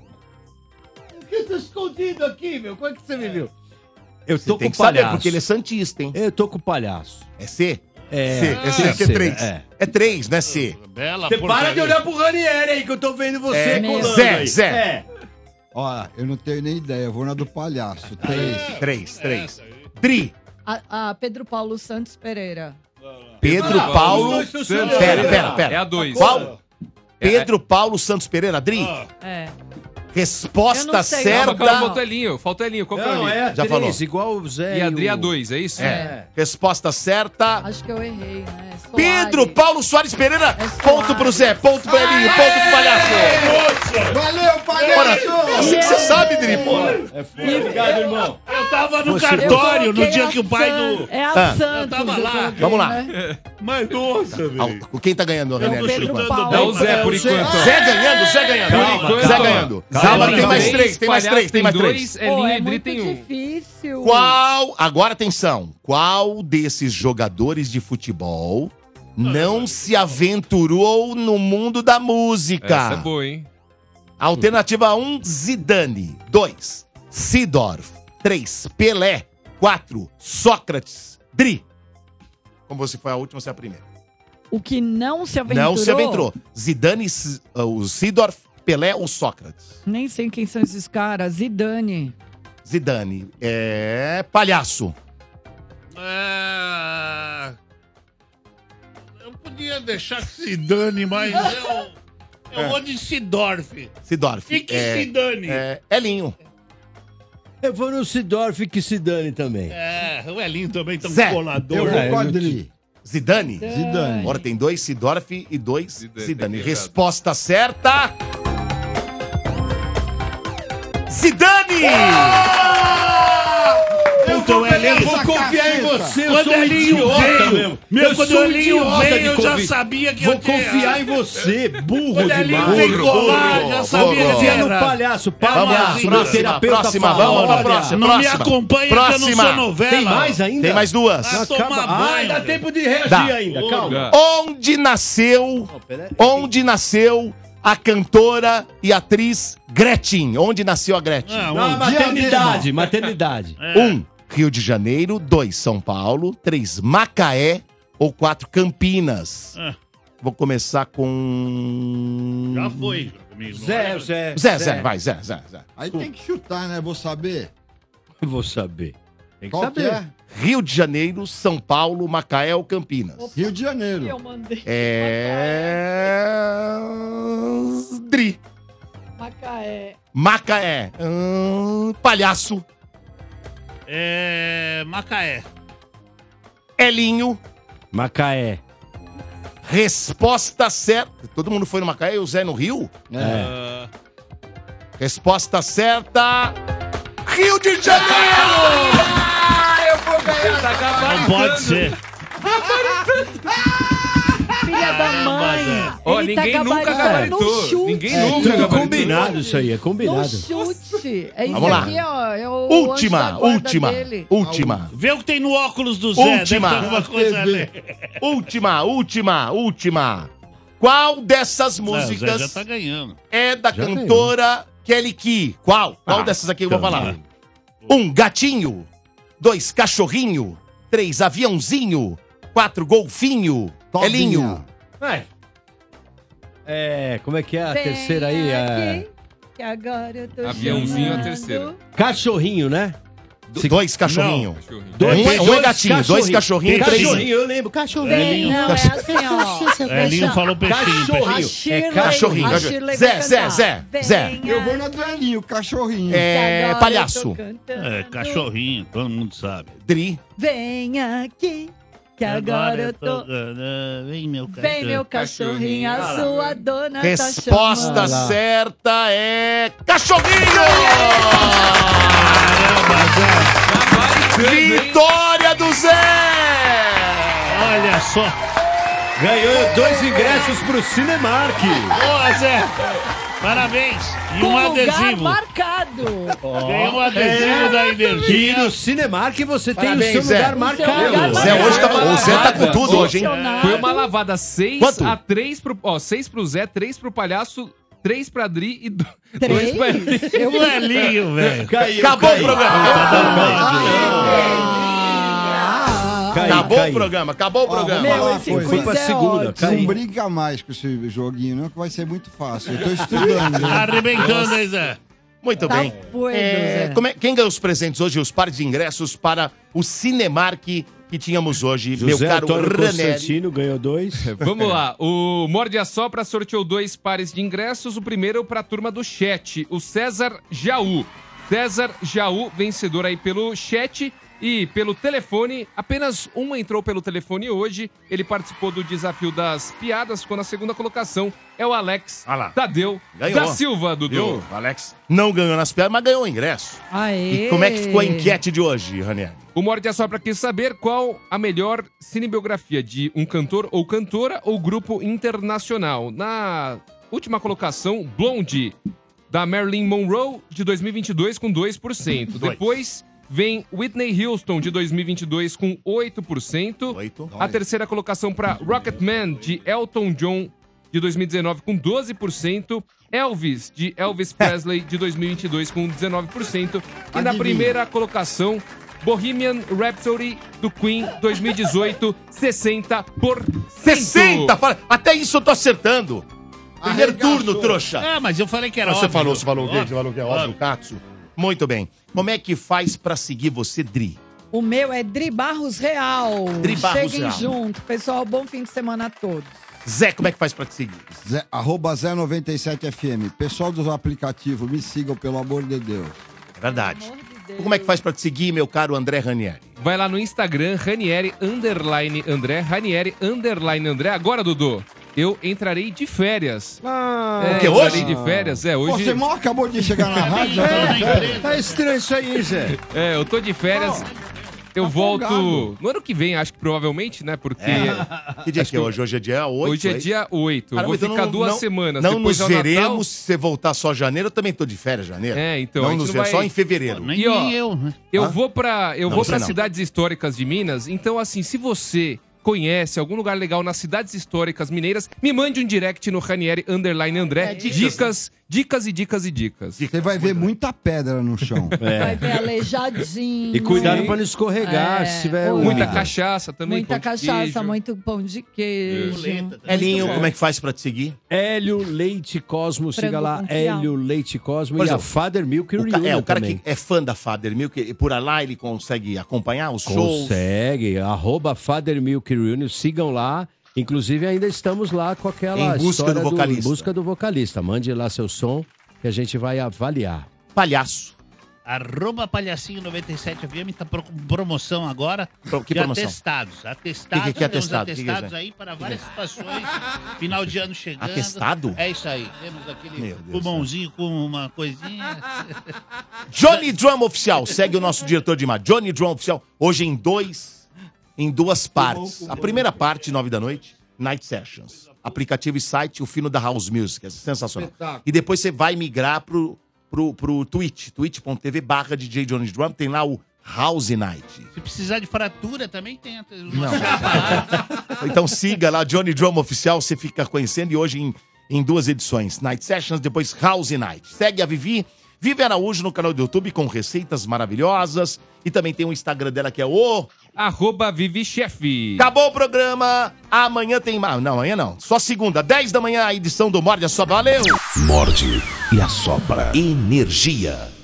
Por que eu tô escondido aqui, meu? Como é que você me viu? Eu Você tô tem com que o saber, palhaço. porque ele é santista, hein? Eu tô com o palhaço. É C? É. C, é C, É que é C, três. é. É três, não é C. Bela Você para porcaria. de olhar pro Ranieri aí, que eu tô vendo você É, colando Zé, aí. Zé. É. Ó, eu não tenho nem ideia, eu vou na do palhaço. Três. Três, três. Dri. A, a Pedro Paulo Santos Pereira. Pedro Paulo Paulo Santos Pera, Pereira. pera, pera. É a dois. Qual? Pedro Paulo Santos Pereira, Dri. É. Resposta Eu não sei. certa. Calma, calma, falta o Elinho. Falta o Elinho. Qual que é o Não, Elinho? é a Já três, falou. igual o Zé E a Adri o- a dois, é isso? É. Resposta certa. Acho que eu errei, né? Soares. Pedro Paulo Soares Pereira. É Soares. Ponto pro Zé, ponto pro Elinho, ponto pro palhaço. Valeu, Ora, assim que você sabe, Dri, pô. É foda. Obrigado, irmão. Eu tava no Você- cartório Eu no dia coloquei que o pai a do... San- é a Ah. Santos. Eu tava eu lá. coloquei, Vamos lá. né? Mas nossa, velho. Ah, Quem tá ganhando, René? tô por enquanto? chutando Paulo. É o bem, Zé, mas- por enquanto. Zé ganhando, Zé ganhando. Calma, Zé calma. ganhando. Calma, Calma, tem calma. mais três, tem mais Palhaço três, tem mais dois, três. Elinho Pô, e é Dri muito tem um. difícil. Qual, agora atenção, qual desses jogadores de futebol não se aventurou no mundo da música? Essa é boa, hein? Alternativa um, Zidane. dois, Seedorf. três, Pelé. quatro, Sócrates. Dri. Como você foi a última, você é a primeira. O que não se aventurou... Não se aventurou. Zidane, S- uh, o Seedorf, Pelé ou Sócrates? Nem sei quem são esses caras. Zidane. Zidane. É... Palhaço. É... Eu podia deixar que se dane, mas eu... Eu É. vou de Sidorf. Seedorf. E que é, se dane. É, Elinho. Eu vou no Sidorf que se dane também. É, o Elinho também tá Zé. um colador. Eu vou É, com a eu- Dri. Zidane? Zidane. Agora tem dois Seedorf e dois Zidane, Zidane. tem Resposta certa. Zidane! Puta, o Elinho... Eu vou confiar em você, eu Quando sou um Elinho idiota veio, mesmo. meu, Eu quando sou o Elinho idiota veio, de eu já confi- sabia que Vou eu tinha confiar errado. em você, burro Quando Elinho demais. veio colar, já burro, sabia burro. que Confia no era. palhaço, Vamos lá, palhaço, meu próxima, terapeuta próxima, fala. vamos pra Olha, próxima. Não me Próxima. acompanha que eu não Próxima. sou novela. Tem mais ainda? Tem mais duas. Ah, tomar Ah, banho, dá velho. tempo de reagir Dá. ainda, calma. Onde nasceu, onde nasceu a cantora e atriz Gretchen? Onde nasceu a Gretchen? Ah, Não, um- maternidade, maternidade. É. Um, Rio de Janeiro. Dois, São Paulo. Três, Macaé. Ou quatro, Campinas. Ah, Vou começar com... já foi comigo. não Zé, lembra? Zé. Zé, Zé, vai, Zé, Zé, Zé. Aí tem que chutar, né? Vou saber. Vou saber. Tem que Qual que saber. é? Rio de Janeiro, São Paulo, Macaé ou Campinas? Rio de Janeiro. Eu mandei. É... Dri. Macaé. Macaé. Hum, palhaço. É... Macaé. Elinho. Macaé. Resposta certa. Todo mundo foi no Macaé e o Zé no Rio? É. Ah, Resposta certa. Rio de Janeiro! não pode ser. Filha da mãe. Ó, Ele tá ninguém nunca gabaritando gabaritou. no chute. Ninguém É nunca tudo gabaritou. combinado isso aí, é No combinado. chute. É isso Vamos lá. aqui, ó. É o Última, anjo da guarda última, dele. última. Vê o que tem no óculos do Zé. Última. Deve ter alguma coisa ali. Última, última, última. Qual dessas Não, o Zé músicas já tá ganhando. é da Já cantora Kelly Key? Qual? Qual Ah, dessas aqui eu vou então falar? vai. Um, gatinho. Dois, cachorrinho. Três, aviãozinho. Quatro, golfinho. Todinha. Elinho. É. É, como é que é a Vem terceira aí? É... aqui, que agora eu tô Aviãozinho a chamando. terceira. Cachorrinho, né? Do- Dois, cachorrinho. Cachorrinho. Um é- um é gatinho, dois cachorrinhos, três- Cachorrinho, eu lembro, cachorrinho. Vem, não, é assim, ó. Elinho falou peixinho. Cachorrinho. A peixinho. Shirley, cachorrinho, a cachorrinho. Shirley Zé, vai Zé, cantar. Zé, Zé. Venha, Eu vou na do Elinho, cachorrinho. É, que agora palhaço. eu tô cantando. É, cachorrinho, todo mundo sabe. Dri. Vem aqui, que agora eu tô... Vem, meu cachorro. Vem, meu cachorrinho, a Cachorrinho. sua dona Resposta tá chamando. certa é cachorrinho! Vitória do Zé! Olha só. Ganhou dois ingressos pro Cinemark. Boa, Zé. Parabéns. E Com um lugar adesivo. marcado. Ganhou um adesivo da E energia. no Cinemark você tem Parabéns, o seu lugar Zé. marcado. lugar O Zé hoje tá, o Zé tá com Nada. tudo hoje, hein? Foi uma lavada seis Quanto? a três pro. Ó, seis pro Zé, três pro palhaço, três pra Dri e do- dois Três? pra Elinho. Eu O Elinho, velho. Caiu, Acabou o caiu. programa. Caiu, Acabou o caiu. programa, acabou o Ó, vou programa. falar Meu, uma esse coisa. Foi pra quiz é segunda, ótimo. Não caiu. briga mais com esse joguinho, não, que vai ser muito fácil. Eu tô estudando. Tá né? arrebentando, hein, Zé? Muito Tá bem. doido, É, Zé. como é- quem ganhou os presentes hoje, os pares de ingressos para o Cinemark que tínhamos hoje, meu José caro Antônio Ranelli? Constantino ganhou dois. Vamos lá. O Morde a Sopra sorteou dois pares de ingressos. O primeiro para a turma do chat, o César Jaú. César Jaú, vencedor aí pelo chat. E pelo telefone, apenas um entrou pelo telefone hoje. Ele participou do desafio das piadas, ficou na segunda colocação. É o Alex Ah lá. Tadeu Ganhou. da Silva, Dudu. Viu? O Alex não ganhou nas piadas, mas ganhou o ingresso. Aê! E como é que ficou a enquete de hoje, Ranieri? O Morde é só pra quem saber qual a melhor cinebiografia de um cantor ou cantora ou grupo internacional. Na última colocação, Blondie, da Marilyn Monroe, de dois mil e vinte e dois, com dois por cento. Dois. Depois vem Whitney Houston, de dois mil e vinte e dois, com oito por cento. Oito. A terceira colocação para Rocketman, de Elton John, de dois mil e dezenove, com doze por cento. Elvis, de Elvis Presley, de dois mil e vinte e dois, com dezenove por cento. E na Adivinha. primeira colocação, Bohemian Rhapsody, do Queen, dois mil e dezoito, sessenta por cento. sessenta! Fala- Até isso eu tô acertando. Primeiro turno, trouxa. Ah, mas eu falei que era Você óbvio. falou, você falou o quê? Óbvio, Você falou que é óbvio, óbvio. Katsu. Muito bem. Como é que faz pra seguir você, Dri? O meu é Dri Barros Real. Dri Barros Cheguem Real. junto. Pessoal, bom fim de semana a todos. Zé, como é que faz pra te seguir? Zé, arroba Zé noventa e sete F M. Pessoal dos aplicativos, me sigam, pelo amor de Deus. É verdade. Como é que faz pra te seguir, meu caro André Ranieri? Vai lá no Instagram, Ranieri, underline André, Ranieri, underline André. Agora, Dudu, eu entrarei de férias. Ah, é, o quê, entrarei hoje? de férias, é, hoje... Você mal acabou de chegar na rádio. já tá de férias. Tá estranho isso aí, Zé. É, eu tô de férias. Eu tá volto folgado. no ano que vem, acho que provavelmente, né? Porque. Que dia acho que é hoje? Hoje é dia oito? Hoje é dia oito. Caramba, Vou então ficar não- duas não- semanas. Não Depois nos é o Natal. veremos se você voltar só janeiro. Eu também tô de férias janeiro. É, então. a Não gente nos não veremos, vai- só em fevereiro. Nem E, ó, eu, né? Eu Hã? vou pra, eu Não, vou você pra não. cidades históricas de Minas. Então, assim, se você conhece algum lugar legal nas cidades históricas mineiras, me mande um direct no Ranieri Underline André. É, dicas, dicas, dicas, e dicas e dicas. Você vai ver muita pedra no chão. Vai ver aleijadinho. E cuidado pra não escorregar, É, se tiver oi. Muita úmido. cachaça também. Muita pão de cachaça, queijo. muito pão de queijo. Elinho, Muito como é bom. que faz pra te seguir? Hélio Leite Cosmo, siga Frango lá, com quiabo. Hélio Leite Cosmo Por e a exemplo, Father Milk O ca- Reunion é, o cara também. que é fã da Father Milk, e por lá ele consegue acompanhar os shows. Consegue, arroba Father Milk Reunion, sigam lá. Inclusive ainda estamos lá com aquela Em busca história do vocalista. Em busca do vocalista. Mande lá seu som que a gente vai avaliar. Palhaço. Arroba Palhacinho noventa e sete F M tá pro- promoção agora. Pro- que de promoção? Atestados. Atestados. Que que- que é temos atestado? Que que é atestados isso aí? aí para várias situações. Final de ano chegando. Atestado? É isso aí. Temos aquele Meu Deus pulmãozinho com uma coisinha. Johnny Drum Oficial. Segue o nosso diretor de imagem. Johnny Drum Oficial. Hoje em dois, em duas partes. A primeira parte, nove da noite, Night Sessions. Aplicativo e site, o fino da House Music. É sensacional. Espetáculo. E depois você vai migrar pro, pro, pro Twitch. twitch.tv barra D J Johnny Drum. Tem lá o House Night. Se precisar de fratura, também tem. Não. Então siga lá, Johnny Drum Oficial, você fica conhecendo. E hoje em, em duas edições, Night Sessions, depois House Night. Segue a Vivi, Vivi Araújo no canal do YouTube com receitas maravilhosas. E também tem o Instagram dela que é o... Arroba Vivi Chefe. Acabou o programa, amanhã tem mais. Não, amanhã não, só segunda, dez da manhã, a edição do Morde a Sopra. Valeu! Morde e assopra. Energia.